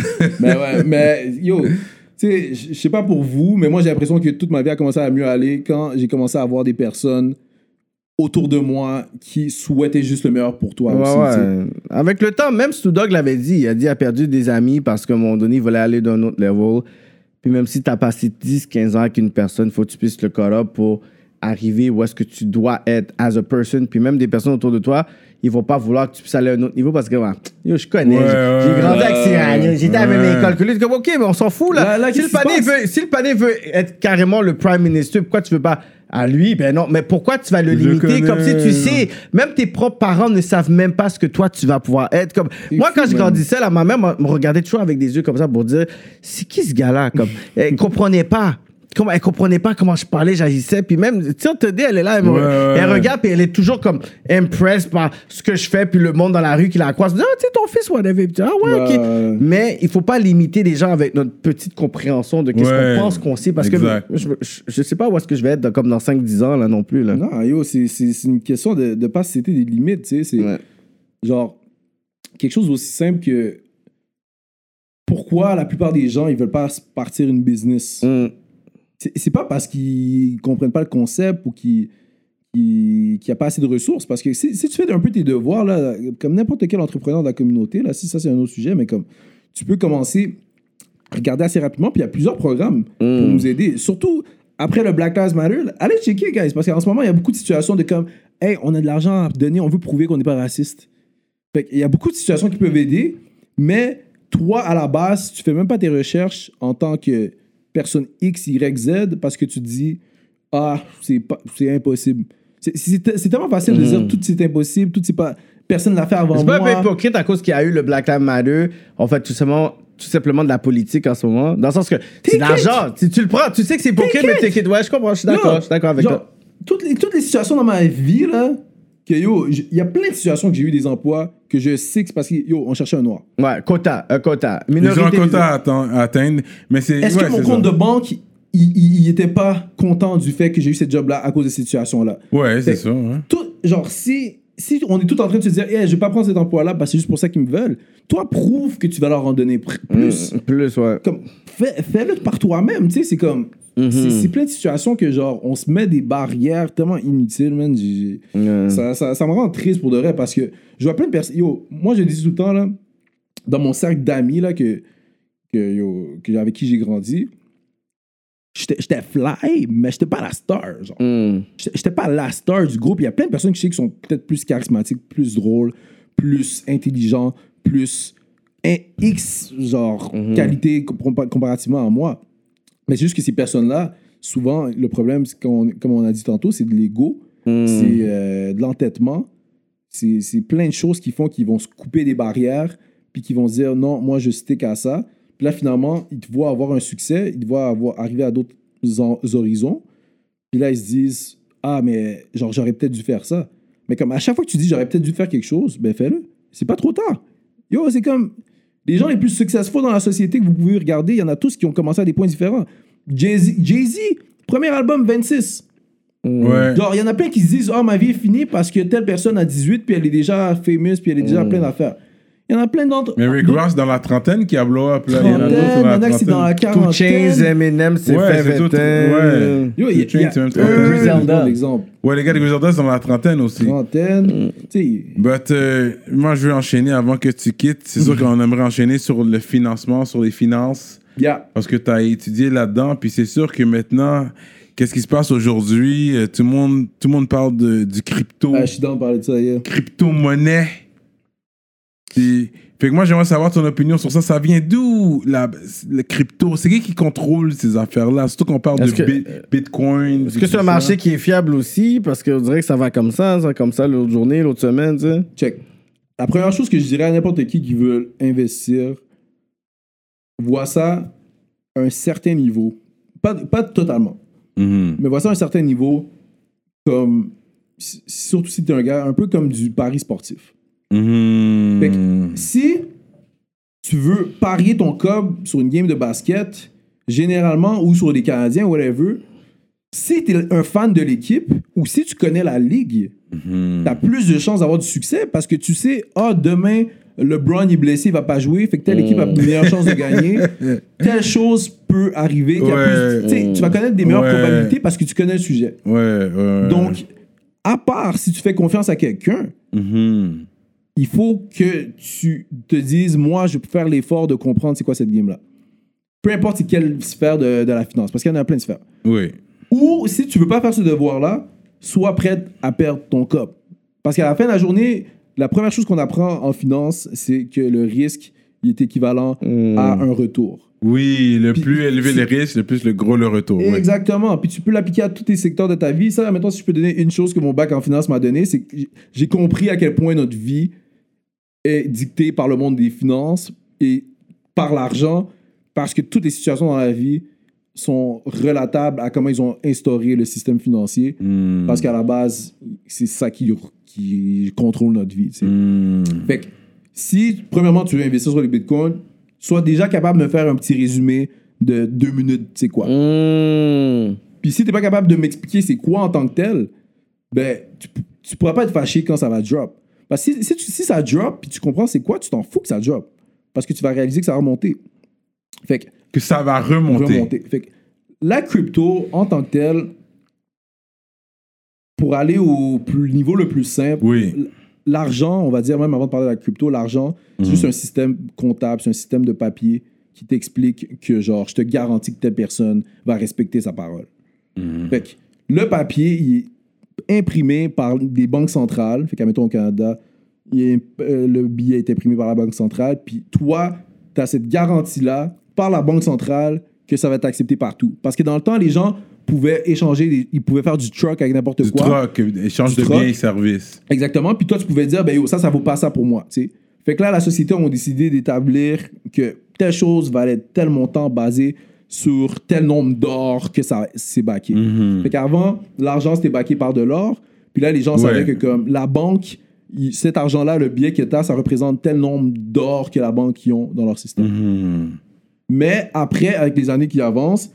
mais yo... Tu sais, je sais pas pour vous, mais moi, j'ai l'impression que toute ma vie a commencé à mieux aller quand j'ai commencé à avoir des personnes autour de moi qui souhaitaient juste le meilleur pour toi aussi. Avec le temps, même Snoop Dogg l'avait dit. Il a dit qu'il a perdu des amis parce qu'à un moment donné, il voulait aller d'un autre level. Puis même si tu as passé 10-15 ans avec une personne, il faut que tu puisses le cut-up pour arriver où est-ce que tu dois être as a person. Puis même des personnes autour de toi, ils vont pas vouloir que tu puisses aller à un autre niveau parce que, yo, je connais, j'ai grandi avec Cyrano, j'étais à la même école que lui. Comme, OK, mais on s'en fout, là. Si le panier veut être carrément le prime minister, pourquoi tu veux pas à lui? Ben non, mais pourquoi tu vas le limiter? Comme si tu sais, même tes propres parents ne savent même pas ce que toi, tu vas pouvoir être. Comme, moi, quand je grandissais, là, ma mère me regardait toujours avec des yeux comme ça pour dire, c'est qui ce gars-là? Comme, elle comprenait pas. Elle comprenait pas comment je parlais, j'agissais. Puis même, tu sais, on te dit, elle est là, elle regarde, puis elle est toujours comme impressed par ce que je fais, puis le monde dans la rue qui la croise. Tu sais, ton fils, whatever. Puis, OK. Mais il faut pas limiter les gens avec notre petite compréhension de qu'est-ce qu'on pense qu'on sait. Parce que je sais pas où est-ce que je vais être comme dans 5-10 ans, là, non plus. Là. Non, yo, c'est une question de pas se citer des limites, tu sais. C'est genre quelque chose aussi simple que pourquoi la plupart des gens, ils veulent pas partir une business. C'est pas parce qu'ils comprennent pas le concept ou qu'il n'y a pas assez de ressources. Parce que si tu fais un peu tes devoirs, là, comme n'importe quel entrepreneur de la communauté, là, si ça c'est un autre sujet, mais comme tu peux commencer à regarder assez rapidement, puis il y a plusieurs programmes pour nous aider. Surtout après le Black Lives Matter, allez checker, guys, parce qu'en ce moment, il y a beaucoup de situations de comme, hey, on a de l'argent à donner, on veut prouver qu'on n'est pas raciste. Fait il y a beaucoup de situations qui peuvent aider, mais toi, à la base, tu fais même pas tes recherches en tant que personne X, Y, Z, parce que tu te dis, ah, c'est impossible. C'est tellement facile de dire tout c'est impossible, tout c'est pas. Personne ne l'a fait avant C'est moi. pas un peu hypocrite à cause qu'il y a eu le Black Lives Matter. On fait tout simplement de la politique en ce moment. Dans le sens que c'est de l'argent. Si tu le prends, tu sais que c'est hypocrite, mais t'inquiète. Ouais, je comprends, je suis d'accord avec toi. Toutes les situations dans ma vie, là, que il y a plein de situations que j'ai eu des emplois que je sais que c'est parce qu'on cherchait un noir. Ouais, un quota. Ils ont un quota à atteindre, mais c'est... Est-ce que mon compte de banque, il était pas content du fait que j'ai eu cette job-là à cause de cette situation-là? Ouais, c'est ça. Ouais. Genre, si on est tout en train de se dire, hey, je vais pas prendre cet emploi-là parce que c'est juste pour ça qu'ils me veulent, toi, prouve que tu vas leur en donner plus. Plus, ouais. Comme, fais-le par toi-même, tu sais, c'est comme... C'est plein de situations que, genre, on se met des barrières tellement inutiles, man. Ça me rend triste pour de vrai parce que je vois plein de personnes... Yo, moi, je dis tout le temps, là, dans mon cercle d'amis, là, avec qui j'ai grandi, j'étais fly, mais j'étais pas la star, genre. J'étais pas la star du groupe. Il y a plein de personnes que je sais qui sont peut-être plus charismatiques, plus drôles, plus intelligents, plus X, genre, qualité comparativement à moi. Mais c'est juste que ces personnes-là, souvent, le problème, c'est comme on a dit tantôt, c'est de l'ego, c'est de l'entêtement, c'est plein de choses qui font qu'ils vont se couper des barrières, puis qu'ils vont se dire, non, moi, je stick à ça. Puis là, finalement, ils te voient avoir un succès, ils te voient arriver à d'autres horizons. Puis là, ils se disent, ah, mais genre, j'aurais peut-être dû faire ça. Mais comme à chaque fois que tu dis, j'aurais peut-être dû faire quelque chose, ben fais-le. C'est pas trop tard. Yo, c'est comme... Les gens les plus successful dans la société que vous pouvez regarder, il y en a tous qui ont commencé à des points différents. Jay-Z, premier album, 26. Ouais. Genre, il y en a plein qui se disent, oh, ma vie est finie parce que telle personne a 18, puis elle est déjà famous, puis elle est déjà plein d'affaires. Il y en a plein d'autres. Mais Rick Ross dans la trentaine qui a blow up. Là. Il y en a d'autres Il y en a qui c'est dans la quarantaine. 2 Chainz, Eminem, c'est fait tout. Ouais. Yo, il y a Griselda. l'exemple. Ouais, les gars de Griselda sont dans la trentaine aussi. Trentaine. Tu sais. But, moi, je veux enchaîner avant que tu quittes. C'est sûr qu'on aimerait enchaîner sur le financement, sur les finances. Yeah. Parce que tu as étudié là-dedans. Puis c'est sûr que maintenant, qu'est-ce qui se passe aujourd'hui? Tout le monde parle du crypto. Ah, je suis dans de parler de ça hier. Crypto-monnaie. Fait que moi, j'aimerais savoir ton opinion sur ça. Ça vient d'où, le crypto? C'est qui contrôle ces affaires-là? Surtout qu'on parle de Bitcoin. Est-ce que c'est un marché qui est fiable aussi? Parce qu'on dirait que ça va comme ça l'autre journée, l'autre semaine, tu sais. Check. La première chose que je dirais à n'importe qui veut investir, vois ça à un certain niveau. Pas totalement. Mais vois ça à un certain niveau, comme, surtout si tu es un gars, un peu comme du pari sportif. Fait que, si tu veux parier ton cob sur une game de basket, généralement, ou sur les Canadiens, whatever, si tu es un fan de l'équipe, ou si tu connais la ligue, tu as plus de chances d'avoir du succès parce que tu sais, demain, LeBron est blessé, il va pas jouer, fait que telle équipe a une meilleure chance de gagner. Telle chose peut arriver. Tu vas connaître des meilleures probabilités parce que tu connais le sujet. Donc, à part si tu fais confiance à quelqu'un, il faut que tu te dises, moi, je peux faire l'effort de comprendre c'est quoi cette game-là. Peu importe c'est quelle sphère de la finance, parce qu'il y en a plein de sphères. Oui. Ou si tu veux pas faire ce devoir-là, sois prêt à perdre ton cop. Parce qu'à la fin de la journée, la première chose qu'on apprend en finance, c'est que le risque il est équivalent à un retour. Oui, plus élevé le risque, le plus gros le retour. Exactement. Puis tu peux l'appliquer à tous les secteurs de ta vie. Ça, maintenant, si je peux donner une chose que mon bac en finance m'a donné, c'est que j'ai compris à quel point notre vie est dictée par le monde des finances et par l'argent, parce que toutes les situations dans la vie sont relatables à comment ils ont instauré le système financier, parce qu'à la base, c'est ça qui contrôle notre vie. Fait que si, premièrement, tu veux investir sur les bitcoins, sois déjà capable de me faire un petit résumé de 2 minutes, c'est quoi. Puis si t'es pas capable de m'expliquer c'est quoi en tant que tel, ben, tu pourras pas être fâché quand ça va drop. Parce que si ça drop, puis tu comprends c'est quoi, tu t'en fous que ça drop. Parce que tu vas réaliser que ça va remonter. Fait que ça va remonter. Fait que la crypto, en tant que telle, pour aller au niveau le plus simple, l'argent, on va dire, même avant de parler de la crypto, l'argent, c'est juste un système comptable, c'est un système de papier qui t'explique que, genre, je te garantis que telle personne va respecter sa parole. Fait que le papier, il est imprimé par des banques centrales. Fait qu'admettons au Canada, le billet est imprimé par la banque centrale, puis toi, tu as cette garantie-là par la banque centrale que ça va être accepté partout. Parce que dans le temps, les gens pouvaient échanger, ils pouvaient faire du truck avec n'importe Du quoi. truck, échange Du de truck. biens et services. Exactement. Puis toi, tu pouvais dire, ben yo, ça vaut pas ça pour moi. Tu sais. Fait que là, la société ont décidé d'établir que telle chose valait tel montant basé sur tel nombre d'or que ça c'est backé. Fait qu'avant, l'argent c'était backé par de l'or. Puis là, les gens savaient que comme la banque, cet argent-là, le billet que tu as, ça représente tel nombre d'or que la banque y ont dans leur système. Mais après, avec les années qui avancent,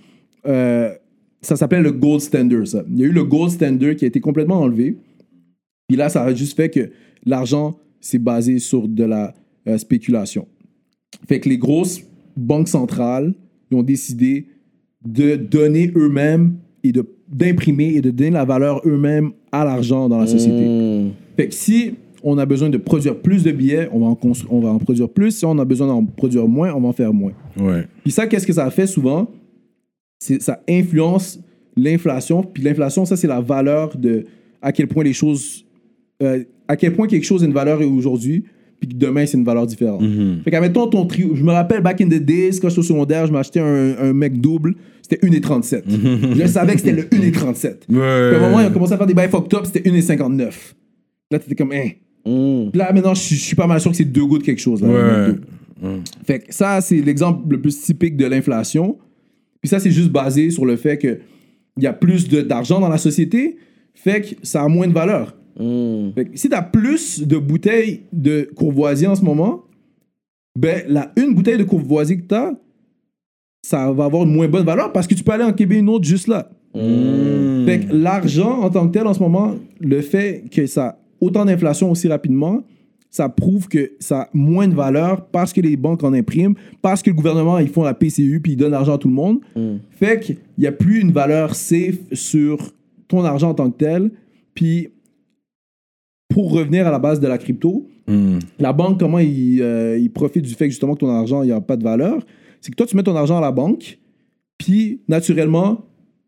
ça s'appelait le gold standard, ça. Il y a eu le gold standard qui a été complètement enlevé. Puis là, ça a juste fait que l'argent, c'est basé sur de la spéculation. Fait que les grosses banques centrales ils ont décidé de donner eux-mêmes et d'imprimer et de donner la valeur eux-mêmes à l'argent dans la société. Fait que si on a besoin de produire plus de billets, on va en produire plus. Si on a besoin d'en produire moins, on va en faire moins. Ouais. Puis ça, qu'est-ce que ça fait souvent? Ça influence l'inflation. Puis l'inflation, ça, c'est la valeur de à quel point les choses... à quel point quelque chose a une valeur aujourd'hui, puis que demain, c'est une valeur différente. Fait qu'admettons ton trio... Je me rappelle, back in the days, quand j'étais au secondaire, je m'achetais un mec double, c'était 1,37. Je savais que c'était le 1,37. Puis à un moment, ils ont commencé à faire des bails fucked up, c'était 1,59. Là, t'étais comme, hein. Puis là, maintenant, je suis pas mal sûr que c'est 2 gouttes quelque chose. Là, Fait que ça, c'est l'exemple le plus typique de l'inflation. Puis ça, c'est juste basé sur le fait qu'il y a plus d'argent dans la société, fait que ça a moins de valeur. Fait que si tu as plus de bouteilles de courvoisier en ce moment, ben, une bouteille de courvoisier que tu as, ça va avoir une moins bonne valeur parce que tu peux aller en Québec une autre juste là. Fait que l'argent en tant que tel en ce moment, le fait que ça a autant d'inflation aussi rapidement, ça prouve que ça a moins de valeur parce que les banques en impriment, parce que le gouvernement, ils font la PCU puis ils donnent l'argent à tout le monde. Fait qu'il n'y a plus une valeur safe sur ton argent en tant que tel. Puis, pour revenir à la base de la crypto, la banque, comment il profite du fait que justement que ton argent, il n'y a pas de valeur, c'est que toi, tu mets ton argent à la banque, puis naturellement,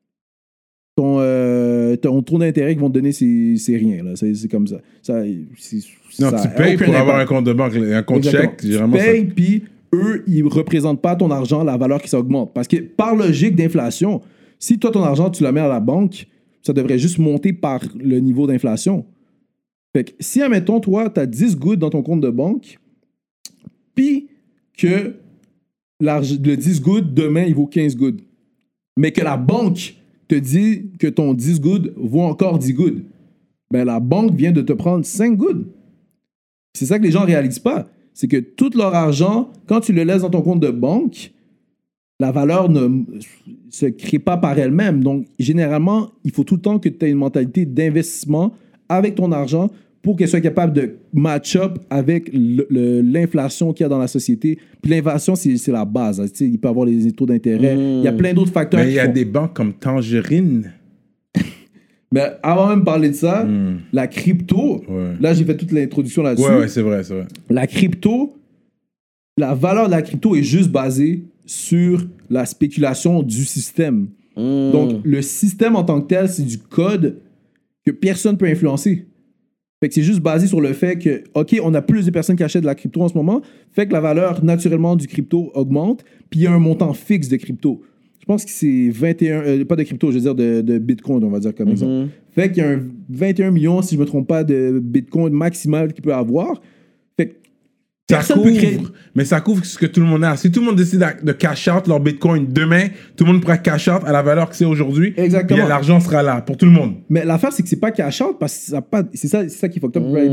ton taux d'intérêt qu'ils vont te donner, c'est rien. Là. C'est comme ça. Non, tu payes pour avoir un compte de banque, un compte chèque. Tu payes, puis eux, ils ne représentent pas ton argent, la valeur qui s'augmente. Parce que par logique d'inflation, si toi, ton argent, tu la mets à la banque, ça devrait juste monter par le niveau d'inflation. Fait que si, admettons, toi, tu as 10 gouttes dans ton compte de banque, puis que le 10 gouttes, demain, il vaut 15 gouttes, mais que la banque te dit que ton 10 gouttes vaut encore 10 gouttes, ben la banque vient de te prendre 5 gouttes. C'est ça que les gens ne réalisent pas. C'est que tout leur argent, quand tu le laisses dans ton compte de banque, la valeur ne se crée pas par elle-même. Donc, généralement, il faut tout le temps que tu aies une mentalité d'investissement avec ton argent pour qu'elle soit capable de match-up avec l'inflation qu'il y a dans la société. Puis l'inflation, c'est la base. Hein. Il peut y avoir les taux d'intérêt. Il y a plein d'autres facteurs. Mais il y a des banques comme Tangerine. Mais avant même de parler de ça, la crypto, là, j'ai fait toute l'introduction là-dessus. Ouais, c'est vrai. La crypto, la valeur de la crypto est juste basée sur la spéculation du système. Donc, le système en tant que tel, c'est du code que personne ne peut influencer. Fait que c'est juste basé sur le fait que, OK, on a plus de personnes qui achètent de la crypto en ce moment, fait que la valeur naturellement du crypto augmente, puis il y a un montant fixe de crypto. Je pense que c'est 21, pas de crypto, je veux dire de Bitcoin, on va dire comme exemple. Fait qu'il y a un 21 millions, si je ne me trompe pas, de Bitcoin maximal qu'il peut avoir. Fait que personne peut créer... Mais ça couvre ce que tout le monde a. Si tout le monde décide de cash out leur Bitcoin demain, tout le monde pourra cash out à la valeur que c'est aujourd'hui. Exactement. Puis l'argent sera là pour tout le monde. Mais l'affaire, c'est que c'est pas cash out parce que ça pas, c'est ça qui fucked up pour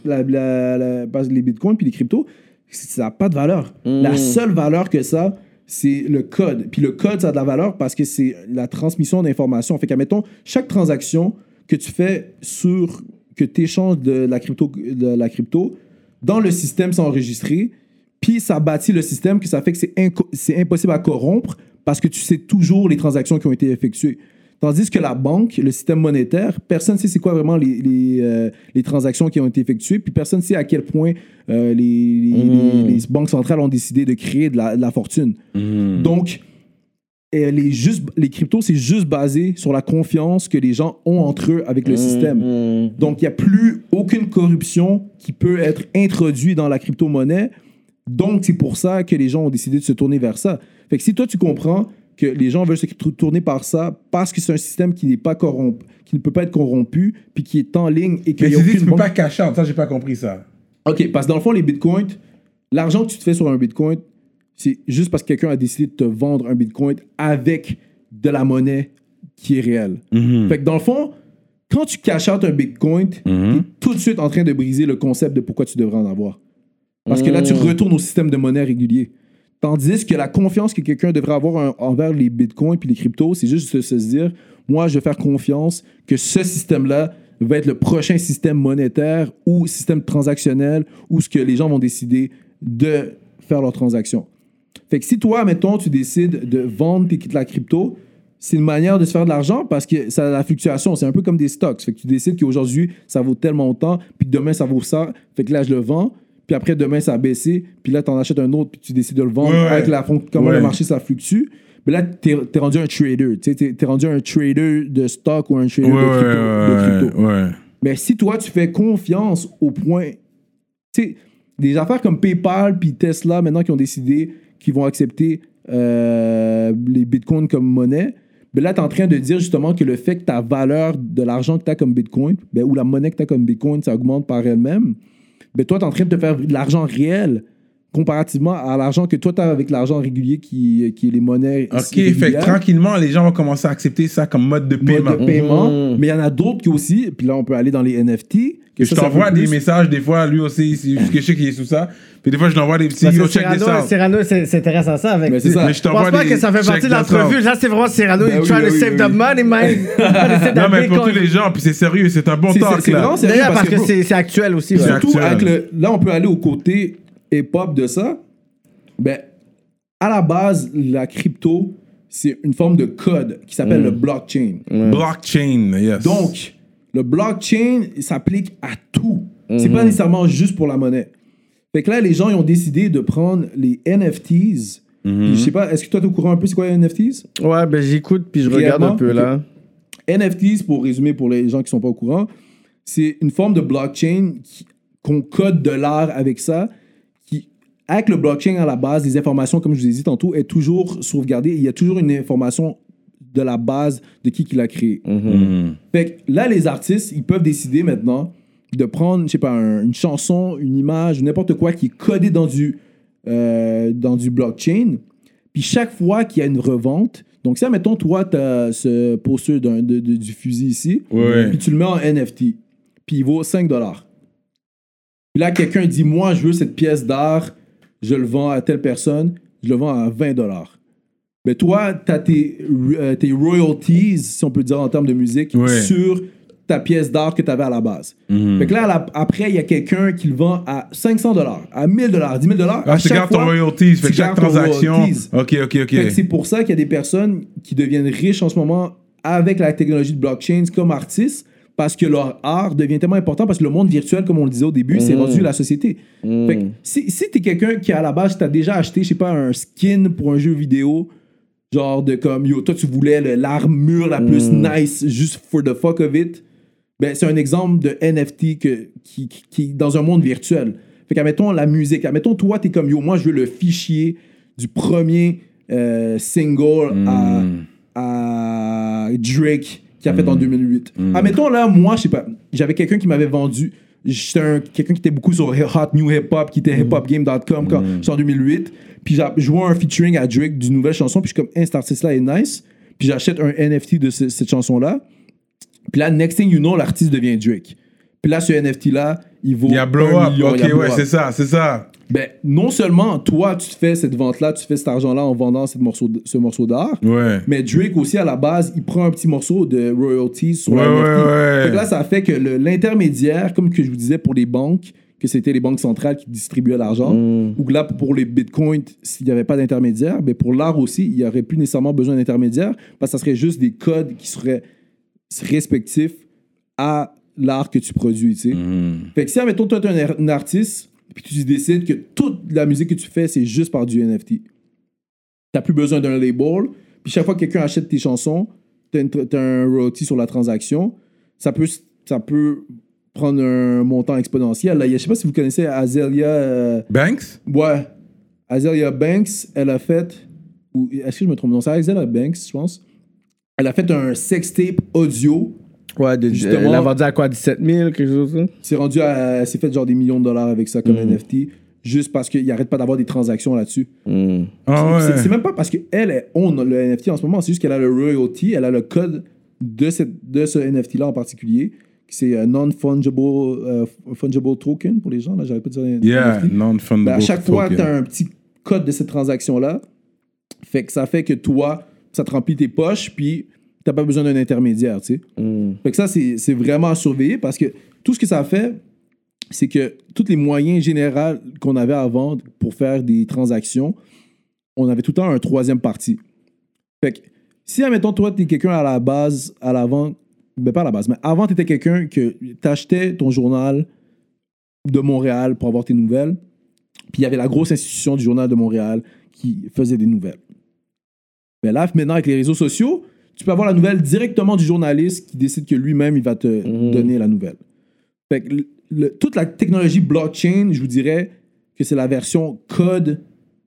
les Bitcoins puis les cryptos. Ça n'a pas de valeur. La seule valeur que ça, c'est le code. Puis le code, ça a de la valeur parce que c'est la transmission d'informations. Fait qu'admettons, chaque transaction que tu fais que tu échanges de la crypto, dans le système, c'est enregistré. Puis ça bâtit le système, que ça fait que c'est impossible à corrompre parce que tu sais toujours les transactions qui ont été effectuées. Tandis que la banque, le système monétaire, personne ne sait c'est quoi vraiment les transactions qui ont été effectuées, puis personne ne sait à quel point les banques centrales ont décidé de créer de la fortune. Donc, les cryptos, c'est juste basé sur la confiance que les gens ont entre eux avec le système. Donc, il n'y a plus aucune corruption qui peut être introduite dans la crypto-monnaie. Donc, c'est pour ça que les gens ont décidé de se tourner vers ça. Fait que si toi, tu comprends que les gens veulent se tourner par ça parce que c'est un système qui n'est pas corrompu, qui ne peut pas être corrompu, puis qui est en ligne et qu'il Mais y a tu dis, aucune tu peux banque. pas cash out. Ça, j'ai pas compris ça. OK, parce que dans le fond, les bitcoins, l'argent que tu te fais sur un bitcoin, c'est juste parce que quelqu'un a décidé de te vendre un bitcoin avec de la monnaie qui est réelle. Fait que dans le fond, quand tu cash out un bitcoin, tu es tout de suite en train de briser le concept de pourquoi tu devrais en avoir. Parce que là, tu retournes au système de monnaie régulier. Tandis que la confiance que quelqu'un devrait avoir envers les bitcoins puis les cryptos, c'est juste de se dire, moi, je vais faire confiance que ce système-là va être le prochain système monétaire ou système transactionnel où ce que les gens vont décider de faire leurs transactions. Fait que si toi, mettons, tu décides de vendre la crypto, c'est une manière de se faire de l'argent parce que ça a la fluctuation. C'est un peu comme des stocks. Fait que tu décides qu'aujourd'hui, ça vaut tellement autant, puis que demain, ça vaut ça. Fait que là, je le vends. Puis après, demain, ça a baissé. Puis là, tu en achètes un autre, puis tu décides de le vendre avec comment le marché, ça fluctue. Mais là, t'es rendu un trader. Tu sais, t'es rendu un trader de stock ou un trader de crypto. Mais si toi, tu fais confiance au point... Tu sais, des affaires comme PayPal puis Tesla, maintenant, qui ont décidé qu'ils vont accepter les bitcoins comme monnaie, ben là, tu es en train de dire justement que le fait que ta valeur de l'argent que tu as comme bitcoin, ben, ou la monnaie que tu as comme bitcoin, ça augmente par elle-même, ben toi, tu es en train de te faire de l'argent réel comparativement à l'argent que toi, tu as avec l'argent régulier qui est les monnaies. OK, fait que tranquillement, les gens vont commencer à accepter ça comme mode de paiement. Mais il y en a d'autres qui aussi, puis là, on peut aller dans les NFT. Que je t'envoie des messages, des fois, lui aussi, parce que je sais qu'il est sous ça. Puis des fois, je l'envoie des petits yo, check this out. Cyrano s'intéresse à ça avec. Mais c'est ça. Mais je Je pense t'envoie pas des que ça fait partie de l'entrevue. Là, c'est vraiment Cyrano, Ben il try to save the money, man. Non, mais pour tous les gens, puis c'est sérieux, c'est un bon talk, c'est là. vraiment sérieux D'ailleurs, parce bro, que c'est actuel aussi. C'est ouais. surtout actuel. avec là, on peut aller au côté hip-hop de ça. Ben, à la base, la crypto, c'est une forme de code qui s'appelle le blockchain. Blockchain, yes. Donc, le blockchain il s'applique à tout. C'est pas nécessairement juste pour la monnaie. Fait que là, les gens ils ont décidé de prendre les NFTs. Je sais pas, est-ce que toi, t'es au courant un peu c'est quoi les NFTs? Ouais, ben j'écoute puis je regarde un peu là. NFTs, pour résumer pour les gens qui sont pas au courant, c'est une forme de blockchain qu'on code de l'art avec ça. Avec le blockchain à la base, les informations, comme je vous ai dit tantôt, est toujours sauvegardée. Il y a toujours une information de la base de qui l'a créé. Fait que là, les artistes, ils peuvent décider maintenant de prendre, je sais pas, une chanson, une image, n'importe quoi qui est codé dans du blockchain. Puis chaque fois qu'il y a une revente, donc ça, mettons, toi, tu as ce poster du fusil ici, puis tu le mets en NFT, puis il vaut 5$. Puis là, quelqu'un dit, moi, je veux cette pièce d'art, je le vends à telle personne, je le vends à 20$. Mais toi, tu as tes royalties, si on peut dire en termes de musique, sur ta pièce d'art que tu avais à la base. Fait que là, après, il y a quelqu'un qui le vend à 500$, à 1000$, 10 000$. Ah, tu gardes ton royalties, fait que chaque transaction. OK. Fait que c'est pour ça qu'il y a des personnes qui deviennent riches en ce moment avec la technologie de blockchain comme artistes, parce que leur art devient tellement important, parce que le monde virtuel, comme on le disait au début, c'est rendu la société. Fait que si t'es quelqu'un qui, à la base, t'as déjà acheté, je sais pas, un skin pour un jeu vidéo, genre de comme, yo, toi, tu voulais l'armure la plus nice, juste for the fuck of it, ben, c'est un exemple de NFT qui est dans un monde virtuel. Fait qu'admettons la musique, admettons, toi, t'es comme, yo, moi, je veux le fichier du premier single à Drake, qui a fait en 2008. Admettons, là, moi, je sais pas, j'avais quelqu'un qui m'avait vendu, j'étais quelqu'un qui était beaucoup sur Hot New Hip Hop, qui était hiphopgame.com quand j'étais en 2008, puis je vois un featuring à Drake d'une nouvelle chanson, puis je suis comme, cet artiste-là est nice, puis j'achète un NFT de cette chanson-là, puis là, next thing you know, l'artiste devient Drake. Puis là, ce NFT-là, il vaut Il y a blow up, OK, ouais, c'est ça. Ben, non seulement, toi, tu fais cette vente-là, tu fais cet argent-là en vendant ce morceau d'art, mais Drake aussi, à la base, il prend un petit morceau de royalties sur la NFT. Fait que là, ça fait que l'intermédiaire, comme que je vous disais pour les banques, que c'était les banques centrales qui distribuaient l'argent, ou que là, pour les bitcoins, s'il n'y avait pas d'intermédiaire, ben pour l'art aussi, il n'y aurait plus nécessairement besoin d'intermédiaire, parce que ça serait juste des codes qui seraient respectifs à l'art que tu produis, tu sais. Fait que si, admettons, toi, tu es un artiste, puis tu décides que toute la musique que tu fais, c'est juste par du NFT. T'as plus besoin d'un label, puis chaque fois que quelqu'un achète tes chansons, t'as un royalty sur la transaction. Ça peut prendre un montant exponentiel. Là, je sais pas si vous connaissez Azealia... Banks? Ouais. Azealia Banks, elle a fait ou est-ce que je me trompe? Non, c'est Alexandra Banks, je pense. Elle a fait un sextape audio. Ouais, Justement, elle a vendu à quoi, 17 000, quelque chose comme ça? Elle s'est fait genre des millions de dollars avec ça comme NFT, juste parce qu'il n'arrête pas d'avoir des transactions là-dessus. Ah ouais. C'est même pas parce qu'elle own le NFT en ce moment, c'est juste qu'elle a le royalty, elle a le code de ce NFT-là en particulier. C'est non-fungible fungible token pour les gens. Là, j'arrête pas de dire Yeah, NFT. non-fundable. Ben, à chaque fois, tu as un petit code de cette transaction-là. Ça fait que toi, ça te remplit tes poches, puis t'as pas besoin d'un intermédiaire, tu sais. Fait que ça, c'est vraiment à surveiller parce que tout ce que ça fait, c'est que tous les moyens généraux qu'on avait avant pour faire des transactions, on avait tout le temps un troisième parti. Fait que si, admettons, toi, t'es quelqu'un à la base, à l'avant, ben pas à la base, mais avant, t'étais quelqu'un que t'achetais ton journal de Montréal pour avoir tes nouvelles, puis il y avait la grosse institution du Journal de Montréal qui faisait des nouvelles. Mais là, maintenant, avec les réseaux sociaux, tu peux avoir la nouvelle directement du journaliste qui décide que lui-même, il va te donner la nouvelle. Fait que toute la technologie blockchain, je vous dirais que c'est la version code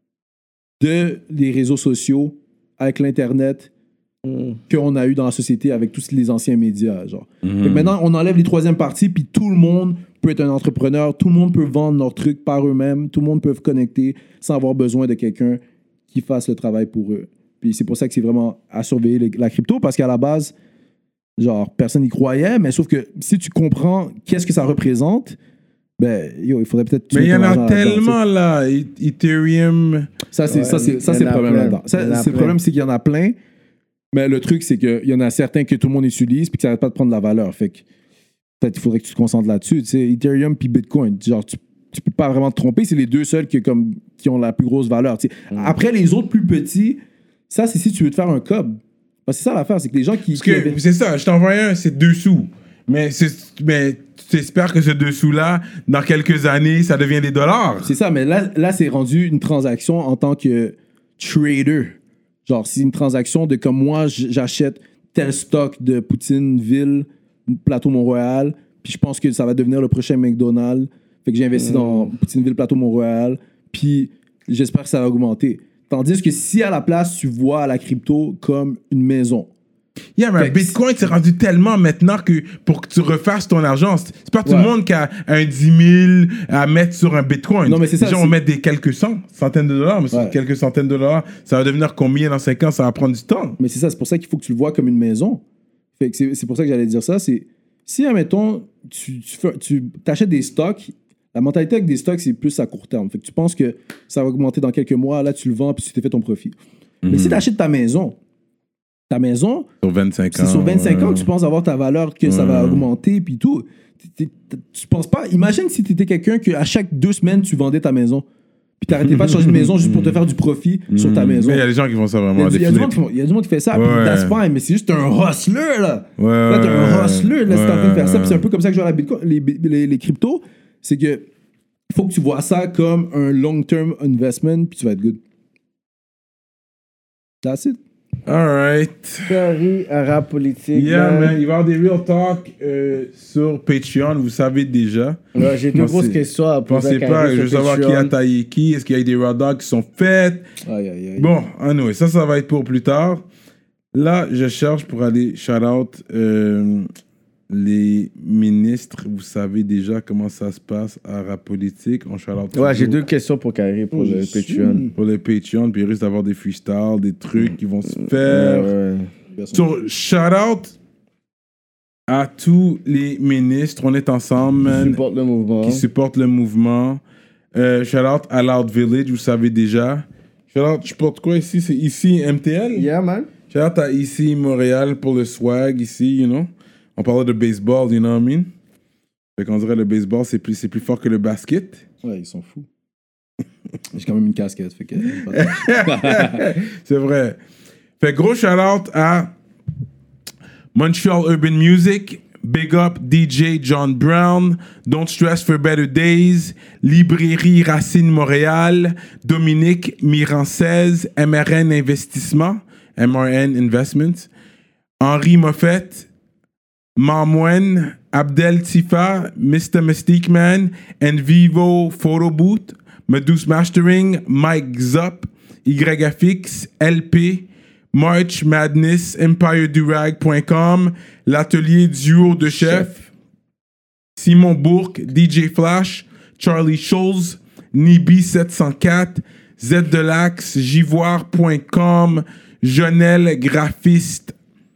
des réseaux sociaux avec l'Internet qu'on a eu dans la société avec tous les anciens médias. Genre. Fait que maintenant, on enlève les troisièmes parties, puis tout le monde peut être un entrepreneur, tout le monde peut vendre leurs trucs par eux-mêmes, tout le monde peut se connecter sans avoir besoin de quelqu'un qui fasse le travail pour eux. Puis c'est pour ça que c'est vraiment à surveiller la crypto, parce qu'à la base, genre, personne n'y croyait, mais sauf que si tu comprends qu'est-ce que ça représente, ben, il faudrait peut-être... Mais il y en a tellement, là. Ethereum... Ça, c'est le problème là-dedans. Le problème, c'est qu'il y en a plein, mais le truc, c'est qu'il y en a certains que tout le monde utilise puis que ça n'arrête pas de prendre de la valeur. Fait que peut-être il faudrait que tu te concentres là-dessus. Tu sais, Ethereum puis Bitcoin, genre, tu peux pas vraiment te tromper. C'est les deux seuls qui ont la plus grosse valeur. Tu sais. Après, les autres plus petits... Ça, c'est si tu veux te faire un cob. Parce que c'est ça l'affaire, c'est que les gens qui... C'est ça, je t'envoie un, c'est 2 sous. Mais tu espères que ce 2 sous-là, dans quelques années, ça devient des dollars. C'est ça, mais là c'est rendu une transaction en tant que trader. Genre, c'est une transaction de comme moi, j'achète tel stock de Poutineville, Plateau Mont-Royal, puis je pense que ça va devenir le prochain McDonald's. Fait que j'ai investi dans Poutineville, Plateau Mont-Royal, puis j'espère que ça va augmenter. Tandis que si à la place, tu vois la crypto comme une maison. Yeah, mais Bitcoin, c'est rendu tellement maintenant que pour que tu refasses ton argent, c'est pas tout le monde qui a un 10 000 à mettre sur un Bitcoin. Non, mais c'est ça. Les gens vont mettre des quelques centaines de dollars, mais c'est quelques centaines de dollars, ça va devenir combien dans 5 ans? Ça va prendre du temps. Mais c'est ça, c'est pour ça qu'il faut que tu le vois comme une maison. Fait que c'est pour ça que j'allais dire ça. C'est si, admettons, tu achètes des stocks. La mentalité avec des stocks, c'est plus à court terme. Fait que tu penses que ça va augmenter dans quelques mois, là, tu le vends, puis tu t'es fait ton profit. Mais si tu achètes ta maison, sur 25 ans. C'est sur 25 ans que tu penses avoir ta valeur, que ça va augmenter, puis tout. Tu penses pas... Imagine si tu étais quelqu'un qu'à chaque 2 semaines, tu vendais ta maison. Puis t'arrêtais pas de changer de maison juste pour te faire du profit sur ta maison. Mais il y a des gens qui font ça vraiment. Il y a du monde qui fait ça, puis that's fine, mais c'est juste un hustler, là. Là, t'es un hustler, là, si t'es en train de faire ça. Puis c'est un peu comme ça que je vois la Bitcoin, les cryptos. C'est que il faut que tu vois ça comme un long-term investment, puis tu vas être good. That's it. Alright. Carré, rap politique. Yeah, man. Il va y avoir des real talk sur Patreon, vous savez déjà. Ouais, j'ai 2 grosses questions à poser. Pensez pas, je veux savoir qui a taillé qui. Est-ce qu'il y a des raw dogs qui sont faites? Aïe. Bon, anyway, ça va être pour plus tard. Là, je cherche pour aller shout-out les ministres. Vous savez déjà comment ça se passe à Rap Politique. On shout-out. Ouais, j'ai 2 questions pour Carré pour le Patreon. Pour le Patreon, puis il risque d'avoir des freestyles, des trucs qui vont se faire. So, shout-out à tous les ministres. On est ensemble, man. Qui supportent le mouvement. Shout-out à Loud Village, vous savez déjà. Shout-out, je porte quoi ici? C'est ici MTL? Yeah, man. Shout-out à ici Montréal pour le swag, ici, you know. On parlait de baseball, you know what I mean? Fait qu'on dirait le baseball, c'est plus fort que le basket. Ouais, ils sont fous. J'ai quand même une casquette, fait que... C'est vrai. Fait gros shout-out à Montreal Urban Music, Big Up DJ John Brown, Don't Stress for Better Days, Librairie Racine Montréal, Dominique Mirancez, MRN Investissement, MRN Investments, Henri Moffett, Mamwen, Abdel Tifa, Mr. Mystique Man, Envivo Photo Booth, Meduse Mastering, Mike Zup, YFX, LP, March Madness, EmpireDurag.com, l'atelier duo de chef, Simon Bourque, DJ Flash, Charlie Scholes, Nibi704, Z de l'Axe, Jivoire.com, Jonel Graphiste,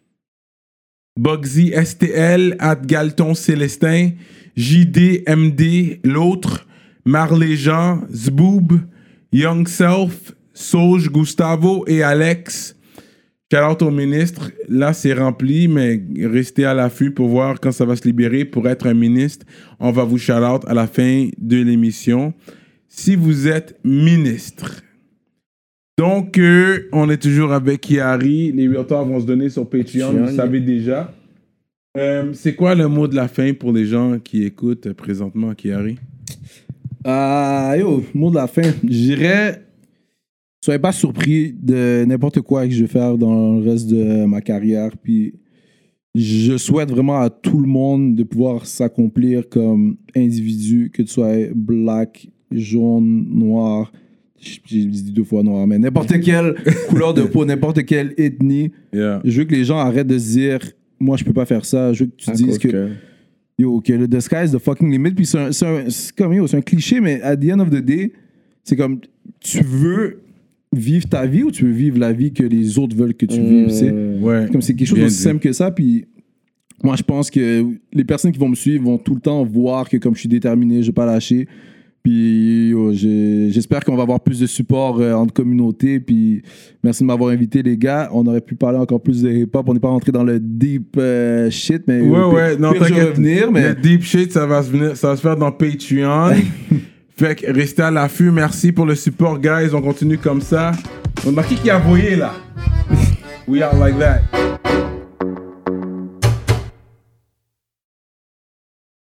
Bugsy STL, Galton Célestin, JDMD, L'Autre, Marley Jean, Zboob, Young Self, Sauge, Gustavo et Alex. Shout-out au ministre. Là, c'est rempli, mais restez à l'affût pour voir quand ça va se libérer. Pour être un ministre, on va vous shout-out à la fin de l'émission. Si vous êtes ministre. Donc, on est toujours avec Yari. Les Real Talk vont se donner sur Patreon, vous savez déjà. C'est quoi le mot de la fin pour les gens qui écoutent présentement, Yari? Mot de la fin. Je dirais, soyez pas surpris de n'importe quoi que je vais faire dans le reste de ma carrière. Puis, je souhaite vraiment à tout le monde de pouvoir s'accomplir comme individu, que tu sois black, jaune, noir. J'ai dit 2 fois noir, mais n'importe quelle couleur de peau, n'importe quelle ethnie. Yeah. Je veux que les gens arrêtent de se dire, moi, je peux pas faire ça. Je veux que tu dises que the sky is the fucking limit. Puis c'est un cliché, mais at the end of the day, c'est comme, tu veux vivre ta vie ou tu veux vivre la vie que les autres veulent que tu vives, Ouais. Comme c'est quelque chose aussi simple que ça. Puis moi, je pense que les personnes qui vont me suivre vont tout le temps voir que comme je suis déterminé, je vais pas lâcher. Puis j'espère qu'on va avoir plus de support entre communautés. Puis merci de m'avoir invité, les gars. On aurait pu parler encore plus de hip-hop. On n'est pas rentré dans le deep shit, mais Non, je vais revenir. Mais le deep shit, ça va se faire dans Patreon. Fait que restez à l'affût. Merci pour le support, guys. On continue comme ça. On a qui a voyé là? We are like that.